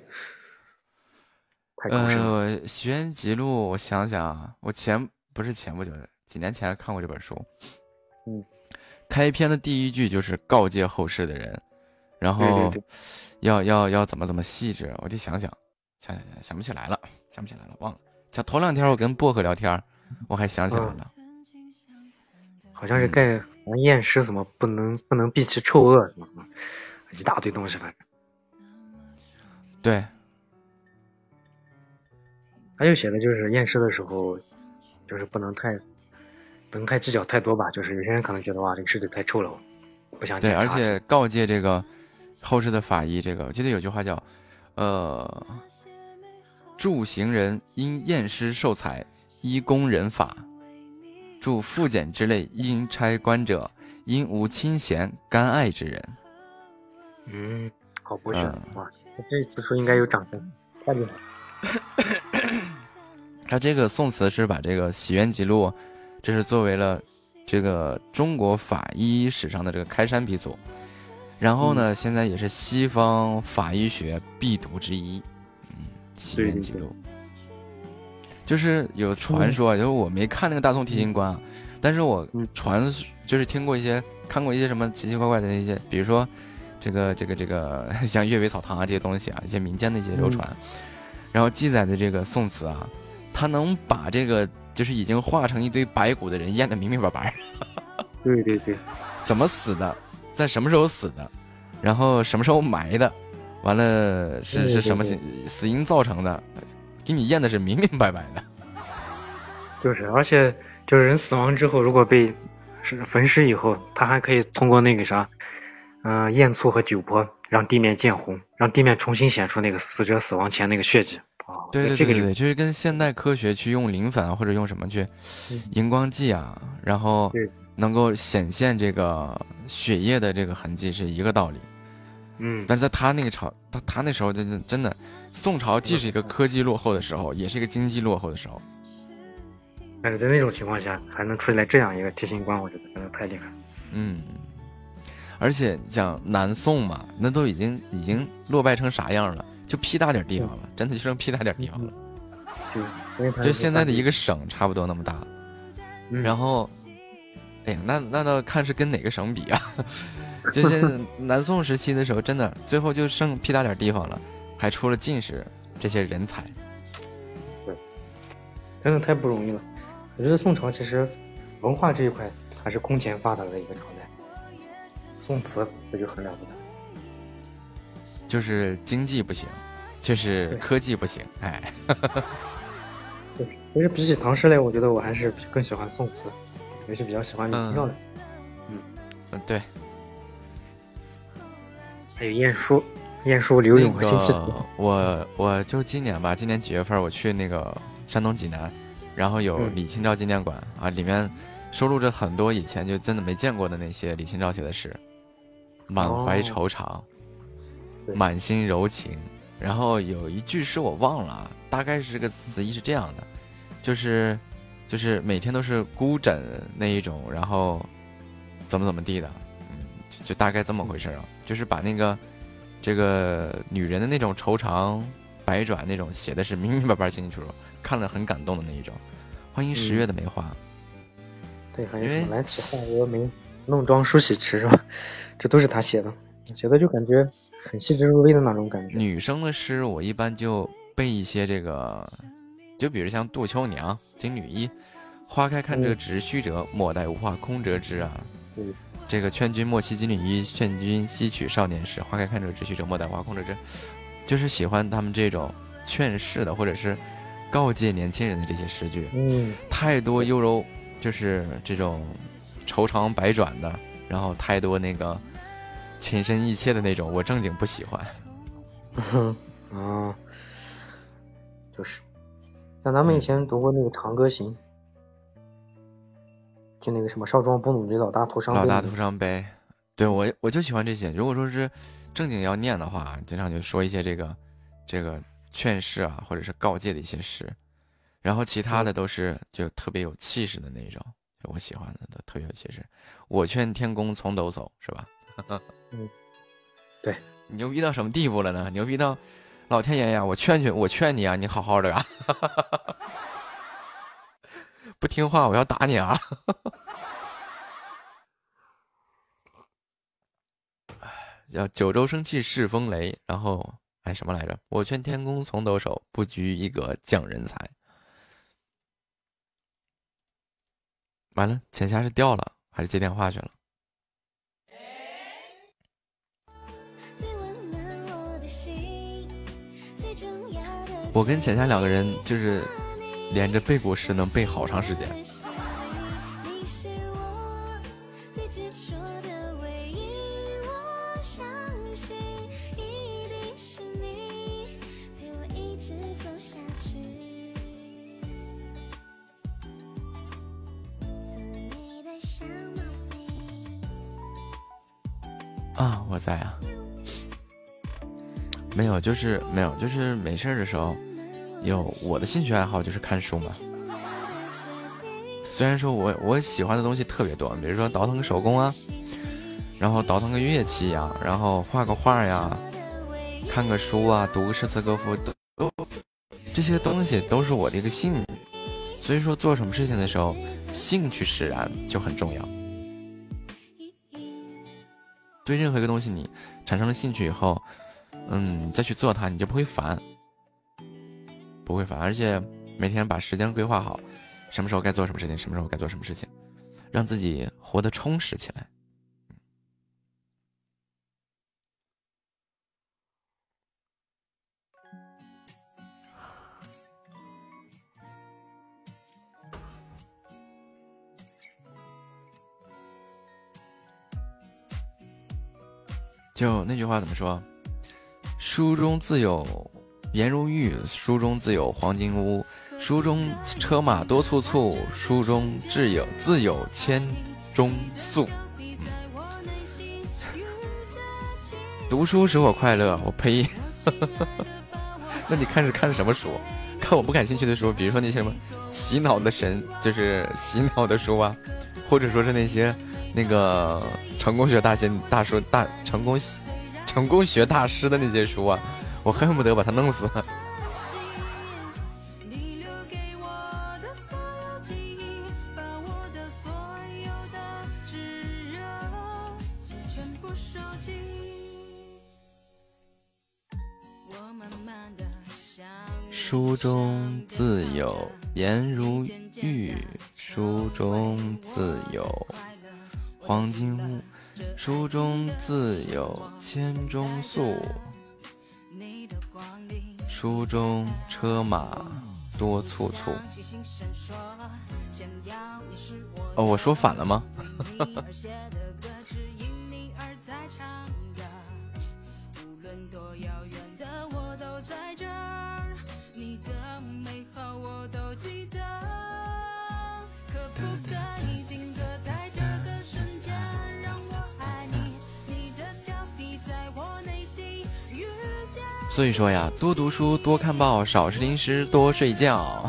太高深了。 呃，《洗冤集录》，我想想啊，我前不是前不久，几年前看过这本书。 嗯， 开篇的第一句就是告诫后世的人，然后对对对要要要怎么怎么细致，我就想想，想想想想不起来了，想不起来了，忘了。像头两天我跟薄荷聊天，我还想起来了， 好像是盖完验尸什么不能不能避其臭恶什么什么，一大堆东西，反正。 对， 还有写的就是验尸的时候，就是不能太不能太计较太多吧，就是有些人可能觉得哇这个尸体太臭了，不想对， 检查。 而且告诫这个后世的法医，这个我记得有句话叫，呃，助行人因验尸受财，依公人法；助复检之类因差官者，因无亲贤干爱之人。 嗯，好博学、 嗯、 哇！这次书应该有掌声，太厉害了。 他这个宋词是把这个《洗冤集录》，这是作为了这个中国法医史上的这个开山鼻祖，然后呢，嗯、现在也是西方法医学必读之一。嗯，《洗冤集录》就是有传说，就是我没看那个大宋提刑官啊，但是我传就是听过一些，看过一些什么奇奇怪怪的一些，比如说这个这个这个像阅微草堂啊这些东西啊，一些民间的一些流传，嗯、然后记载的这个宋词啊。他能把这个就是已经化成一堆白骨的人验得明明白白。 对对对， 怎么死的，在什么时候死的，然后什么时候埋的，完了是是什么死因造成的，给你验的是明明白白的。 就是，而且就是人死亡之后，如果被是焚尸以后，他还可以通过那个啥，嗯、呃，验醋和酒粕让地面见红，让地面重新显出那个死者死亡前那个血迹。 对对对对对，就是跟现代科学去用磷粉或者用什么去荧光剂啊，然后能够显现这个血液的这个痕迹是一个道理。 嗯， 但是在他那个朝，他他那时候真的真的，宋朝既是一个科技落后的时候，也是一个经济落后的时候。 但是在那种情况下还能出来这样一个提刑官，我觉得真的太厉害了。 嗯，而且像南宋嘛，那都已经已经落败成啥样了？就屁大点地方了，嗯、真的就剩屁大点地方了。 嗯、 就现在的一个省差不多那么大。嗯、然后，哎呀，那那倒看是跟哪个省比啊？就现在南宋时期的时候，真的最后就剩屁大点地方了，还出了进士这些人才。 对，真的太不容易了。我觉得宋朝其实文化这一块还是空前发达的一个朝代，宋词这就很了不得。 就是经济不行，就是科技不行，哎。 对，其实比起唐诗来，我觉得我还是更喜欢宋词，尤其比较喜欢李清照的。 嗯嗯，对。 还有晏殊、晏殊、柳永和辛弃疾。 那个、我我就今年吧，今年几月份我去那个山东济南，然后有李清照纪念馆、嗯、啊，里面收录着很多以前就真的没见过的那些李清照写的诗，满怀惆怅。哦满心柔情。然后有一句诗我忘了，大概是这个词意是这样的，就是就是每天都是孤枕那一种，然后怎么怎么地的，嗯，就, 就大概这么回事啊，就是把那个这个女人的那种愁肠百转那种写的是明明白白清清楚楚，看了很感动的那一种。欢迎十月的梅花。 嗯、对，还有什么来起画蛾眉，弄妆梳洗迟是吧？这都是他写的，写的就感觉很细致入微的那种感觉。 女生的诗我一般就背一些这个，就比如像杜秋娘、金缕衣，花开看这直须折，莫待无花空折枝啊。 对， 这个劝君莫惜金缕衣，劝君惜取少年时。花开看这直须折，莫待无花空折枝，就是喜欢他们这种劝世的，或者是告诫年轻人的这些诗句。 嗯， 太多优柔，就是这种愁肠百转的，然后太多那个情深意切的那种，我正经不喜欢。 啊，就是像咱们以前读过那个《长歌行》，就那个什么少壮不努力，老大徒伤悲。 老大徒伤悲，对我我就喜欢这些。如果说是正经要念的话，经常就说一些这个这个劝世啊，或者是告诫的一些诗，然后其他的都是就特别有气势的那种，就我喜欢的都特别有气势。我劝天公从斗走，是吧？ 嗯，对， 你牛逼到什么地步了呢？牛逼到老天爷呀！我劝劝我劝你啊，你好好的啊，不听话我要打你啊！要九州生气恃风雷，然后哎什么来着？我劝天公从斗手，不拘一格降人才。完了，浅霞是掉了还是接电话去了？我跟浅霞两个人就是连着背古诗能背好长时间。啊，我在啊。没有，就是没有，就是没事的时候，有我的兴趣爱好就是看书嘛。虽然说我我喜欢的东西特别多，比如说倒腾个手工啊，然后倒腾个乐器呀，然后画个画呀，看个书啊，读个诗词歌赋，都这些东西都是我的一个兴趣。所以说做什么事情的时候，兴趣使然就很重要。对任何一个东西你产生了兴趣以后，嗯，再去做它，你就不会烦，不会烦，而且每天把时间规划好，什么时候该做什么事情，什么时候该做什么事情，让自己活得充实起来。就那句话怎么说？书中自有颜如玉，书中自有黄金屋，书中车马多簇簇，书中自有自有千钟粟。嗯、读书使我快乐，我呸！那你看是看什么书？看我不感兴趣的书，比如说那些什么洗脑的神，就是洗脑的书啊，或者说是那些那个成功学大仙大叔大成功成功学大师的那些书啊，我恨不得把他弄死。书中自有颜如玉，书中自有黄金屋，书中自有千钟粟，书中车马多簇簇。哦，我说反了吗？ 所以说呀，多读书，多看报，少吃零食，多睡觉。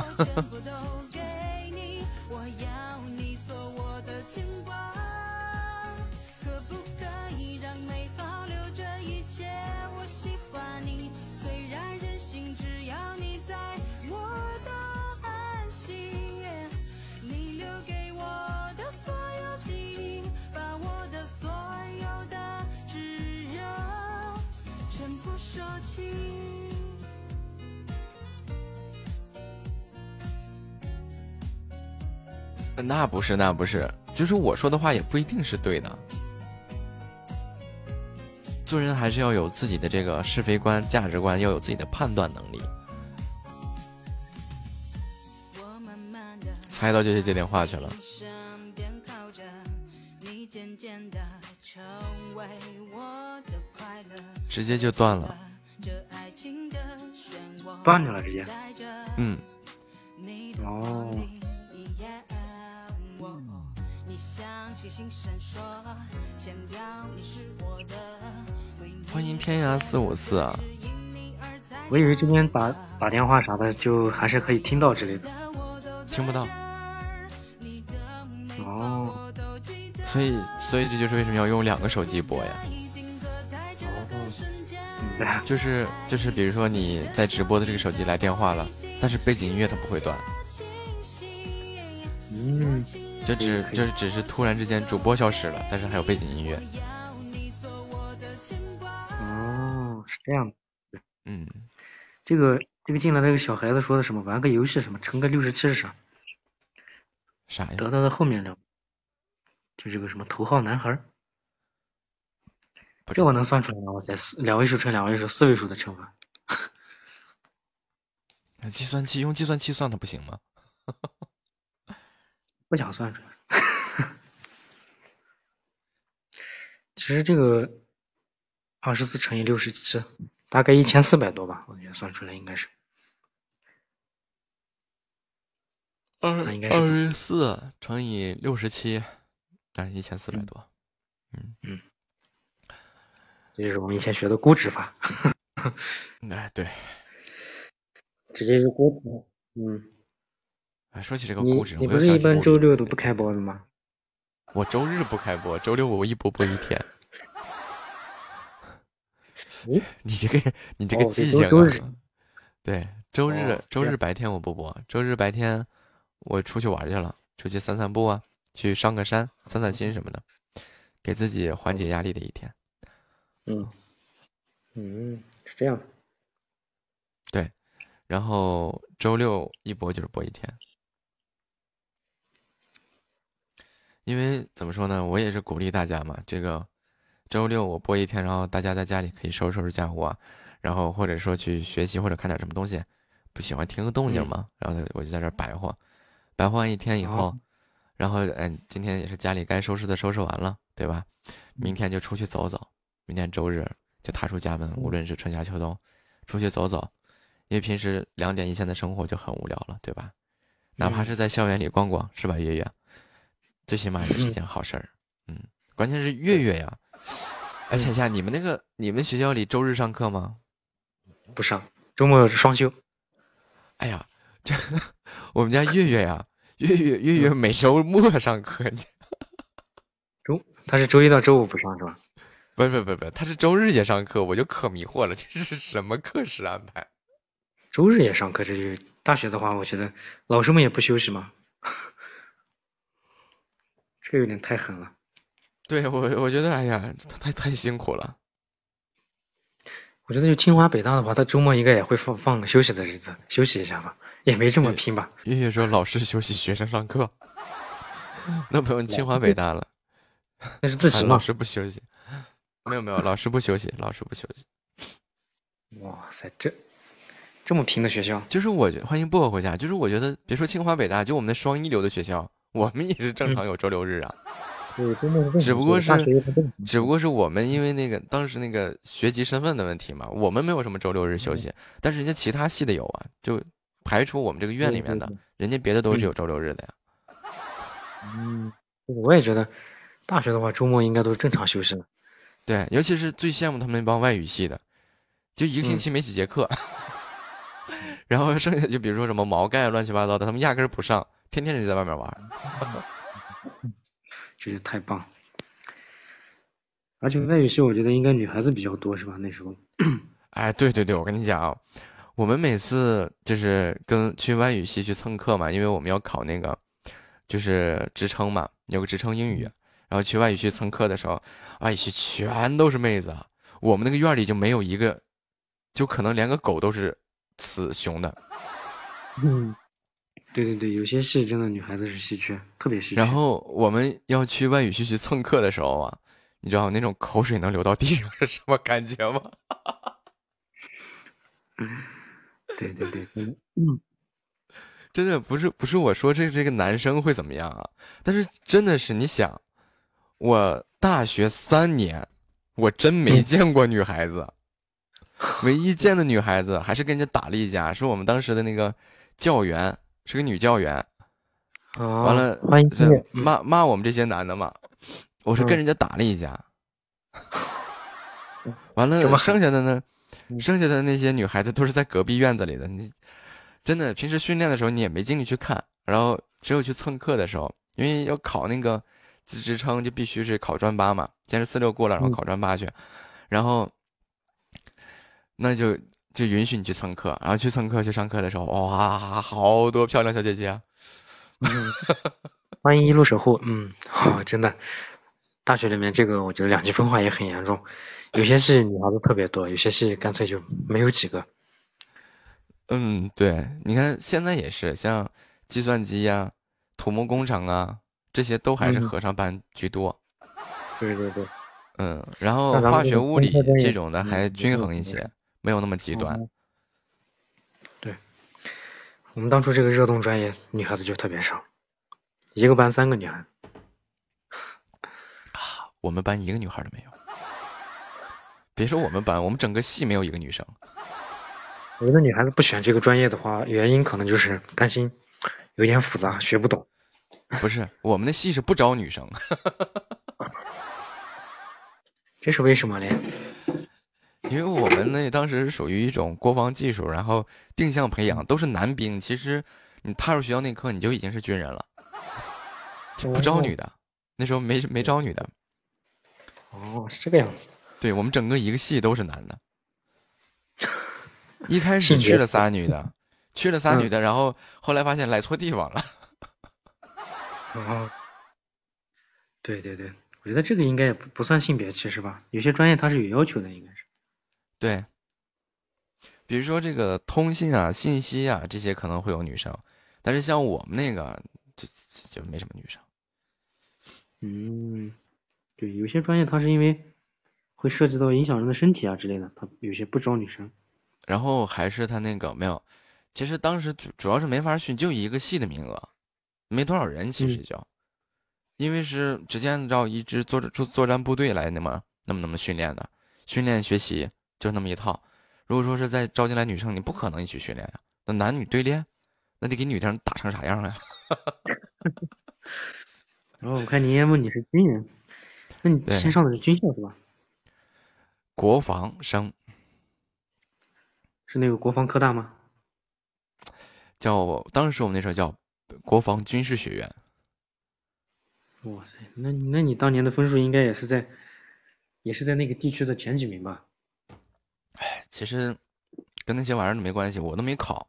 那不是，那不是，就是我说的话也不一定是对的。做人还是要有自己的这个是非观、价值观，要有自己的判断能力。猜到就去接电话去了，直接就断了。 断掉了直接。 嗯。 哦。 欢迎天涯四五四啊！ 我以为这边打打电话啥的，就还是可以听到之类的。 听不到。 哦。 所以，所以这就是为什么要用两个手机播呀？ 哦。 就是就是，比如说你在直播的这个手机来电话了，但是背景音乐它不会断。 嗯。 就只就只是突然之间主播消失了，但是还有背景音乐。 哦，是这样的。 嗯， 这个这个进来这个小孩子说的什么？玩个游戏什么？乘个六十七是啥？ 啥呀？ 得到的后面两，就这个什么头号男孩。这我能算出来吗？哇塞，四两位数乘两位数，四位数的乘法。 计算器用计算器算它不行吗？ 不想算出来。其实这个二十四乘以六十七，大概一千四百多吧，我觉得算出来应该是。 二二十四乘以六十七，但一千四百多。嗯嗯，这就是我们以前学的估值法。 哎，对， 直接就估值。嗯。 说起这个估值， 你不是一般周六都不开播的吗？ 我周日不开播，周六我一播播一天。你这个你这个记性啊！ 哦、 对，周日、 哦、 周日白天我不播，周日白天我出去玩去了，出去散散步啊，去上个山，散散心什么的，给自己缓解压力的一天。 嗯嗯，是这样。 对，然后周六一播就是播一天。因为怎么说呢，我也是鼓励大家嘛，这个周六我播一天，然后大家在家里可以收拾收拾家务啊，然后或者说去学习或者看点什么东西，不喜欢听个动静嘛，嗯、然后我就在这白活，白活完一天以后，哦、然后嗯，今天也是家里该收拾的收拾完了，对吧？明天就出去走走，明天周日就踏出家门，无论是春夏秋冬，出去走走，因为平时两点一线的生活就很无聊了，对吧？哪怕是在校园里逛逛，是吧，月月？最起码也是件好事儿，嗯，关键是月月呀，哎，夏夏，你们那个你们学校里周日上课吗？ 不上，周末是双休。 哎呀，这我们家月月呀，月月月月每周末上课， 周他是周一到周五不上是吧？ 不不不不，他是周日也上课，我就可迷惑了，这是什么课时安排？ 周日也上课，这就大学的话，我觉得老师们也不休息嘛。这个有点太狠了， 对我我觉得哎呀，太太辛苦了。 我觉得就清华北大的话，他周末应该也会放放个休息的日子，休息一下吧，也没这么拼吧。 月月说老师休息，学生上课，那不用清华北大了， 那是自习嘛、 啊。老师不休息，没有没有，老师不休息，老师不休息。 哇塞，这这么拼的学校， 就是我觉欢迎薄荷回家，就是我觉得别说清华北大，就我们那双一流的学校。我们也是正常有周六日啊， 嗯、 只不过是只不过是我们因为那个当时那个学籍身份的问题嘛，我们没有什么周六日休息，嗯、但是人家其他系的有啊，就排除我们这个院里面的，人家别的都是有周六日的呀。 嗯，我也觉得大学的话周末应该都是正常休息的。 对，尤其是最羡慕他们那帮外语系的， 就一个星期没几节课，嗯、然后剩下就比如说什么毛概乱七八糟的，他们压根儿不上，天天就在外面玩。 这是太棒。而且外语系我觉得应该女孩子比较多是吧？那时候。 哎，对对对，我跟你讲啊，我们每次就是跟去外语系去蹭课嘛，因为我们要考那个就是职称嘛，有个职称英语，然后去外语系蹭课的时候，外语系全都是妹子，我们那个院里就没有一个，就可能连个狗都是雌雄的。 嗯，对对对，有些系真的女孩子是稀缺，特别稀缺。 然后我们要去外语系去蹭课的时候啊，你知道那种口水能流到地上是什么感觉吗？ 对对对，嗯， 真的不是不是我说这这个男生会怎么样啊？但是真的是你想，我大学三年，我真没见过女孩子，唯一见的女孩子还是跟人家打了一架，是我们当时的那个教员，是个女教员， 哦、 完了欢迎骂骂我们这些男的嘛，我是跟人家打了一架，嗯、完了剩下的呢？剩下的那些女孩子都是在隔壁院子里的，你真的平时训练的时候你也没精力去看，然后只有去蹭课的时候，因为要考那个自职称就必须是考专八嘛，先是四六过了，然后考专八去，然后那就就允许你去蹭课，然后去蹭课去上课的时候，哇，好多漂亮小姐姐， 嗯、欢迎一路守护，嗯，好、哦，真的，大学里面这个我觉得两极分化也很严重。有些系女孩子特别多，有些系干脆就没有几个。 嗯，对，你看现在也是，像计算机呀、啊、土木工程啊，这些都还是和尚班居多。 嗯、对对对。 嗯，然后化学、物理这种的还均衡一些，没有那么极端。 嗯、对，我们当初这个热动专业女孩子就特别少，一个班三个女孩。 啊，我们班一个女孩都没有。别说我们班，我们整个系没有一个女生。 我觉得女孩子不选这个专业的话，原因可能就是担心有点复杂，学不懂。 不是，我们的系是不招女生。 这是为什么嘞？ 因为我们那当时属于一种国防技术，然后定向培养，都是男兵。其实你踏入学校那刻，你就已经是军人了，就不招女的。那时候没没招女的。 哦，是这个样子。 对，我们整个一个系都是男的。一开始去了仨女的，去了仨女的，然后后来发现来错地方了。 哦，对对对，我觉得这个应该也不不算性别歧视吧？有些专业它是有要求的，应该是。 对，比如说这个通信啊、信息啊这些可能会有女生，但是像我们那个就就没什么女生。 嗯，对，有些专业它是因为会涉及到影响人的身体啊之类的，它有些不招女生。 然后还是他那个没有，其实当时主主要是没法训，就一个系的名额，没多少人其实就，嗯、因为是直接按照一支作作作战部队来那么那么那么训练的，训练学习就那么一套。如果说是再招进来女生，你不可能一起训练呀，那男女对练，那得给女生打成啥样啊？ 然后我看你也问你是军人，那你先上的是军校是吧？ 国防生。 是那个国防科大吗？ 叫当时我们那时候叫国防军事学院。 哇塞，那那你当年的分数应该也是在，也是在那个地区的前几名吧？ 哎，其实跟那些玩意儿没关系，我都没考，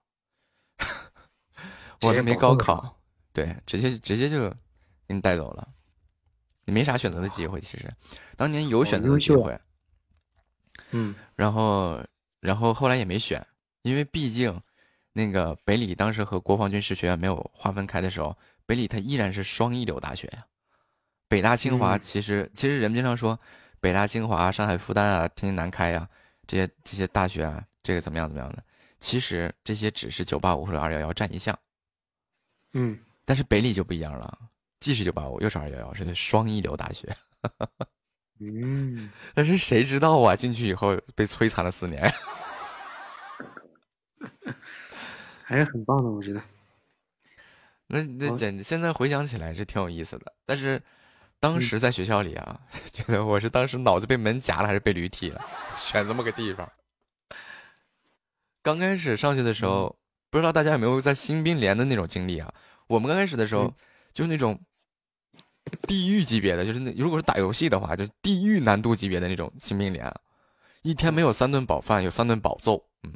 我都没高考，对，直接直接就给你带走了，你没啥选择的机会。其实当年有选择的机会，哦、 嗯， 然后。然后后来也没选，因为毕竟那个北理当时和国防军事学院没有划分开的时候，北理它依然是双一流大学呀。北大清华其实、嗯、其实人们经常说北大清华、上海复旦啊、天津南开呀、啊、这些这些大学啊，这个怎么样怎么样的，其实这些只是九八五或者二幺幺占一项。 嗯， 但是北理就不一样了，既是九八五又是二幺幺，是双一流大学。 嗯， 但是谁知道啊？进去以后被摧残了四年， 还是很棒的，我觉得。 那那简直现在回想起来是挺有意思的，但是当时在学校里啊，嗯、觉得我是当时脑子被门夹了还是被驴踢了，选这么个地方。 刚开始上学的时候，不知道大家有没有在新兵连的那种经历啊？我们刚开始的时候， 嗯就是那种地狱级别的，就是那如果是打游戏的话，就是地狱难度级别的那种新兵连，一天没有三顿饱饭，有三顿饱揍。嗯，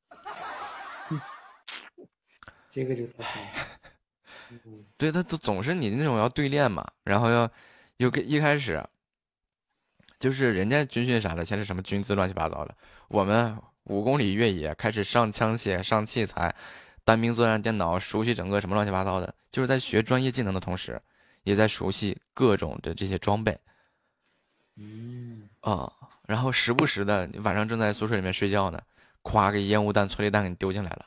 这个就太好了。嗯对，他总总是你那种要对练嘛，然后要又给一开始就是人家军训啥的，先是什么军姿乱七八糟的，我们五公里越野开始上枪械、上器材、单兵作战电脑，熟悉整个什么乱七八糟的，就是在学专业技能的同时，也在熟悉各种的这些装备嗯， 啊、然后时不时的晚上正在宿舍里面睡觉呢，夸个烟雾弹、催泪弹给你丢进来了，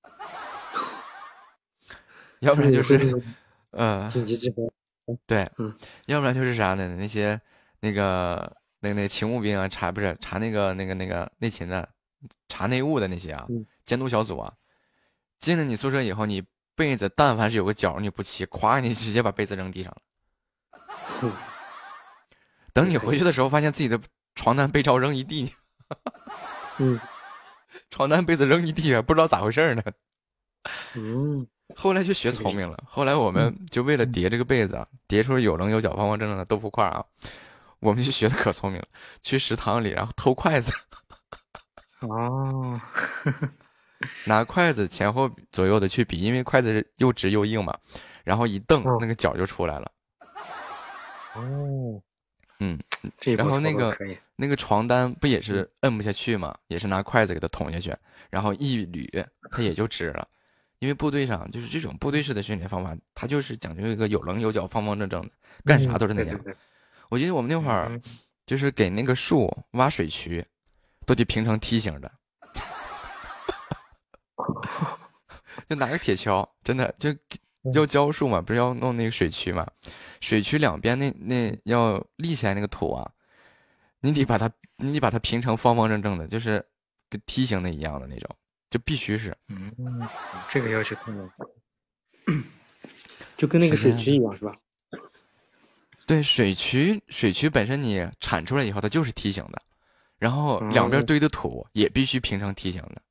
要不然就是嗯。呃紧急支援。 对， 嗯要不然就是啥呢？那些那个那个那个勤务兵啊，查不是查那个那个那个内勤的，查内务的那些啊， 嗯监督小组啊，进了你宿舍以后，你被子但凡是有个角你不齐，咵你直接把被子扔地上了。 哼等你回去的时候，发现自己的床单被罩扔一地， 嗯床单被子扔一地，不知道咋回事呢。 嗯， 后来就学聪明了，后来我们就为了叠这个被子啊，叠出有棱有角、方方正正的豆腐块啊，我们就学的可聪明了，去食堂里然后偷筷子， 哦， 拿筷子前后左右的去比，因为筷子是又直又硬嘛，然后一蹬哦那个角就出来了。 哦， 嗯， 这一步操然后那个作可以。 那个床单不也是摁不下去嘛，也是拿筷子给它捅下去，然后一捋它也就直了。因为部队上就是这种部队式的训练方法，它就是讲究一个有棱有角、方方正正的，干啥都是那样。 嗯对对对我记得我们那会儿嗯就是给那个树挖水渠，都得平成梯形的，就拿个铁锹，真的就要浇树嘛，不是要弄那个水渠嘛，水渠两边那那要立起来那个土啊，你得把它你得把它平成方方正正的，就是跟梯形的一样的那种，就必须是。 嗯，这个要求太高了，就跟那个水渠一样是吧？ 对，水渠水渠本身你铲出来以后，它就是梯形的，然后两边哦堆的土也必须平成梯形的。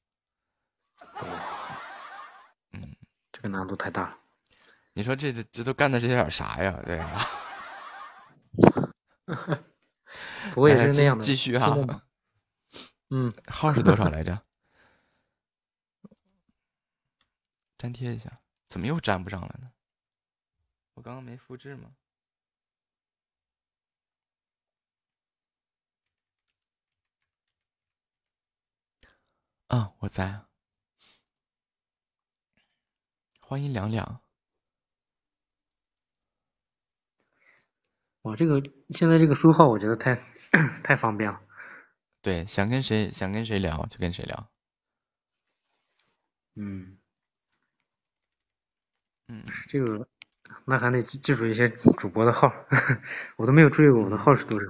嗯， 这个难度太大了。 你说这这都干的这点啥呀？对呀。 不过也来是那样的。 继继续哈、 现在嗯， 号是多少来着？粘贴一下，怎么又粘不上了呢？我刚刚没复制吗？啊，我在啊。欢迎凉凉。 哇，这个现在这个搜号我觉得太太方便了。 对，想跟谁想跟谁聊就跟谁聊。 嗯嗯， 这个那还得记记住一些主播的号，我都没有注意过我的号是多少。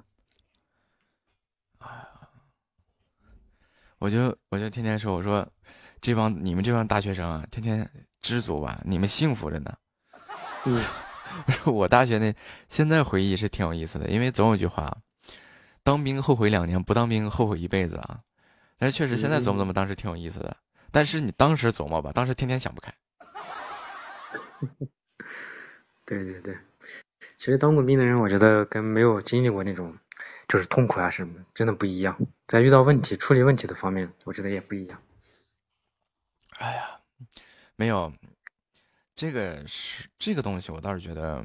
我就我就天天说，我说这帮你们这帮大学生啊，天天知足吧，你们幸福着呢。 嗯， 我大学那现在回忆是挺有意思的，因为总有句话，当兵后悔两年，不当兵后悔一辈子啊。但是确实现在琢磨琢磨，当时挺有意思的。但是你当时琢磨吧，当时天天想不开。 对对对，其实当过兵的人，我觉得跟没有经历过那种就是痛苦啊什么，真的不一样。在遇到问题、处理问题的方面，我觉得也不一样。 哎呀，没有，这个是这个东西，我倒是觉得，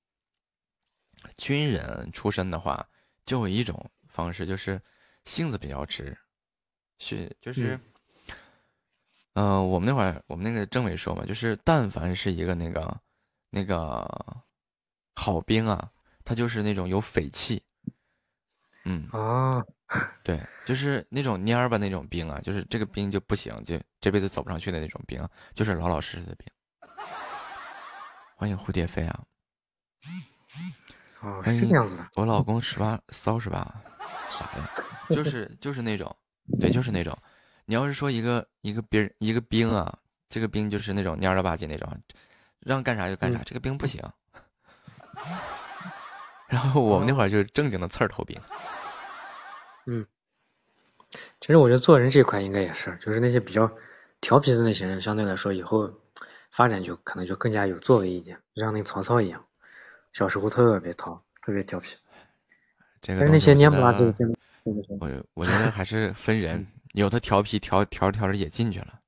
军人出身的话，就有一种方式，就是性子比较直，是就是，嗯、呃，我们那会儿我们那个政委说嘛，就是但凡是一个那个那个好兵啊，他就是那种有匪气，嗯， 哦， 对，就是那种蔫儿吧那种兵啊，就是这个兵就不行，就这辈子走不上去的那种兵啊，就是老老实实的兵。欢迎蝴蝶飞啊！ 哦， 欢迎是这个样子的。 我老公十八骚十八，啥呀？就是就是那种，对，就是那种。你要是说一个一个兵一个兵啊，这个兵就是那种蔫了吧唧那种，让干啥就干啥， 嗯这个兵不行。然后我们那会儿就是正经的刺儿头兵。 嗯， 其实我觉得做人这块应该也是，就是那些比较调皮的那些人，相对来说以后发展就可能就更加有作为一点，就像那个曹操一样，小时候特别淘，特别调皮。 这个但是那些东西我觉蔫不拉几的得， 真的真的是， 我我觉得还是分人，有的调皮调调着调着也进去了。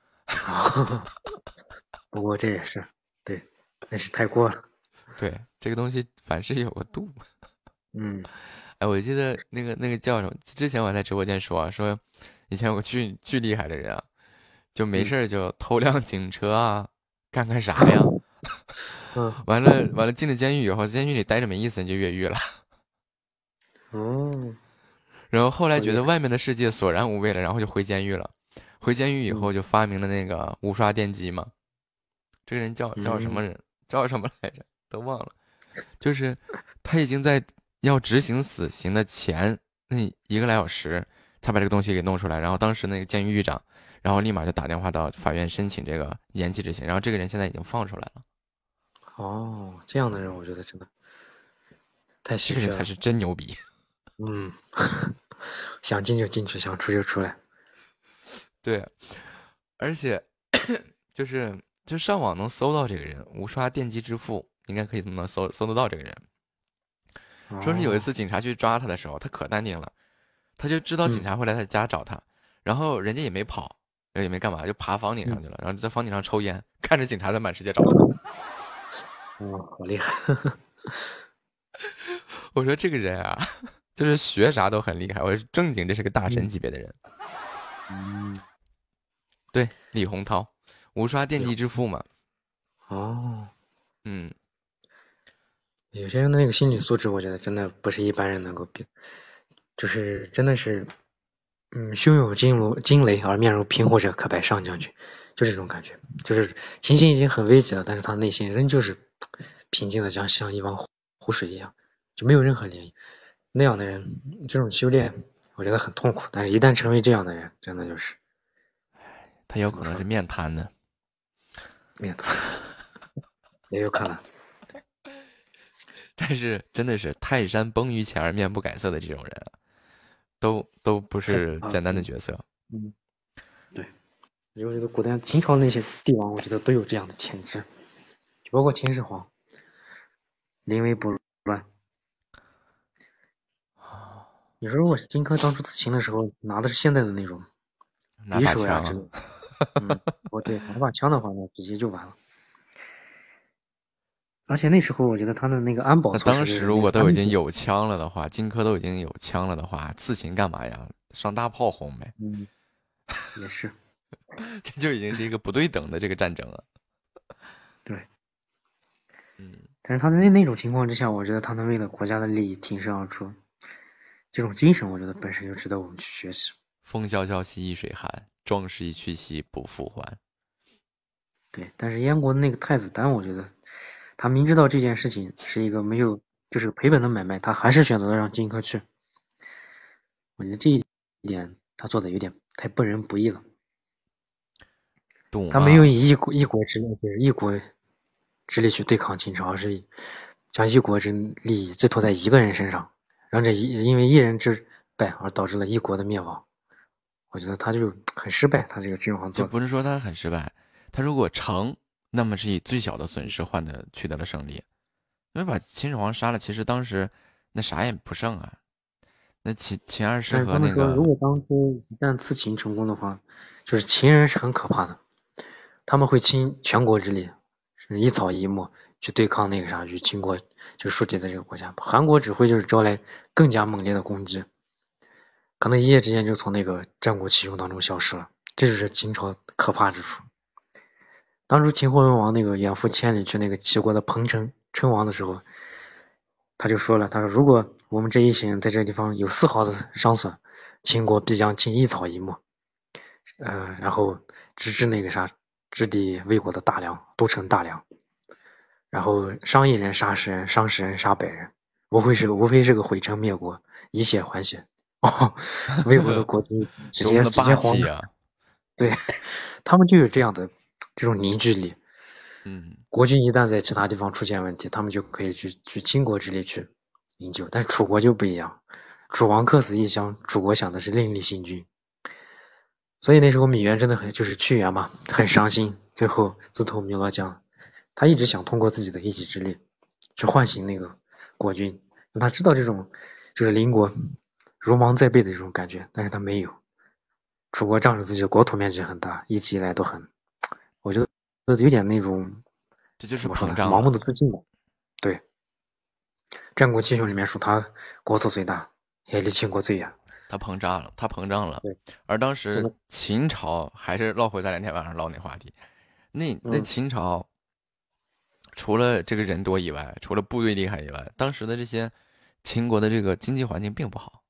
不过这也是对，那是太过了。 对，这个东西凡事有个度。 嗯哎，我记得那个那个叫什么？之前我在直播间说啊，说以前有个巨巨厉害的人啊，就没事儿就偷辆警车啊，干干啥呀？ 嗯完了完了，进了监狱以后，在监狱里待着没意思，你就越狱了。 哦， 然后后来觉得好厉害。 外面的世界索然无味了，然后就回监狱了。回监狱以后嗯就发明了那个无刷电机嘛。这个人叫叫什么嗯人？叫什么来着？都忘了。就是他已经在要执行死刑的前那一个来小时，才把这个东西给弄出来。然后当时那个监狱狱长，然后立马就打电话到法院申请这个延期执行。然后这个人现在已经放出来了。 哦，这样的人我觉得真的太这稀缺了。 个人才是真牛逼。 嗯，想进就进去，想出就出来。 对，而且就是就上网能搜到这个人，无刷电击之父，应该可以能搜搜得到这个人。说是有一哦， 次警察去抓他的时候，他可淡定了，他就知道警嗯察会来他家找他，然后人家也没跑，也没干嘛，就爬房顶上嗯， 去了，然后在房顶上抽烟，看着警察在满世界找他。 哦，好厉害。 我说这个人啊，就是学啥都很厉害，我说正经这是个大神嗯级别的人。 嗯， 对，李洪涛，无刷电击之父嘛。 哦， 嗯， 有些人的那个心理素质，我觉得真的不是一般人能够比，就是真的是，嗯，胸有惊如惊雷而面如平湖者，可拜上将军，就这种感觉，就是情形已经很危急了，但是他内心仍旧是平静的，像像一汪湖湖水一样，就没有任何涟漪。那样的人，这种修炼，我觉得很痛苦，但是一旦成为这样的人，真的就是他有怎么说， 可能是面瘫的。 面对，也有可能。 但是真的是泰山崩于前而面不改色的这种人啊，都都不是啊， 简单的对， 角色。 嗯，对，我觉得古代秦朝那些帝王，我觉得都有这样的潜质，就包括秦始皇，临危不乱。你说如果是荆轲当初刺秦的时候拿的是现在的那种拿把匕首呀之枪， 类的，嗯，哦对，拿把枪的话，那直接就完了。而且那时候我觉得他的那个安保那措施，就是当时如果那个安全， 都已经有枪了的话，荆轲都已经有枪了的话，刺秦干嘛呀？上大炮轰呗。 嗯，也是， 这就已经是一个不对等的这个战争了。 对。 嗯， 但是他在那那种情况之下，我觉得他能为了国家的利益挺身而出，这种精神，我觉得本身就值得我们去学习。 风萧萧兮易水寒，壮士一去兮不复还。 对，但是燕国的那个太子丹，我觉得他明知道这件事情是一个没有就是赔本的买卖，他还是选择了让荆轲去。我觉得这一点他做的有点太不仁不义了。 赌他没有嘛， 以一国一国之力，就是一国之力去对抗秦朝，而是将一国之利益寄托在一个人身上，让这一因为一人之败而导致了一国的灭亡。我觉得他就很失败，他这个君王就做的。 不是说他很失败，他如果成，那么是以最小的损失换得取得了胜利。因为把秦始皇杀了，其实当时那啥也不剩啊。那秦秦二世但是他们说， 和那个如果当初一旦刺秦成功的话，就是秦人是很可怕的，他们会倾全国之力，是一草一木去对抗那个啥，与秦国就树敌的这个国家。韩国只会就是招来更加猛烈的攻击，可能一夜之间就从那个战国七雄当中消失了。这就是秦朝可怕之处。当初秦惠文王那个远赴千里去那个齐国的彭城称王的时候，他就说了，他说如果我们这一行人在这个地方有丝毫的伤损，秦国必将尽一草一木，呃，然后直至那个啥，直抵魏国的大梁，都城大梁，然后伤一人杀十人，伤十人杀百人，无非是个无非是个毁城灭国，以血还血。哦，魏国的国君直接多么的霸直接慌了， 气啊！ 对他们就有这样的这种凝聚力。 嗯， 国君一旦在其他地方出现问题，他们就可以去去倾国之力去营救，但是楚国就不一样， 主王客死异乡，楚国想的是另立新君。所以那时候芈原真的很就是屈原嘛，很伤心，最后自投汨罗江。他一直想通过自己的一己之力去唤醒那个国君，让他知道这种就是邻国如芒在背的这种感觉，但是他没有。楚国仗着自己的国土面积很大，一直以来都很，我觉得有点那种这就是怎么说呢， 膨胀盲目了。 的自信吧。对，战国七雄里面属他国土最大，也离秦国最远。 他膨胀了，他膨胀了对。 而当时是的秦朝还是绕回咱俩那天晚上唠那话题，那那嗯秦朝除了这个人多以外，除了部队厉害以外，当时的这些秦国的这个经济环境并不好。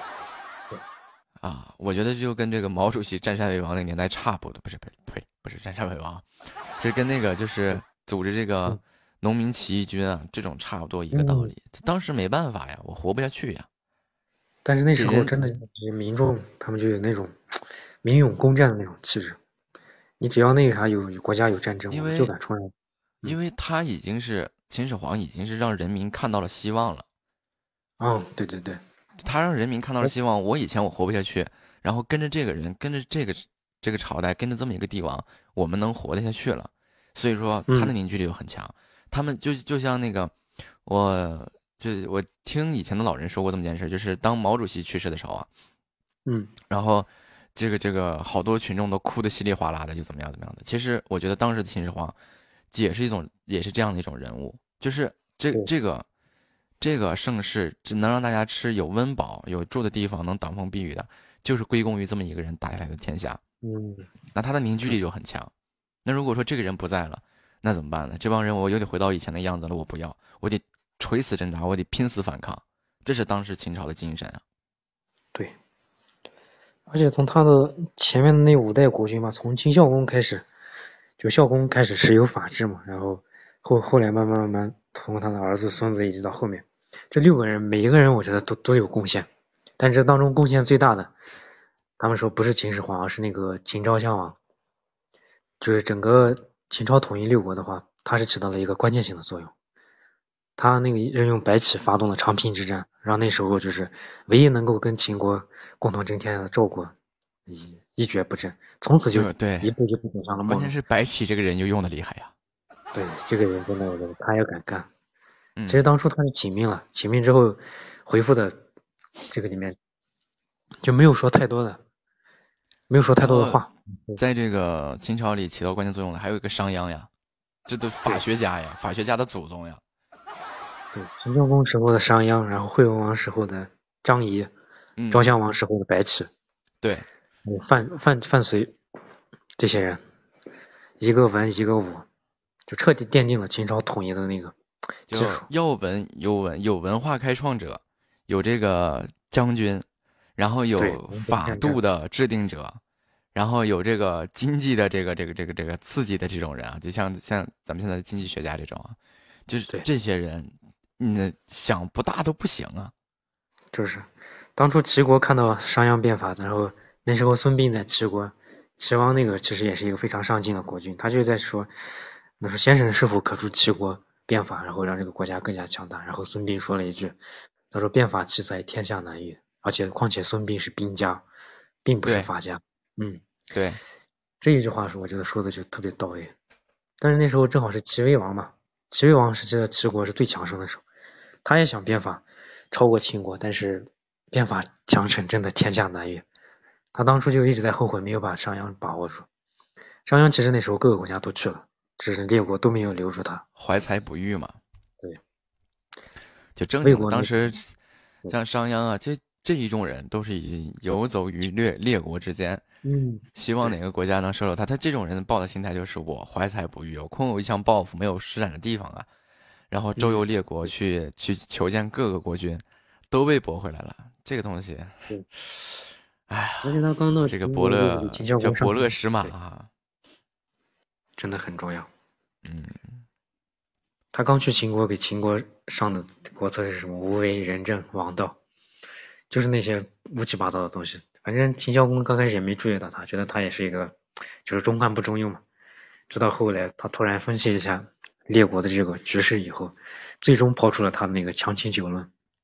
啊，我觉得就跟这个毛主席占山为王那个年代差不多，不是不是呸，不是占山为王，是跟那个就是组织这个嗯农民起义军啊这种差不多一个道理。当时没办法呀，我活不下去呀。 但是那时这人候真的就是民众，他们就有那种民勇攻战的那种气质。你只要那个啥有有国家有战争，我们因为就敢冲上。 因为他已经是秦始皇，已经是让人民看到了希望了。 嗯，对对对， 他让人民看到了希望。我以前我活不下去，然后跟着这个人，跟着这个这个朝代，跟着这么一个帝王，我们能活得下去了。所以说他的凝聚力就很强。他们就就像那个，我就我听以前的老人说过这么件事，就是当毛主席去世的时候啊， 嗯， 然后这个这个好多群众都哭得稀里哗啦的，就怎么样怎么样的。其实我觉得当时的秦始皇也是一种也是这样的一种人物，就是这对这个这个盛世只能让大家吃有温饱有住的地方能挡风避雨的，就是归功于这么一个人打下来的天下。 嗯， 那他的凝聚力就很强。那如果说这个人不在了，那怎么办呢？这帮人我又得回到以前的样子了，我不要，我得垂死挣扎，我得拼死反抗。这是当时秦朝的精神啊。 对。而且从他的前面的那五代国君吧，从秦孝公开始，就孝公开始持有法治嘛，然后后后来慢慢慢慢通过他的儿子、孙子，一直到后面，这六个人每一个人我觉得都都有贡献，但这当中贡献最大的，他们说不是秦始皇，而是那个秦昭襄王，就是整个秦朝统一六国的话，他是起到了一个关键性的作用。他那个任用白起发动了长平之战，让那时候就是唯一能够跟秦国共同争天下的赵国一一蹶不振，从此就就对一步一步走向了没落。 关键是白起这个人又用的厉害呀。 对，这个人真的我觉得他也敢干。 嗯其实当初他是请命了，请命之后回复的这个里面就没有说太多的，没有说太多的话。 在这个秦朝里起到关键作用的还有一个商鞅呀，这都法学家呀，法学家的祖宗呀。 对，秦孝公时候的商鞅，然后惠文王时候的张仪， 嗯昭襄王时候的白起， 对， 还有范范范睢这些人，一个文一个武，就彻底奠定了秦朝统一的那个基就础。 要文有文有文化开创者，有这个将军，然后对有法度的制定者，然后有这个经济的这个这个这个这个刺激的这种人啊，就像像咱们现在的经济学家这种啊，就是对这些人，你想不大都不行啊。 就是当初齐国看到商鞅变法，然后那时候孙膑在齐国，齐王那个其实也是一个非常上进的国君，他就在说，那说先生是否可助齐国变法，然后让这个国家更加强大。然后孙膑说了一句，他说变法奇才，天下难遇，而且况且孙膑是兵家，并不是对法家。嗯， 对， 这一句话说，我觉得说的就特别到位。但是那时候正好是齐威王嘛，齐威王时期的齐国是最强盛的时候，他也想变法超过秦国，但是变法强盛真的天下难遇。他当初就一直在后悔没有把商鞅把握住。商鞅其实那时候各个国家都去了，只是列国都没有留住他。 怀才不遇嘛。 对， 就正经的魏国那当时对像商鞅啊，这这一众人都是已游走于列列国之间， 嗯， 希望哪个国家能收留他。他这种人抱的心态就是我怀才不遇，我空有一腔抱负，没有施展的地方啊。然后周游列国去、去求见各个国君，都被驳回来了。这个东西对， 哎而且他刚到这个秦国伯乐就秦孝叫公上台伯乐识马对啊。 真的很重要。 嗯， 他刚去秦国，给秦国上的国策是什么？无为、仁政、王道，就是那些乌七八糟的东西。反正秦孝公刚开始也没注意到他，觉得他也是一个就是中看不中用嘛。直到后来，他突然分析一下列国的这个局势以后，最终抛出了他的那个强秦九论，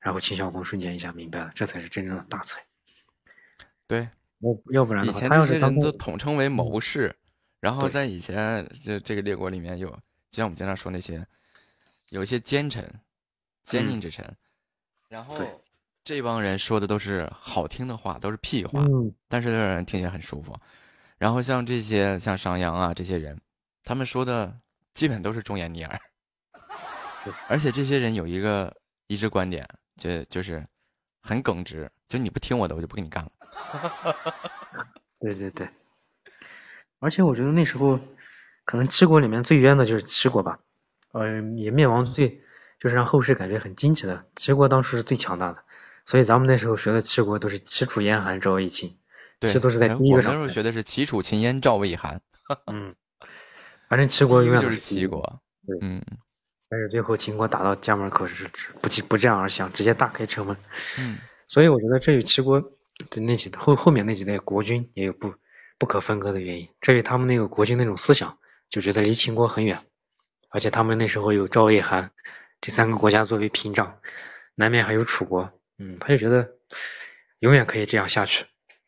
然后秦孝公瞬间一下明白了，这才是真正的大才。 对， 要要不然的话， 以前他要是当这些人都初统称为谋士，然后对在以前这这个列国里面有，就像我们经常说那些，有一些奸臣、奸佞之臣，然后对这帮人说的都是好听的话，都是屁话， 嗯但是让人听起来很舒服。然后像这些像商鞅啊这些人，他们说的基本都是忠言逆耳，而且这些人有一个一致观点，就就是很耿直，就你不听我的，我就不跟你干了。 对对对，而且我觉得那时候可能七国里面最冤的就是齐国吧，呃，也灭亡最就是让后世感觉很惊奇的，齐国当时是最强大的，所以咱们那时候学的齐国都是齐楚燕韩赵魏秦， 对， 齐都是在哎我们那第一个上时候学的是齐楚秦燕赵魏韩， 嗯，反正齐国永远都第一个就是第一个， 齐国， 对， 嗯但是最后秦国打到家门口是不不战而降，直接大开城门， 嗯， 所以我觉得这与齐国的那几后后面那几代国君也有不不可分割的原因，这与他们那个国君那种思想就觉得离秦国很远，而且他们那时候有赵魏韩这三个国家作为屏障，南面还有楚国，嗯，他就觉得永远可以这样下去，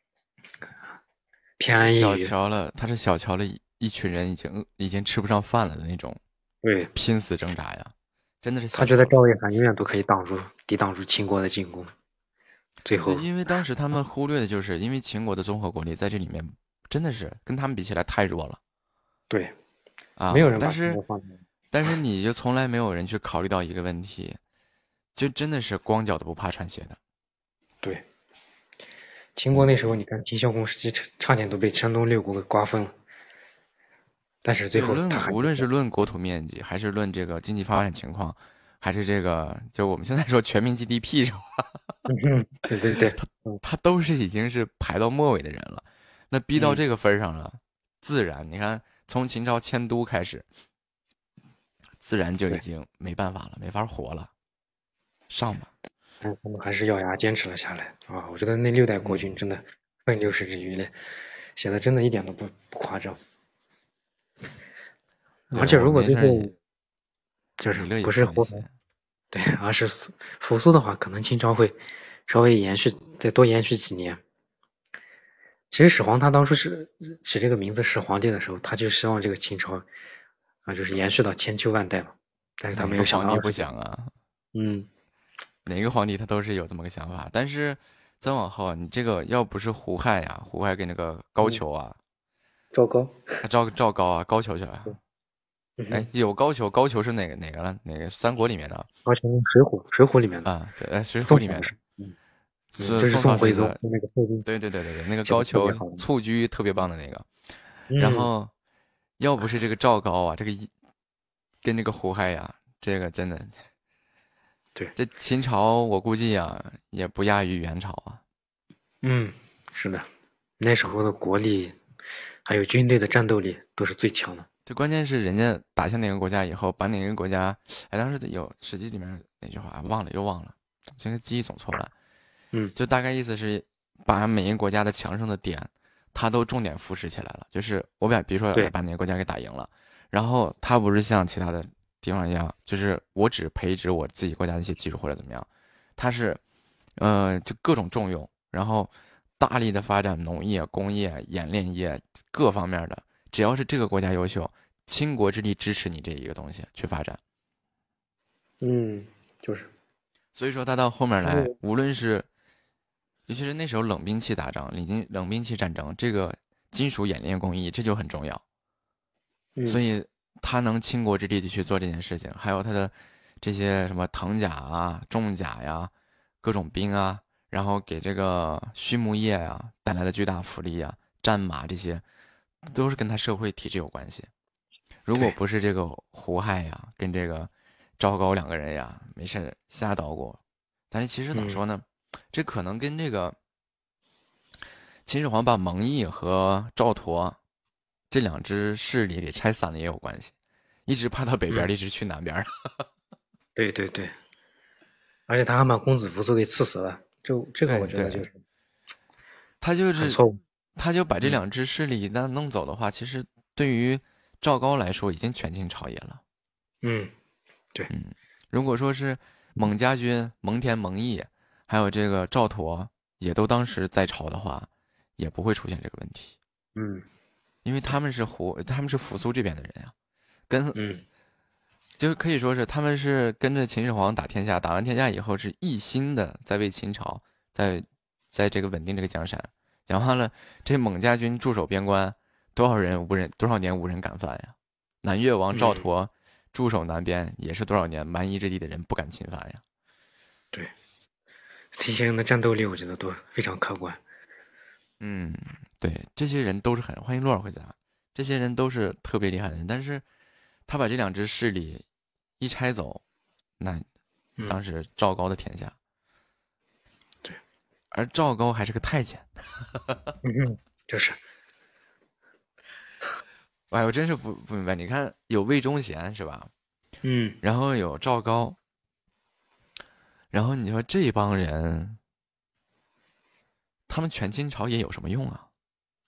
偏安一小隅。 瞧了，他是小瞧了一一群人已经已经吃不上饭了的那种对， 拼死挣扎呀，真的是小他觉得瞧了赵魏韩永远都可以挡住抵挡住秦国的进攻，最后对，因为当时他们忽略的就是，因为秦国的综合国力在这里面真的是跟他们比起来太弱了对， 啊。 没有人把但是秦国放在但是你就从来没有人去考虑到一个问题，就真的是光脚的不怕穿鞋的。 对，秦国那时候你看秦孝公时期差差点都被山东六国给瓜分了，但是最对，无论后他还无论是论国土面积，还是论这个经济发展情况，还是这个就我们现在说全民 G D P 是吧？ 嗯，对对对， 他都是已经是排到末尾的人了，那逼到嗯这个分儿上了，自然你看从秦朝迁都开始，自然就已对经没办法了，没法活了，上吧。 但是他们还是咬牙坚持了下来啊！我觉得那六代国君嗯真的奋六十之余嘞，写的真的一点都不不夸张。 对而且如果最后我没事儿就是你乐意不是胡看这些对，而是苏扶苏的话，可能秦朝会稍微延续再多延续几年。其实始皇他当初是起这个名字始皇帝的时候，他就希望这个秦朝啊，就是延续到千秋万代嘛。但是他哪没有个皇帝不想到二十想啊？ 嗯， 哪个皇帝他都是有这么个想法，但是再往后，你这个要不是胡亥呀，胡亥跟那个高俅啊， 赵高， 他赵赵高啊，高俅去了。 嗯哎， 哼， 有高俅，高俅是哪个哪个了？哪个三国里面的高俅水浒水浒里面的啊？对，哎，水浒宋里面的朝是，嗯，嗯是这是宋朝是一个宋徽宗和那个蔡京， 对对对对对，那个写高得特别好俅蹴鞠特别棒的那个。 嗯然后，要不是这个赵高啊，这个一跟这个胡亥呀，这个真的， 对， 这秦朝我估计啊也不亚于元朝啊。 嗯，是的，那时候的国力还有军队的战斗力都是最强的。 这关键是人家打下哪个国家以后，把哪个国家，哎，当时有《史记》里面哪句话忘了又忘了，这个记忆总错乱。 嗯， 就大概意思是把每一个国家的强盛的点，他都重点扶持起来了。就是我把比如说对把哪个国家给打赢了，然后他不是像其他的地方一样，就是我只培植我自己国家的一些技术或者怎么样，他是，呃，就各种重用，然后大力的发展农业、工业、冶炼业各方面的。只要是这个国家优秀，倾国之力支持你这一个东西去发展。 嗯，就是， 所以说他到后面来嗯， 无论是，尤其是那时候冷兵器打仗、冷兵冷兵器战争，这个金属冶炼工艺这就很重要。 嗯， 所以他能倾国之力的去做这件事情，还有他的这些什么藤甲啊、重甲呀、各种兵啊，然后给这个畜牧业啊带来的巨大福利啊、战马这些。都是跟他社会体制有关系。如果不是这个胡亥呀，跟这个赵高两个人呀，没事瞎捣鼓，但是其实咋说呢？嗯、这可能跟这个秦始皇把蒙毅和赵佗这两支势力给拆散了也有关系，一直派到北边，嗯、一直去南边。 对对对，而且他还把公子扶苏给刺死了，这这个我觉得就是， 他就是很错误。 他就把这两支势力一旦弄走的话，嗯、其实对于赵高来说已经权倾朝野了。 嗯，对。 嗯，如果说是蒙家军、蒙恬、蒙毅，还有这个赵佗，也都当时在朝的话，也不会出现这个问题。 嗯， 因为他们是胡，他们是扶苏这边的人呀、啊，跟嗯， 就可以说是他们是跟着秦始皇打天下，打完天下以后是一心的在为秦朝，在在这个稳定这个江山。讲完了，这蒙家军驻守边关，多少人无人多少年无人敢犯呀？南越王赵佗驻守南边，也是多少年蛮夷之地的人不敢侵犯呀？ 对，这些人的战斗力，我觉得都非常可观。 嗯，对，这些人都是很欢迎洛尔回家，这些人都是特别厉害的人，但是他把这两支势力一拆走，那当时赵高的天下。 嗯、对， 而赵高还是个太监。 嗯，就是。 哎，我真是不不明白，你看有魏忠贤是吧？ 嗯， 然后有赵高，然后你说这帮人。他们全秦朝也有什么用啊？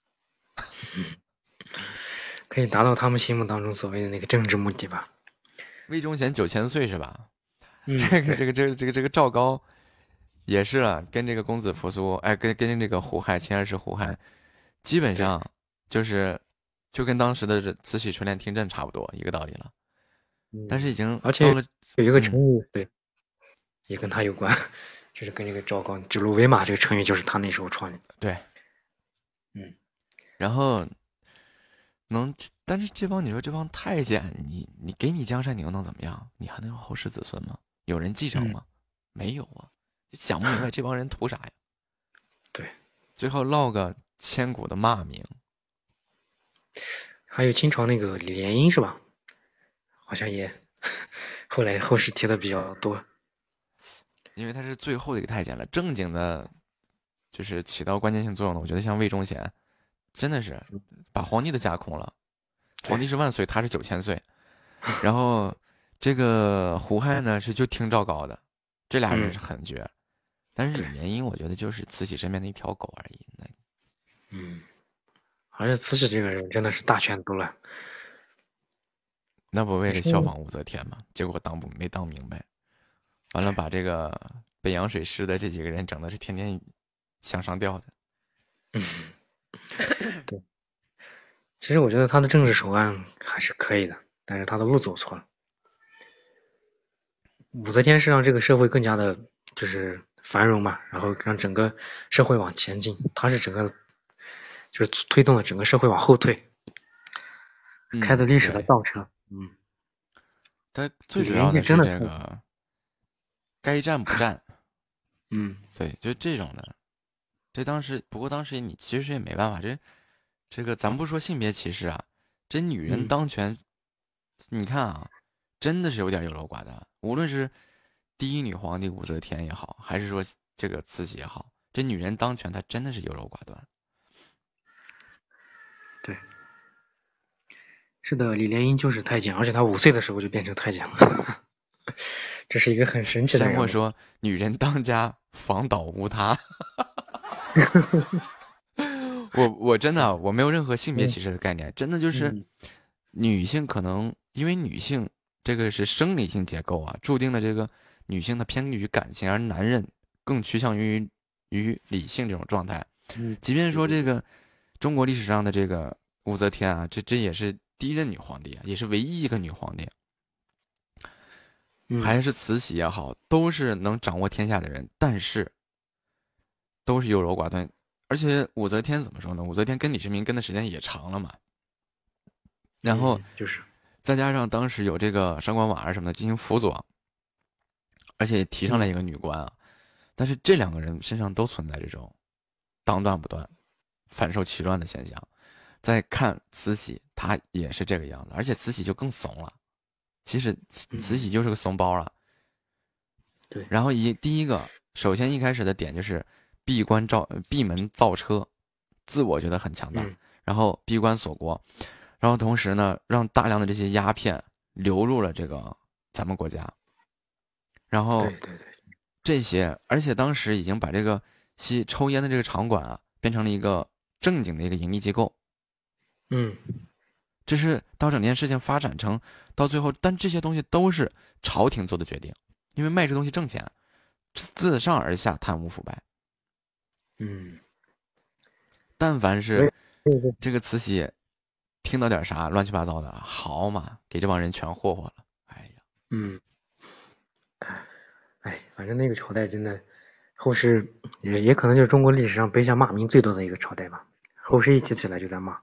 可以达到他们心目当中所谓的那个政治目的吧？ 魏忠贤九千岁是吧？ 嗯， 这个这个这个这个这个赵高也是啊，跟这个公子扶苏，哎，跟跟这个胡亥秦二世胡亥，基本上就是就跟当时的慈禧垂帘听政差不多一个道理了。 嗯、 但是已经而且有一个成语、嗯，对，也跟他有关。就是跟这个赵高指鹿为马这个成语，就是他那时候创立的。 对， 嗯， 然后能，但是这帮你说这帮太监，你你给你江山，你又能怎么样？你还能有后世子孙吗？有人继承吗？嗯、没有啊，想不明白这帮人图啥呀？ 对， 最后落个千古的骂名。 还有清朝那个李莲英是吧？好像也后来后世提的比较多。 因为他是最后的一个太监了，正经的，就是起到关键性作用的。我觉得像魏忠贤，真的是把皇帝都架空了。皇帝是万岁，他是九千岁。然后这个胡亥呢是就听赵高的，这俩人是很绝。嗯、但是李莲英，我觉得就是慈禧身边的一条狗而已。 嗯，而且慈禧这个人真的是大权独揽。 那不为了效仿武则天吗？结果当不没当明白。完了，把这个北洋水师的这几个人整的是天天向上吊的。 嗯，对。其实我觉得他的政治手腕还是可以的，但是他的路走错了。武则天是让这个社会更加的，就是繁荣嘛，然后让整个社会往前进。他是整个就是推动了整个社会往后退， 嗯、 开的历史的倒车。嗯， 他最主要的是这个。该战不战， 嗯， 对，就这种的。这当时，不过当时你其实也没办法，这这个咱不说性别歧视啊，这女人当权，嗯、你看啊，真的是有点优柔寡断。无论是第一女皇帝武则天也好，还是说这个慈禧也好，这女人当权她真的是优柔寡断。 对，是的，李莲英就是太监，而且她五岁的时候就变成太监了。这是一个很神奇的。 先我说，女人当家，房倒屋塌。我我真的我没有任何性别歧视的概念，真的就是女性可能因为女性这个是生理性结构啊，注定了这个女性的偏于感性，而男人更趋向于于理性这种状态。即便说这个中国历史上的这个武则天啊，这这也是第一任女皇帝啊，也是唯一一个女皇帝。还是慈禧也好，都是能掌握天下的人，但是都是优柔寡断。而且武则天怎么说呢？武则天跟李世民跟的时间也长了嘛，然后就是再加上当时有这个上官婉儿什么的进行辅佐，而且提上来一个女官啊，但是这两个人身上都存在这种当断不断、反受其乱的现象。再看慈禧，她也是这个样子，而且慈禧就更怂了。其实慈禧就是个怂包了， 对。 然后一第一个，首先一开始的点就是闭关造闭门造车，自我觉得很强大， 嗯、 然后闭关锁国，然后同时呢，让大量的这些鸦片流入了这个咱们国家，然后对对对， 这些，而且当时已经把这个吸抽烟的这个场馆啊，变成了一个正经的一个盈利机构， 嗯。 这是到整件事情发展成到最后，但这些东西都是朝廷做的决定， 因为卖这东西挣钱，自上而下贪污腐败。 嗯， 但凡是这个慈禧听到点啥乱七八糟的，好嘛，给这帮人全霍霍了。哎呀， 嗯，哎，反正那个朝代真的，后世也也可能就是中国历史上碑下骂名最多的一个朝代吧。后世一提起来就在骂。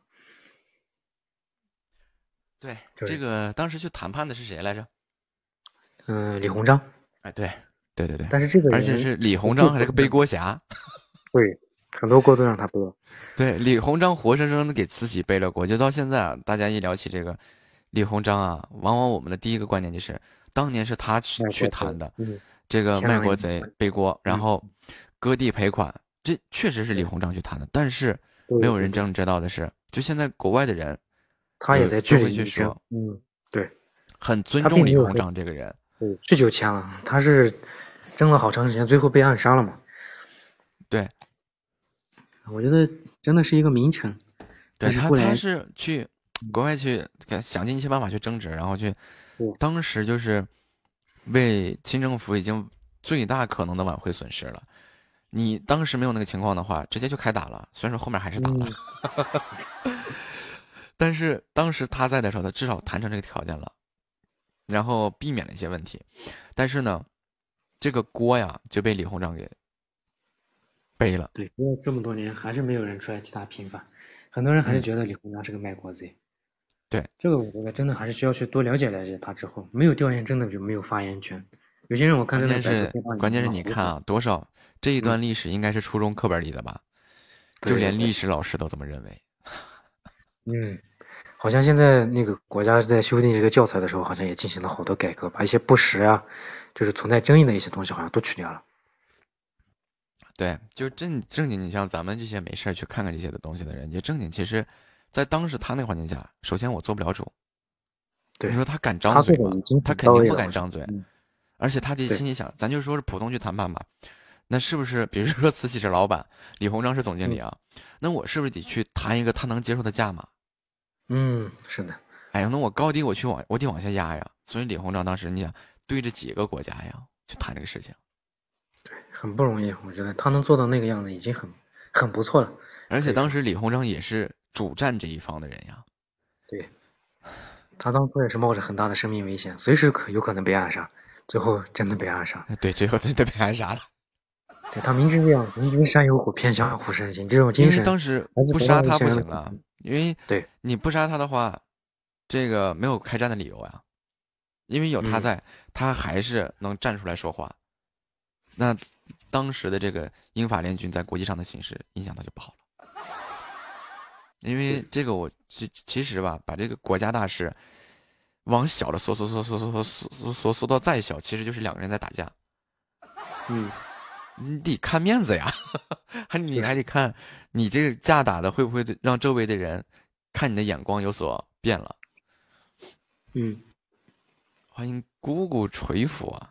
对， 就是这个当时去谈判的是谁来着？ 嗯、李鸿章。 哎，对，对对对， 但是这个人而且是李鸿章还是个背锅侠。 对，很多锅都让他背了。 对，李鸿章活生生的给慈禧背了锅，就到现在啊，大家一聊起这个李鸿章啊，往往我们的第一个观念就是当年是他去去谈的， 嗯， 这个前两年卖国贼背锅，然后割地赔款，这确实是李鸿章去谈的。但是没有人真正知道的是，就现在国外的人， 他也在据都会去理力争说， 嗯，对， 很尊他并没有重李鸿章这个人。 对，是就签了，他是争了好长时间，最后被暗杀了嘛。 对， 我觉得真的是一个名臣。 对他， 但是后来他是去国外去想尽一切办法去争执，然后去对， 当时就是为清政府已经最大可能的挽回损失了。你当时没有那个情况的话，直接就开打了，虽然说后面还是打了， 嗯但是当时他在的时候，他至少谈成这个条件了，然后避免了一些问题。但是呢，这个锅呀就被李鸿章给背了。 对，因为这么多年还是没有人出来替他平反，很多人还是嗯觉得李鸿章是个卖国贼。 对， 这个我觉得真的还是需要去多了解了解他之后，没有调研真的就没有发言权。有些人我看在关键是那个白纸黑板里关键是面胡说你看啊，多少这一段历史应该是初中课本里的吧？就对连历史老师都这么认为。 嗯，好像现在那个国家在修订这个教材的时候，好像也进行了好多改革，把一些不实啊，就是存在争议的一些东西，好像都去掉了。 对，就正正经，你像咱们这些没事儿去看看这些的东西的人，就正经，其实，在当时他那个环境下，首先我做不了主。 对， 你说他敢他张嘴吗做的已经？ 他肯定很到位了， 不敢张嘴。 嗯， 而且他得对心里想，咱就说是普通去谈判吧，那是不是，比如说慈禧是老板，李鸿章是总经理啊，那我是不是得去谈一个他能接受的价码？ 嗯，是的， 哎呀，那我高低我去往我得往下压呀。所以李鸿章当时你想对着几个国家呀去谈这个事情， 很不容易，我觉得他能做到那个样子已经很很不错了。 而且可以说当时李鸿章也是主战这一方的人呀。 对，他当初也是冒着很大的生命危险，随时可有可能被暗杀，最后真的被暗杀了。 对，最后真的被暗杀了。 对，他明知这样，明知山有虎，偏向虎生心，这种精因为神当时还是不杀他得到一些人不行啊，因为对你不杀他的话，这个没有开战的理由呀。因为有他嗯在，他还是能站出来说话。那当时的这个英法联军在国际上的形势影响他就不好了。因为这个我其其实吧，把这个国家大事往小了缩缩缩缩缩缩缩缩缩到再小，其实就是两个人在打架。 嗯， 你得看面子呀，还你还得看你这个架打的会不会让周围的人看你的眼光有所变了。 嗯， 欢迎姑姑垂抚啊！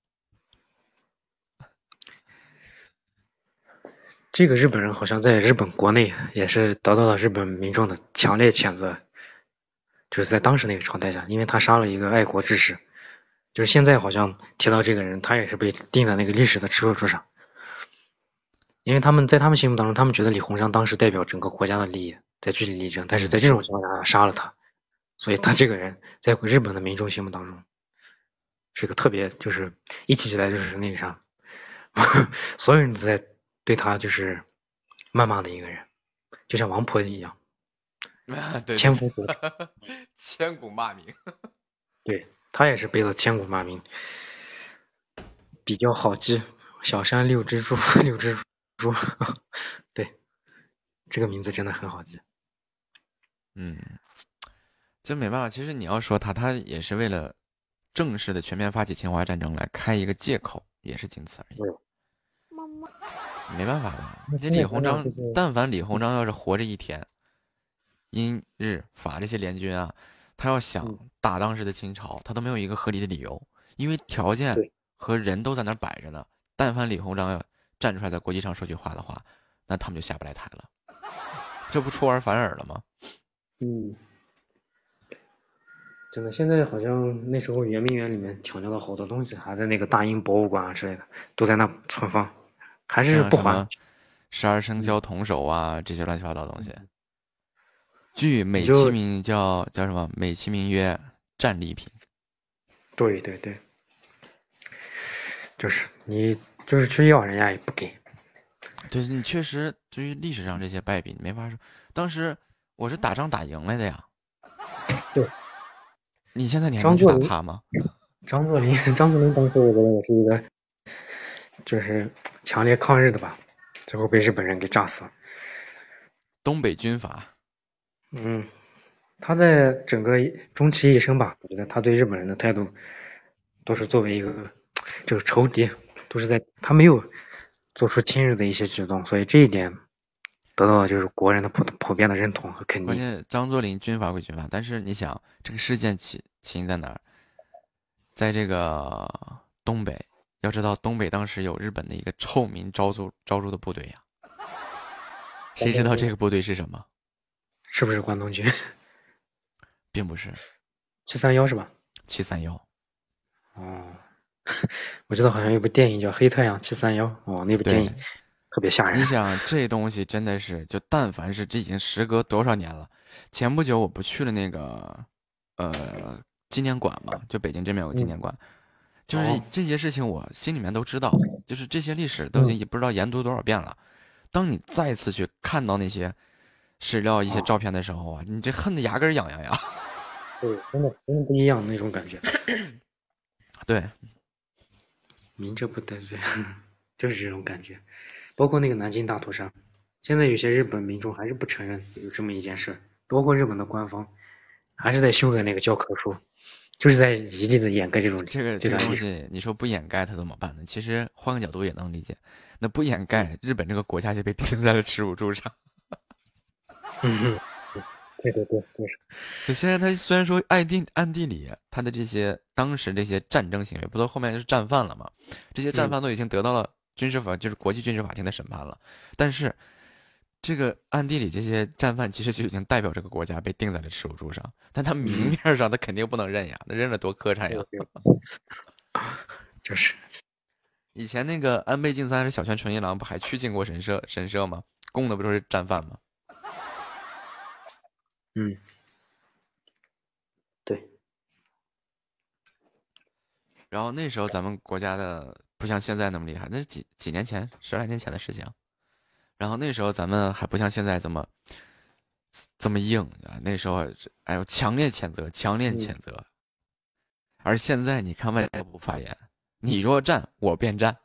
这个日本人好像在日本国内也是得到了日本民众的强烈谴责，就是在当时那个朝代下，因为他杀了一个爱国志士，就是现在好像提到这个人，他也是被钉在那个历史的耻辱柱上，因为他们在他们心目当中，他们觉得李鸿章当时代表整个国家的利益，在据理力争，但是在这种情况下杀了他，所以他这个人在日本的民众心目当中是个特别，就是一提起来就是那个啥，所有人都在对他就是谩骂的一个人，就像王婆一样， 对， 千夫所指。 千古骂名。 对，他也是背了千古骂名，比较好记，小山六只猪，六只猪，对，这个名字真的很好记。 嗯，这没办法，其实你要说他，他也是为了正式的全面发起侵华战争来开一个借口，也是仅此而已。 妈妈， 没办法吧？这李鸿章，但凡李鸿章要是活着一天，英日法这些联军啊，他要想打当时的清朝，他都没有一个合理的理由，因为条件和人都在那摆着呢。但凡李鸿章要站出来在国际上说句话的话，那他们就下不来台了，这不出尔反尔了吗？ 嗯， 真的，现在好像那时候圆明园里面抢救了好多东西，还在那个大英博物馆啊之类的，都在那存放，还是不还。 像什么十二生肖铜首啊，这些乱七八糟的东西。据美你就其名叫叫什么？美其名曰战利品。 对对对，就是你就是去要，人家也不给。 对你确实对于历史上这些败笔，你没法说。当时我是打仗打赢来的呀。 对。 你现在你还能去打他吗？ 张作霖，张作霖当时我觉得也是一个，就是强烈抗日的吧，最后被日本人给炸死了。 东北军阀。 嗯，他在整个终其一生吧，我觉得他对日本人的态度都是作为一个就是仇敌，都是在他没有做出亲日的一些举动，所以这一点得到了就是国人的普普遍的认同和肯定。 关键张作霖军阀归军阀，但是你想这个事件起起因在哪儿？在这个东北，要知道东北当时有日本的一个臭名昭著昭著的部队呀，谁知道这个部队是什么？ 是不是关东军？ 并不是。 七三幺是吧？ 七三幺。 哦，我知道好像有部电影叫《黑太阳七三幺》，哦，那部电影特别吓人。 你想这东西真的是，就但凡是这已经时隔多少年了。前不久我不去了那个呃纪念馆嘛，就北京这边有个纪念馆，嗯、就是这些事情我心里面都知道，就是这些历史都已经也不知道研读多少遍了。当你再次去看到那些史料、一些照片的时候啊，你这恨得牙根痒痒呀。 对，真的真的不一样那种感觉。 对， 明着不得罪，就是这种感觉。包括那个南京大屠杀，现在有些日本民众还是不承认有这么一件事，包括日本的官方还是在修改那个教科书，就是在一力的掩盖这种这个这个东西。你说不掩盖它怎么办呢？其实换个角度也能理解，那不掩盖，日本这个国家就被钉在了耻辱柱上。 嗯，对对对，就是。 就现在他虽然说暗地暗地里他的这些当时这些战争行为，不都后面就是战犯了吗？这些战犯都已经得到了军事法，就是国际军事法庭的审判了。但是这个暗地里这些战犯其实就已经代表这个国家被钉在了耻辱柱上，但他明面上他肯定不能认呀，那认了多磕碜呀。 就是。 以前那个安倍晋三是小泉纯一郎不还去靖国神社神社吗？供的不都是战犯吗？ 嗯，对。 然后那时候咱们国家的不像现在那么厉害，那是几几年前，十来年前的事情。然后那时候咱们还不像现在这么这么硬啊，那时候哎呦强烈谴责，强烈谴责。嗯、而现在你看外交部发言，你若战，我便战。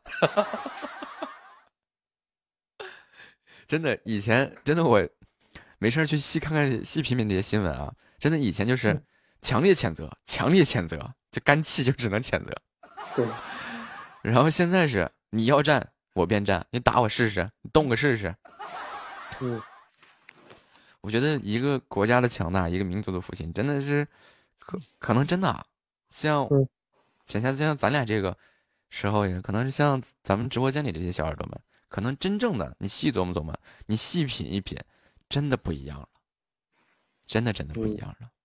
真的，以前真的我。没事去细看看细品品这些新闻啊，真的以前就是强烈谴责，强烈谴责，就干气就只能谴责。 对。 然后现在是你要战我便战，你打我试试，你动个试试。 嗯。 我觉得一个国家的强大，一个民族的复兴，真的是可可能真的、啊、像显像像咱俩这个时候，也可能是像咱们直播间里这些小耳朵们，可能真正的你细琢磨琢磨，你细品一品。真的不一样了，真的真的不一样了、嗯。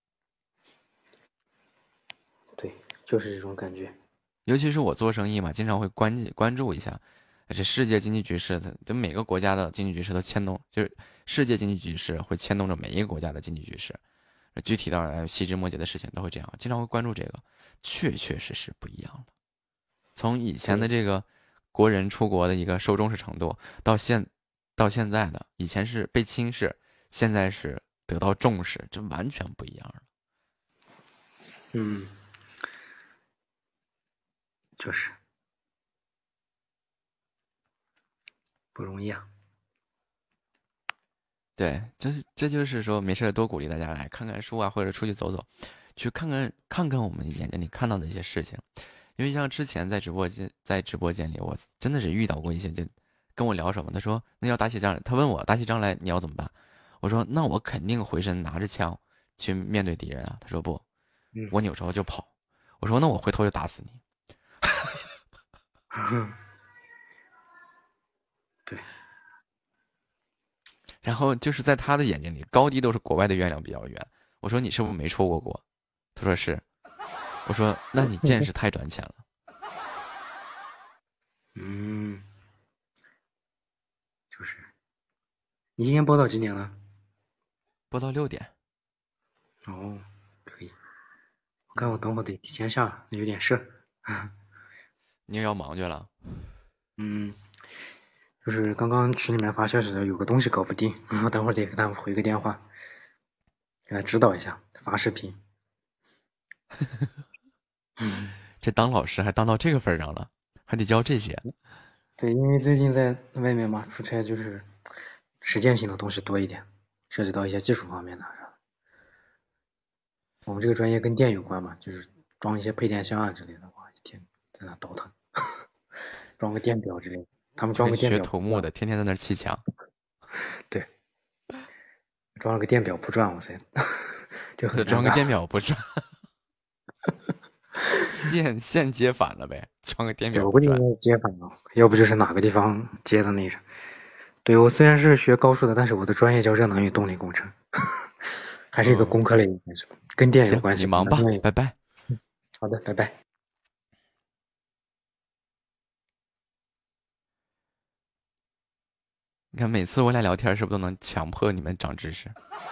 对，就是这种感觉。 尤其是我做生意嘛，经常会关关注一下这世界经济局势的，就每个国家的经济局势都牵动，就是世界经济局势会牵动着每一个国家的经济局势。具体到细枝末节的事情都会这样，经常会关注这个，确确实实不一样了。从以前的这个国人出国的一个受重视程度，到现。到现在的，以前是被轻视，现在是得到重视，这完全不一样了。 嗯，就是不容易啊。 对，这这就是说，没事多鼓励大家来看看书啊，或者出去走走，去看看看看我们眼睛里看到的一些事情。因为像之前在直播间，在直播间里，我真的是遇到过一些就。跟我聊什么？他说那要打起仗来，他问我打起仗来你要怎么办？我说那我肯定回身拿着枪去面对敌人啊。他说不，我扭头就跑。我说那我回头就打死你。 对。 然后就是在他的眼睛里，高低都是国外的月亮比较圆。我说你是不是没出过国？他他说是。我说那你见识太短浅了。 嗯，就是，你今天播到几点了？ 播到六点。 哦，可以。我看我等会得提前下了，有点事。 你也要忙去了？ 嗯，就是刚刚群里面发消息的有个东西搞不定，然后等会儿得给他们回个电话，给他指导一下，发视频。 这当老师还当到这个份上了，还得教这些。 对，因为最近在外面嘛，出差就是实践性的东西多一点，涉及到一些技术方面的。我们这个专业跟电有关嘛，就是装一些配电箱啊之类的，哇，一天在那倒腾，装个电表之类的。他们装个电表， 学土木的，天天在那砌墙。 对，装了个电表不转，哇塞，就很装个电表不转，线线接反了呗，装个电表不转。 我接反了，要不就是哪个地方接的那啥。对，我虽然是学高数的，但是我的专业叫热能与动力工程，还是一个工科类的东西，跟电有关系。 你忙吧，拜拜。 好的，拜拜。 你看，每次我俩聊天，是不是都能强迫你们长知识？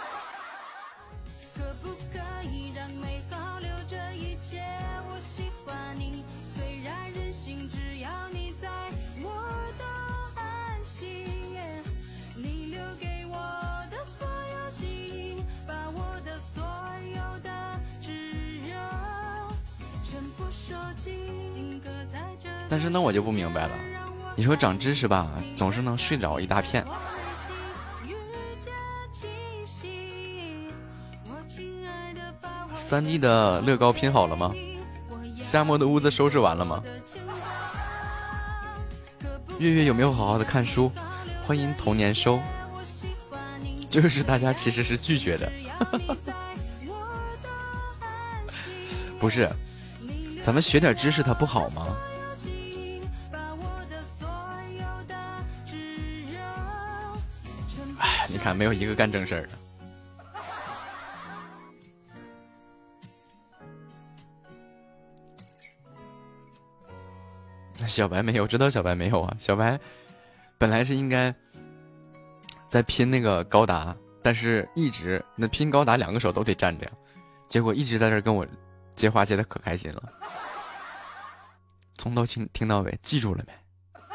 但是那我就不明白了，你说长知识吧，总是能睡着一大片。三 D 的乐高拼好了吗？夏末的屋子收拾完了吗？月月有没有好好的看书？欢迎童年收。就是大家其实是拒绝的。不是，咱们学点知识它不好吗？哎，你看没有一个干正事儿的。小白没有，知道小白没有啊？小白本来是应该在拼那个高达，但是一直那拼高达两个手都得站着呀，结果一直在这跟我接话接的可开心了，从头听听到尾，记住了没？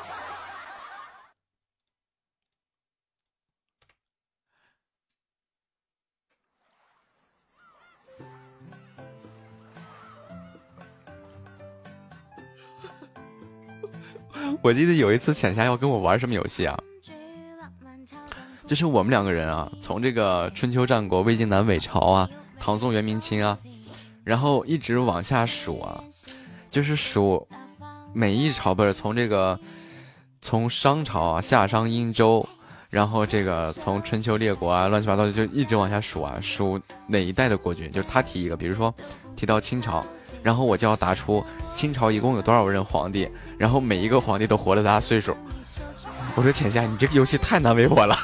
我记得有一次浅夏要跟我玩什么游戏啊，就是我们两个人啊，从这个春秋战国、魏晋南北朝啊、唐宋元明清啊，然后一直往下数啊，就是数每一朝，不是从这个从商朝啊、夏商殷周，然后这个从春秋列国啊，乱七八糟就一直往下数啊，数哪一代的国君，就是他提一个，比如说提到清朝，然后我就要答出清朝一共有多少任皇帝，然后每一个皇帝都活了多大岁数。我说浅夏，你这个游戏太难为我了。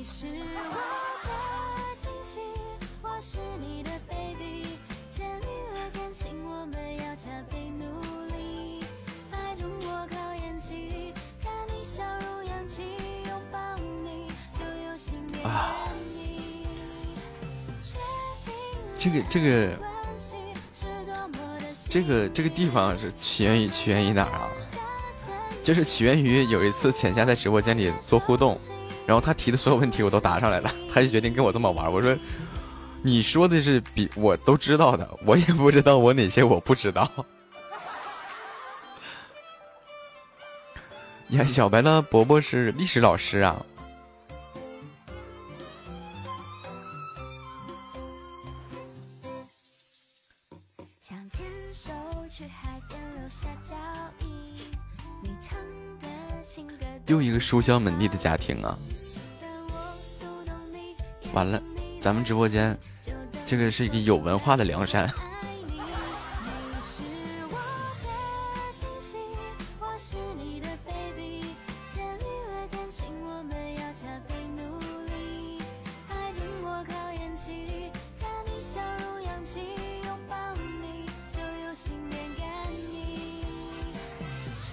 啊，这个这个这个这个地方是起源于起源于哪儿啊？就是起源于有一次浅夏在直播间里做互动，然后他提的所有问题我都答上来了，他就决定跟我这么玩。我说你说的是比我都知道的，我也不知道我哪些我不知道。呀，小白的伯伯是历史老师啊。又一个书香门第的家庭啊！完了，咱们直播间这个是一个有文化的梁山。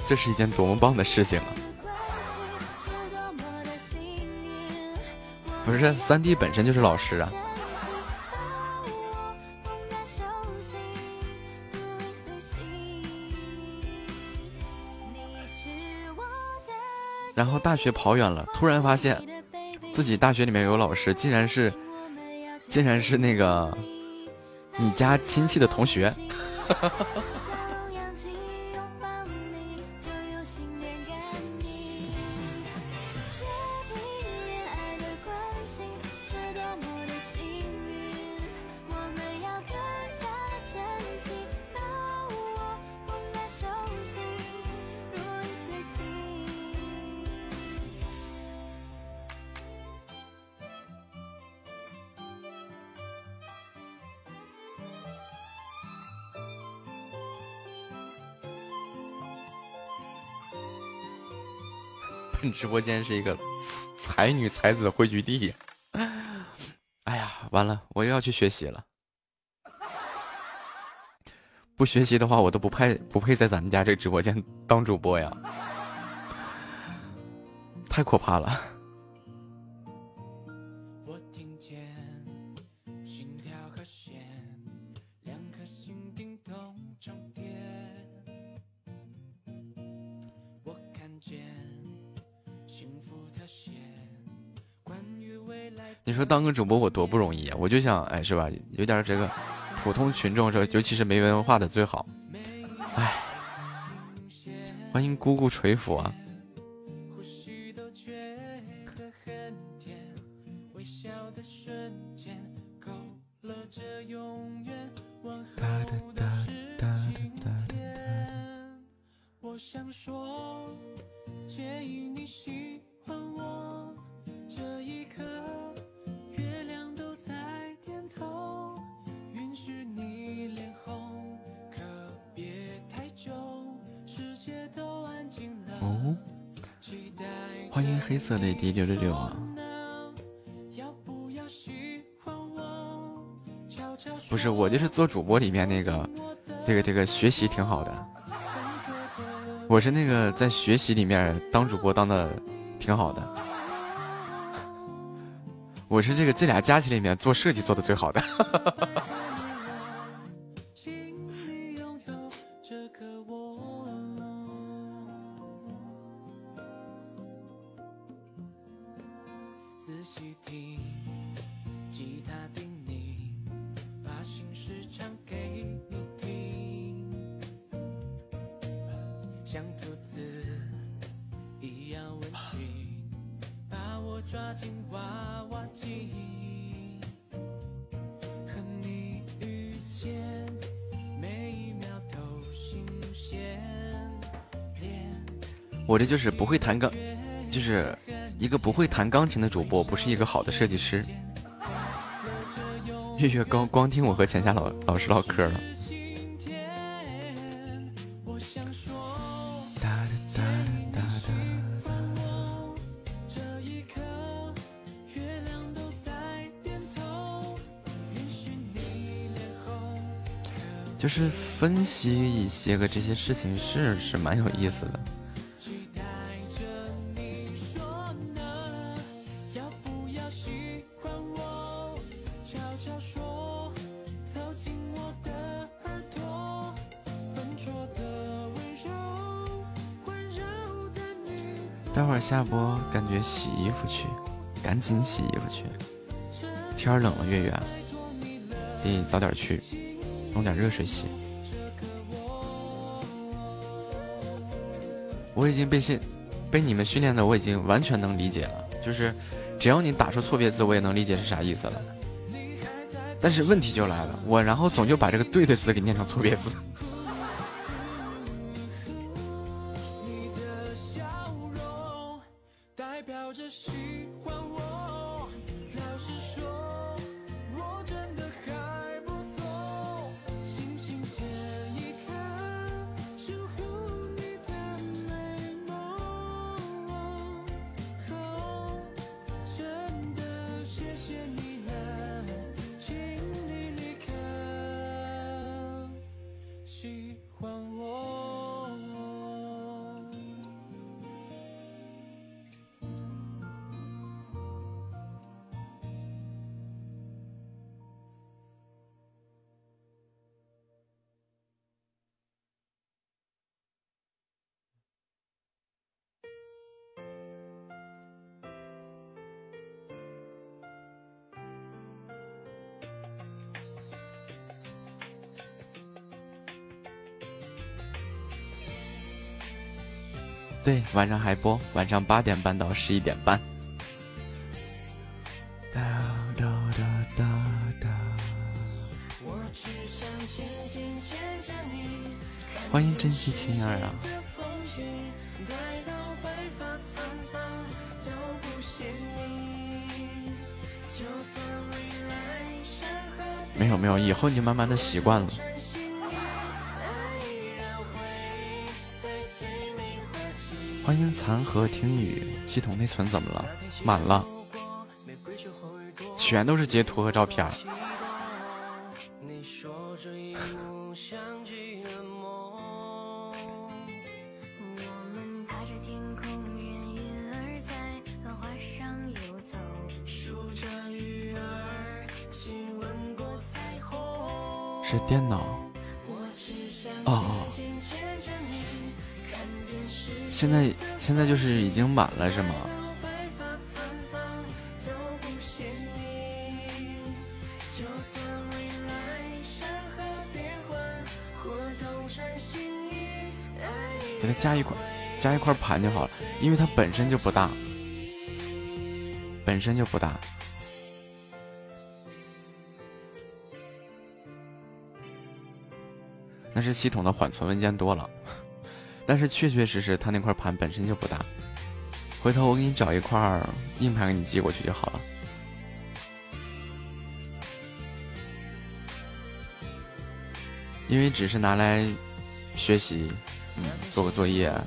这是一件多么棒的事情啊！不是三弟本身就是老师啊。然后大学跑远了，突然发现自己大学里面有老师，竟然是，竟然是那个你家亲戚的同学。直播间是一个才女才子汇聚地。哎呀，完了，我又要去学习了。不学习的话，我都不配不配在咱们家这个直播间当主播呀，太可怕了。 我听见心跳和弦，两颗心叮咚重叠。我看见。 你说当个主播我多不容易啊！我就想，哎，是吧？有点这个普通群众，说尤其是没文化的最好。哎，欢迎姑姑垂抚啊！ 我想说，介意你喜欢我，这一刻月亮都在点头，允许你脸红，可别太久，世界都安静了。 哦，欢迎黑色泪滴六六六啊！不是，我就是做主播里面那个，这个这个学习挺好的。我是那个在学习里面当主播当的挺好的，我是这个这俩加起里面做设计做的最好的。我这就是不会弹钢，就是一个不会弹钢琴的主播，不是一个好的设计师。月月光光听我和钱夏老老师唠嗑了。就是分析一些个这些事情是是蛮有意思的。待会儿下播，感觉洗衣服去，赶紧洗衣服去。天冷了，月月，得早点去，弄点热水洗。我已经被训，被你们训练的，我已经完全能理解了。就是只要你打出错别字，我也能理解是啥意思了。但是问题就来了，我然后总就把这个对的字给念成错别字。 对，晚上还播，晚上八点半到十一点半。哒哒哒哒哒。欢迎珍惜晴儿啊！没有没有，以后你就慢慢的习惯了。欢迎残荷听雨，系统内存怎么了？满了，全都是截图和照片。是电脑。哦哦。现在现在就是已经满了是吗？给它加一块加一块盘就好了，因为它本身就不大，本身就不大。那是系统的缓存文件多了。但是确确实实它那块盘本身就不大，回头我给你找一块硬盘给你寄过去就好了。因为只是拿来学习，嗯，做个作业。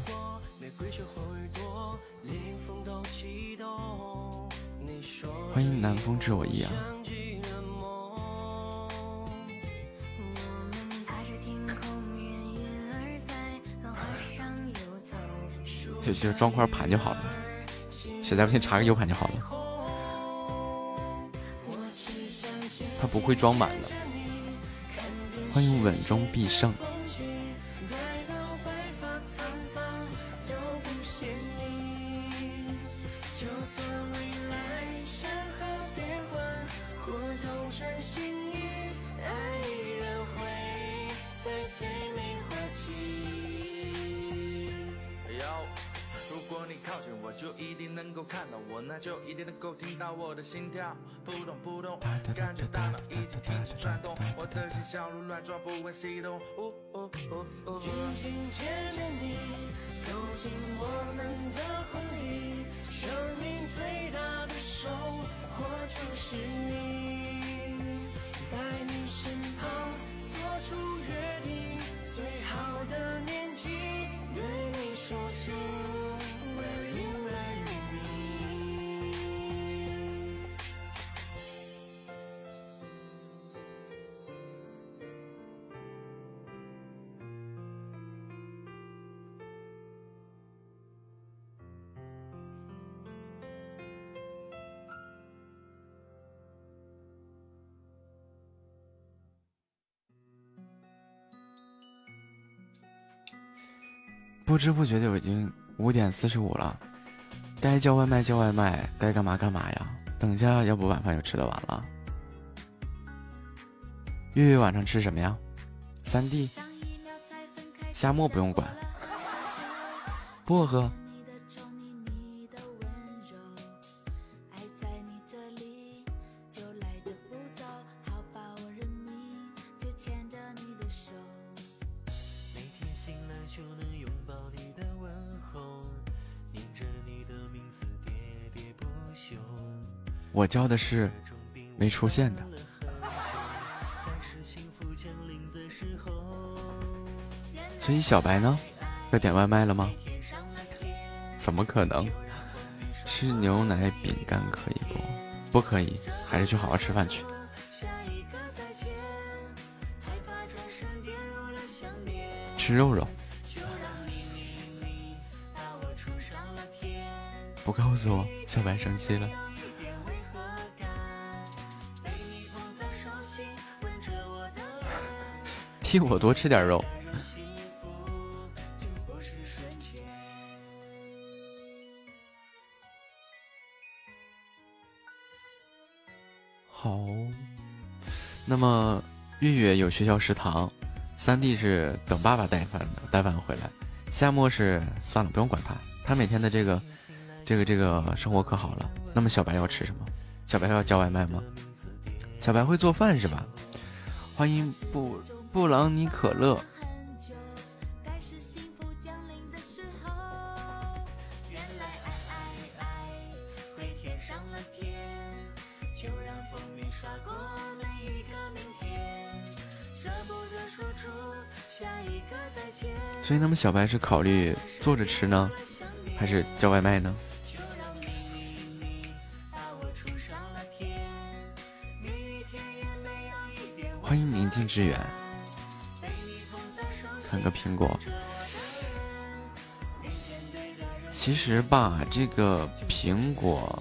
欢迎南风知我意啊。就就装块盘就好了，实在不行插个 U 盘就好了。它不会装满的。欢迎稳中必胜。 小鹿乱撞，不问西东。紧紧牵着你，走进我们的婚礼。生命最大的收获就是你，在你身旁做出约定，最好的年纪对你说出 Will you marry me。 不知不觉就已经五点四十五了，该叫外卖叫外卖，该干嘛干嘛呀。等一下，要不晚饭就吃得晚了。月月晚上吃什么呀？三弟，夏末不用管。薄荷。我教的是没出现的。所以小白呢？要点外卖了吗？怎么可能？吃牛奶饼干可以不？不可以，还是去好好吃饭去。吃肉肉。不告诉我，小白生气了。替我多吃点肉。好，那么月月有学校食堂，三弟是等爸爸带饭的，带饭回来， 夏末是算了，不用管他，他每天的这个这个这个生活可好了。那么小白要吃什么？小白要叫外卖吗？小白会做饭是吧？欢迎布布朗尼可乐。所以那么小白是考虑坐着吃呢，还是叫外卖呢？欢迎宁静致远，看个苹果。其实吧，这个苹果，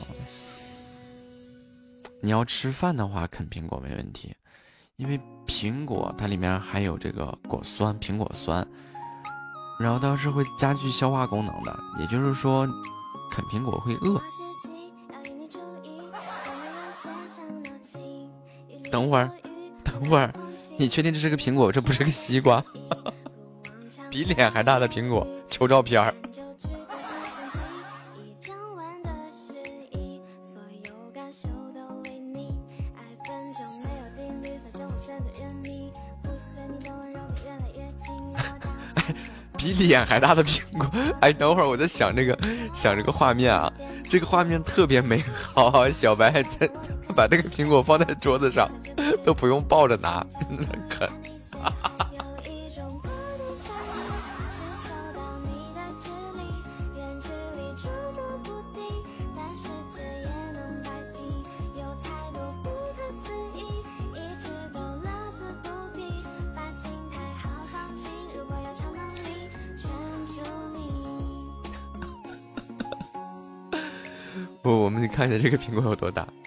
你要吃饭的话，啃苹果没问题，因为苹果它里面含有这个果酸，苹果酸，然后它是会加剧消化功能的，也就是说，啃苹果会饿。等会儿，等会儿，你确定这是个苹果，这不是个西瓜？比脸还大的苹果，求照片儿。比脸还大的苹果，哎，等会儿我在想这个，想这个画面啊，这个画面特别美好。小白还在把这个苹果放在桌子上，都不用抱着拿，啃。不，我们看一下这个苹果有多大。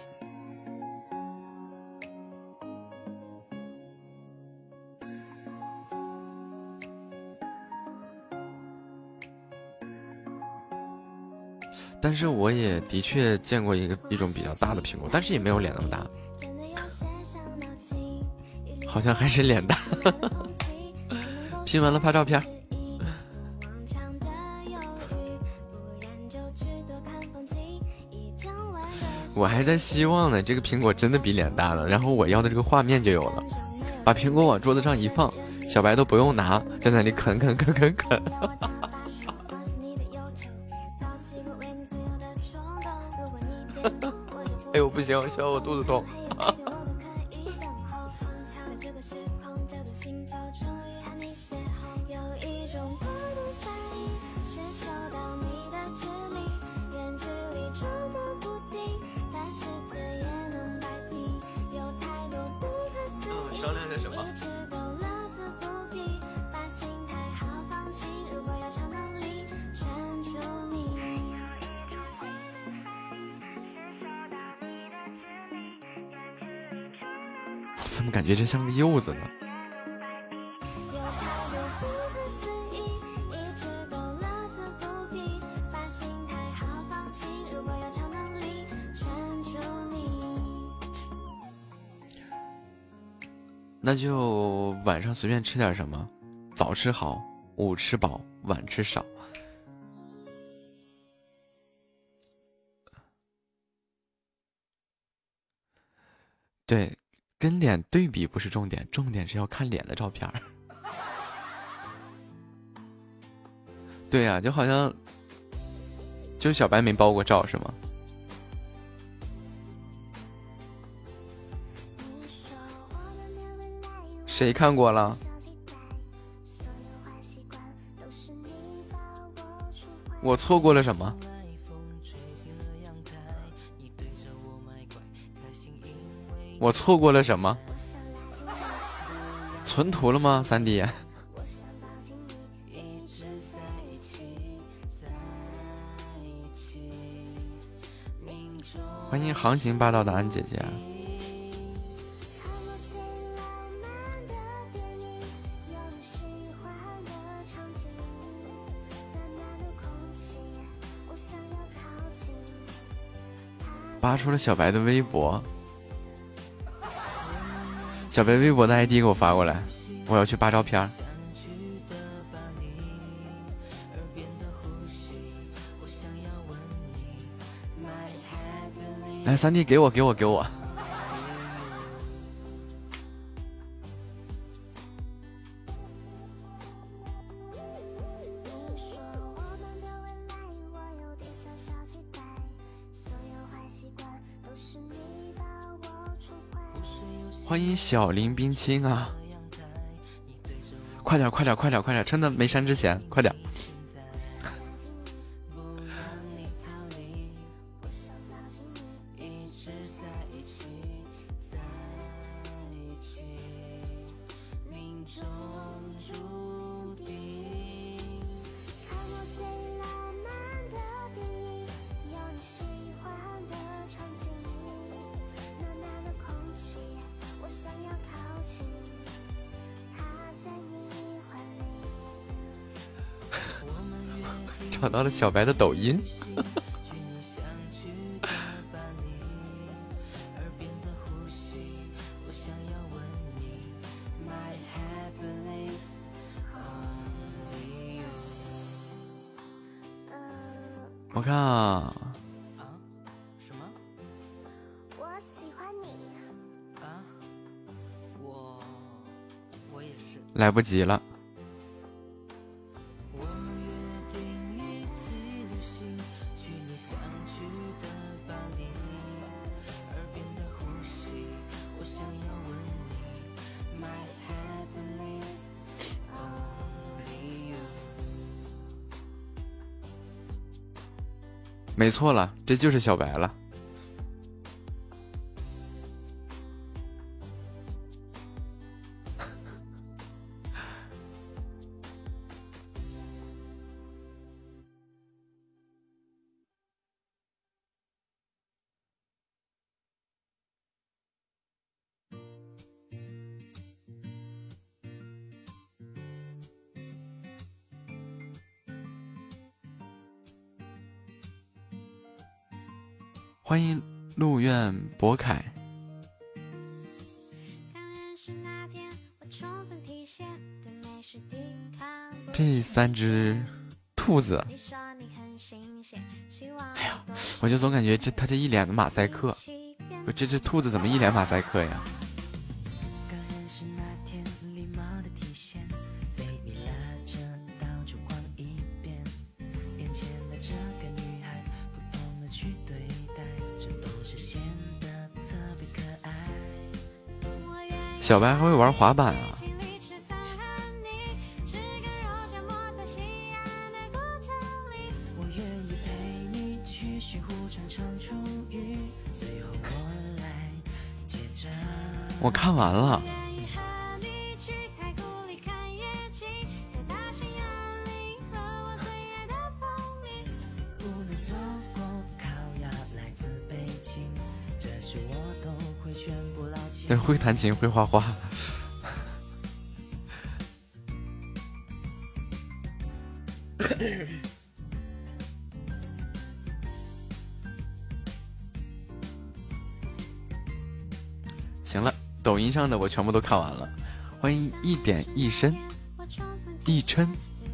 但是我也的确见过一个一种比较大的苹果，但是也没有脸那么大，好像还是脸大。拼完了拍照片。我还在希望呢，这个苹果真的比脸大呢，然后我要的这个画面就有了。把苹果往桌子上一放，小白都不用拿，在那里啃啃啃啃啃。哎呦不行，笑我肚子痛。怎么感觉这像个柚子呢？那就晚上随便吃点什么，早吃好，午吃饱，晚吃少。对。跟脸对比不是重点，重点是要看脸的照片。对呀、啊，就好像就小白没包过照是吗？谁看过了？我错过了什么？我错过了什么？存图了吗？三弟，欢迎航行霸道的安姐姐。扒出了小白的微博。小白微博的 I D 给我发过来，我要去扒照片。 来，三弟给我给我给我。欢迎小林冰清啊！快点快点快点快点，趁他没删之前，快点！找到了小白的抖音。我看啊， 什么？我喜欢你啊！我我也是。 来不及了。没错了，这就是小白了。欢迎陆苑博凯。这三只兔子，哎呀，我就总感觉这他这一脸的马赛克，我这只兔子怎么一脸马赛克呀？小白还会玩滑板啊！我看完了。对，会弹琴，会画画。行了，抖音上的我全部都看完了。欢迎一点一身一琛。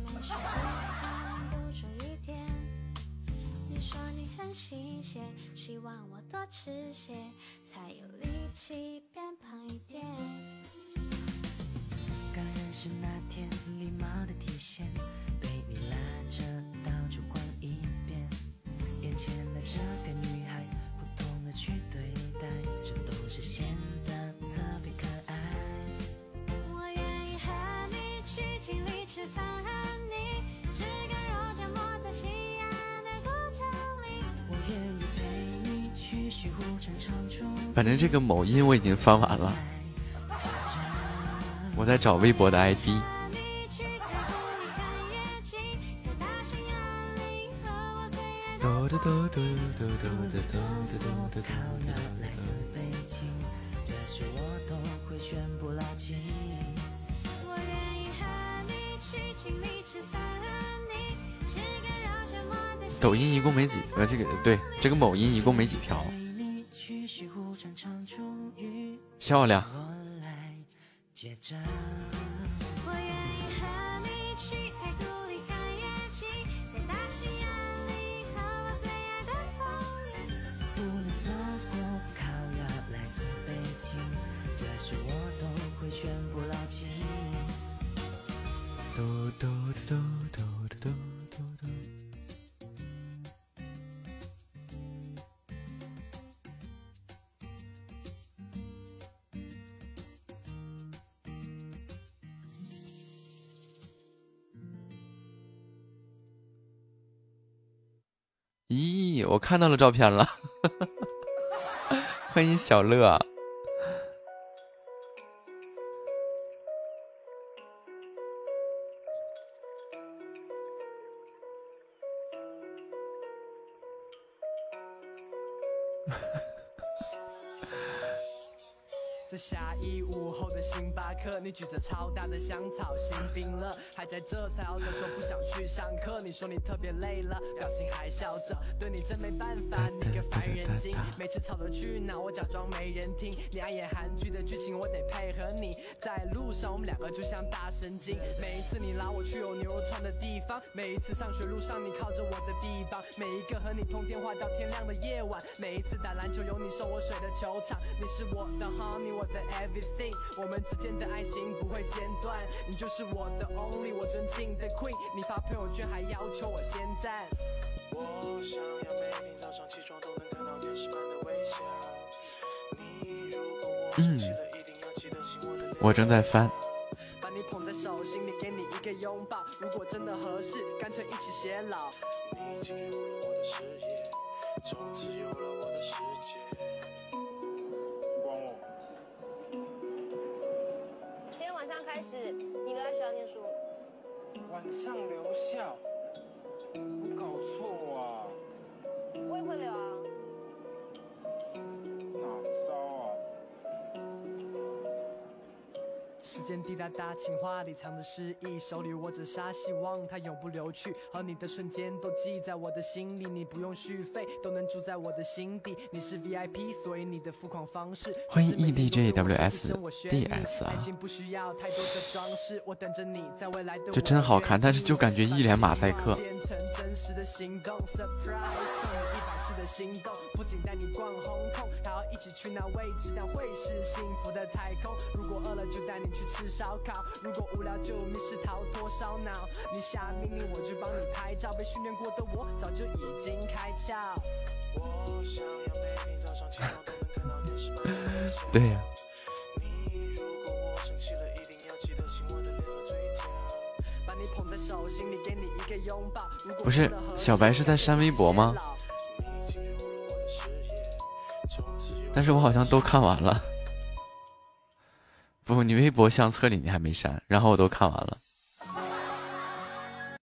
反正这个某音我已经翻完了，我在找微博的 I D。抖音一共没几呃，这个对，这个某音一共没几条。漂亮。 以，我看到了照片了。欢迎小乐。 在下一午后的星巴克，你举着超大的香草，心冰了，还在这才熬的说不想去上课。你说你特别累了，表情还笑着，对你真没办法，你个烦人精。每次吵着去哪，我假装没人听。你爱演韩剧的剧情，我得配合你。在路上，我们两个就像大神经。每一次你拉我去有牛串的地方，每一次上学路上你靠着我的臂膀，每一个和你通电话到天亮的夜晚，每一次打篮球有你送我水的球场。你是我的 honey， 我的 everything， 我们之间的爱情不会间断，你就是我的 only， 我尊敬的 queen， 你发朋友圈还要求我先赞。 我想要每天早上起床都能看到天使般的微笑。你如果我生气了，一定要记得亲我的脸。 我正在翻。 把你捧在手心里，给你一个拥抱。如果真的合适，干脆一起偕老。 你进入了我的视野，从此有了我的世界。 关我。今天晚上开始，你留在学校念书。 晚上留校？搞错啊！ 我也会留啊。 哪招啊？ 时间滴答答，情话里藏着诗意，手里握着沙，希望它永不流去。和你的瞬间都记在我的心里，你不用续费，都能住在我的心底。你是 V I P， 所以你的付款方式。 欢迎 E D J W S D S 啊！就真好看，但是就感觉一脸马赛克。 的心动，不仅带你逛红空，还要一起去那未知但会是幸福的太空。如果饿了就带你去吃烧烤，如果无聊就密室逃脱烧脑。你下命令我就帮你拍照，被训练过的我早就已经开窍。 我想要每天早上起床都能看到电视般的微笑。 对呀、啊。 你如果我生气了，一定要记得亲我的脸和嘴角。 把你捧在手心里，给你一个拥抱。 不是，小白是在删微博吗？但是我好像都看完了。不，你微博相册里你还没删，然后我都看完了。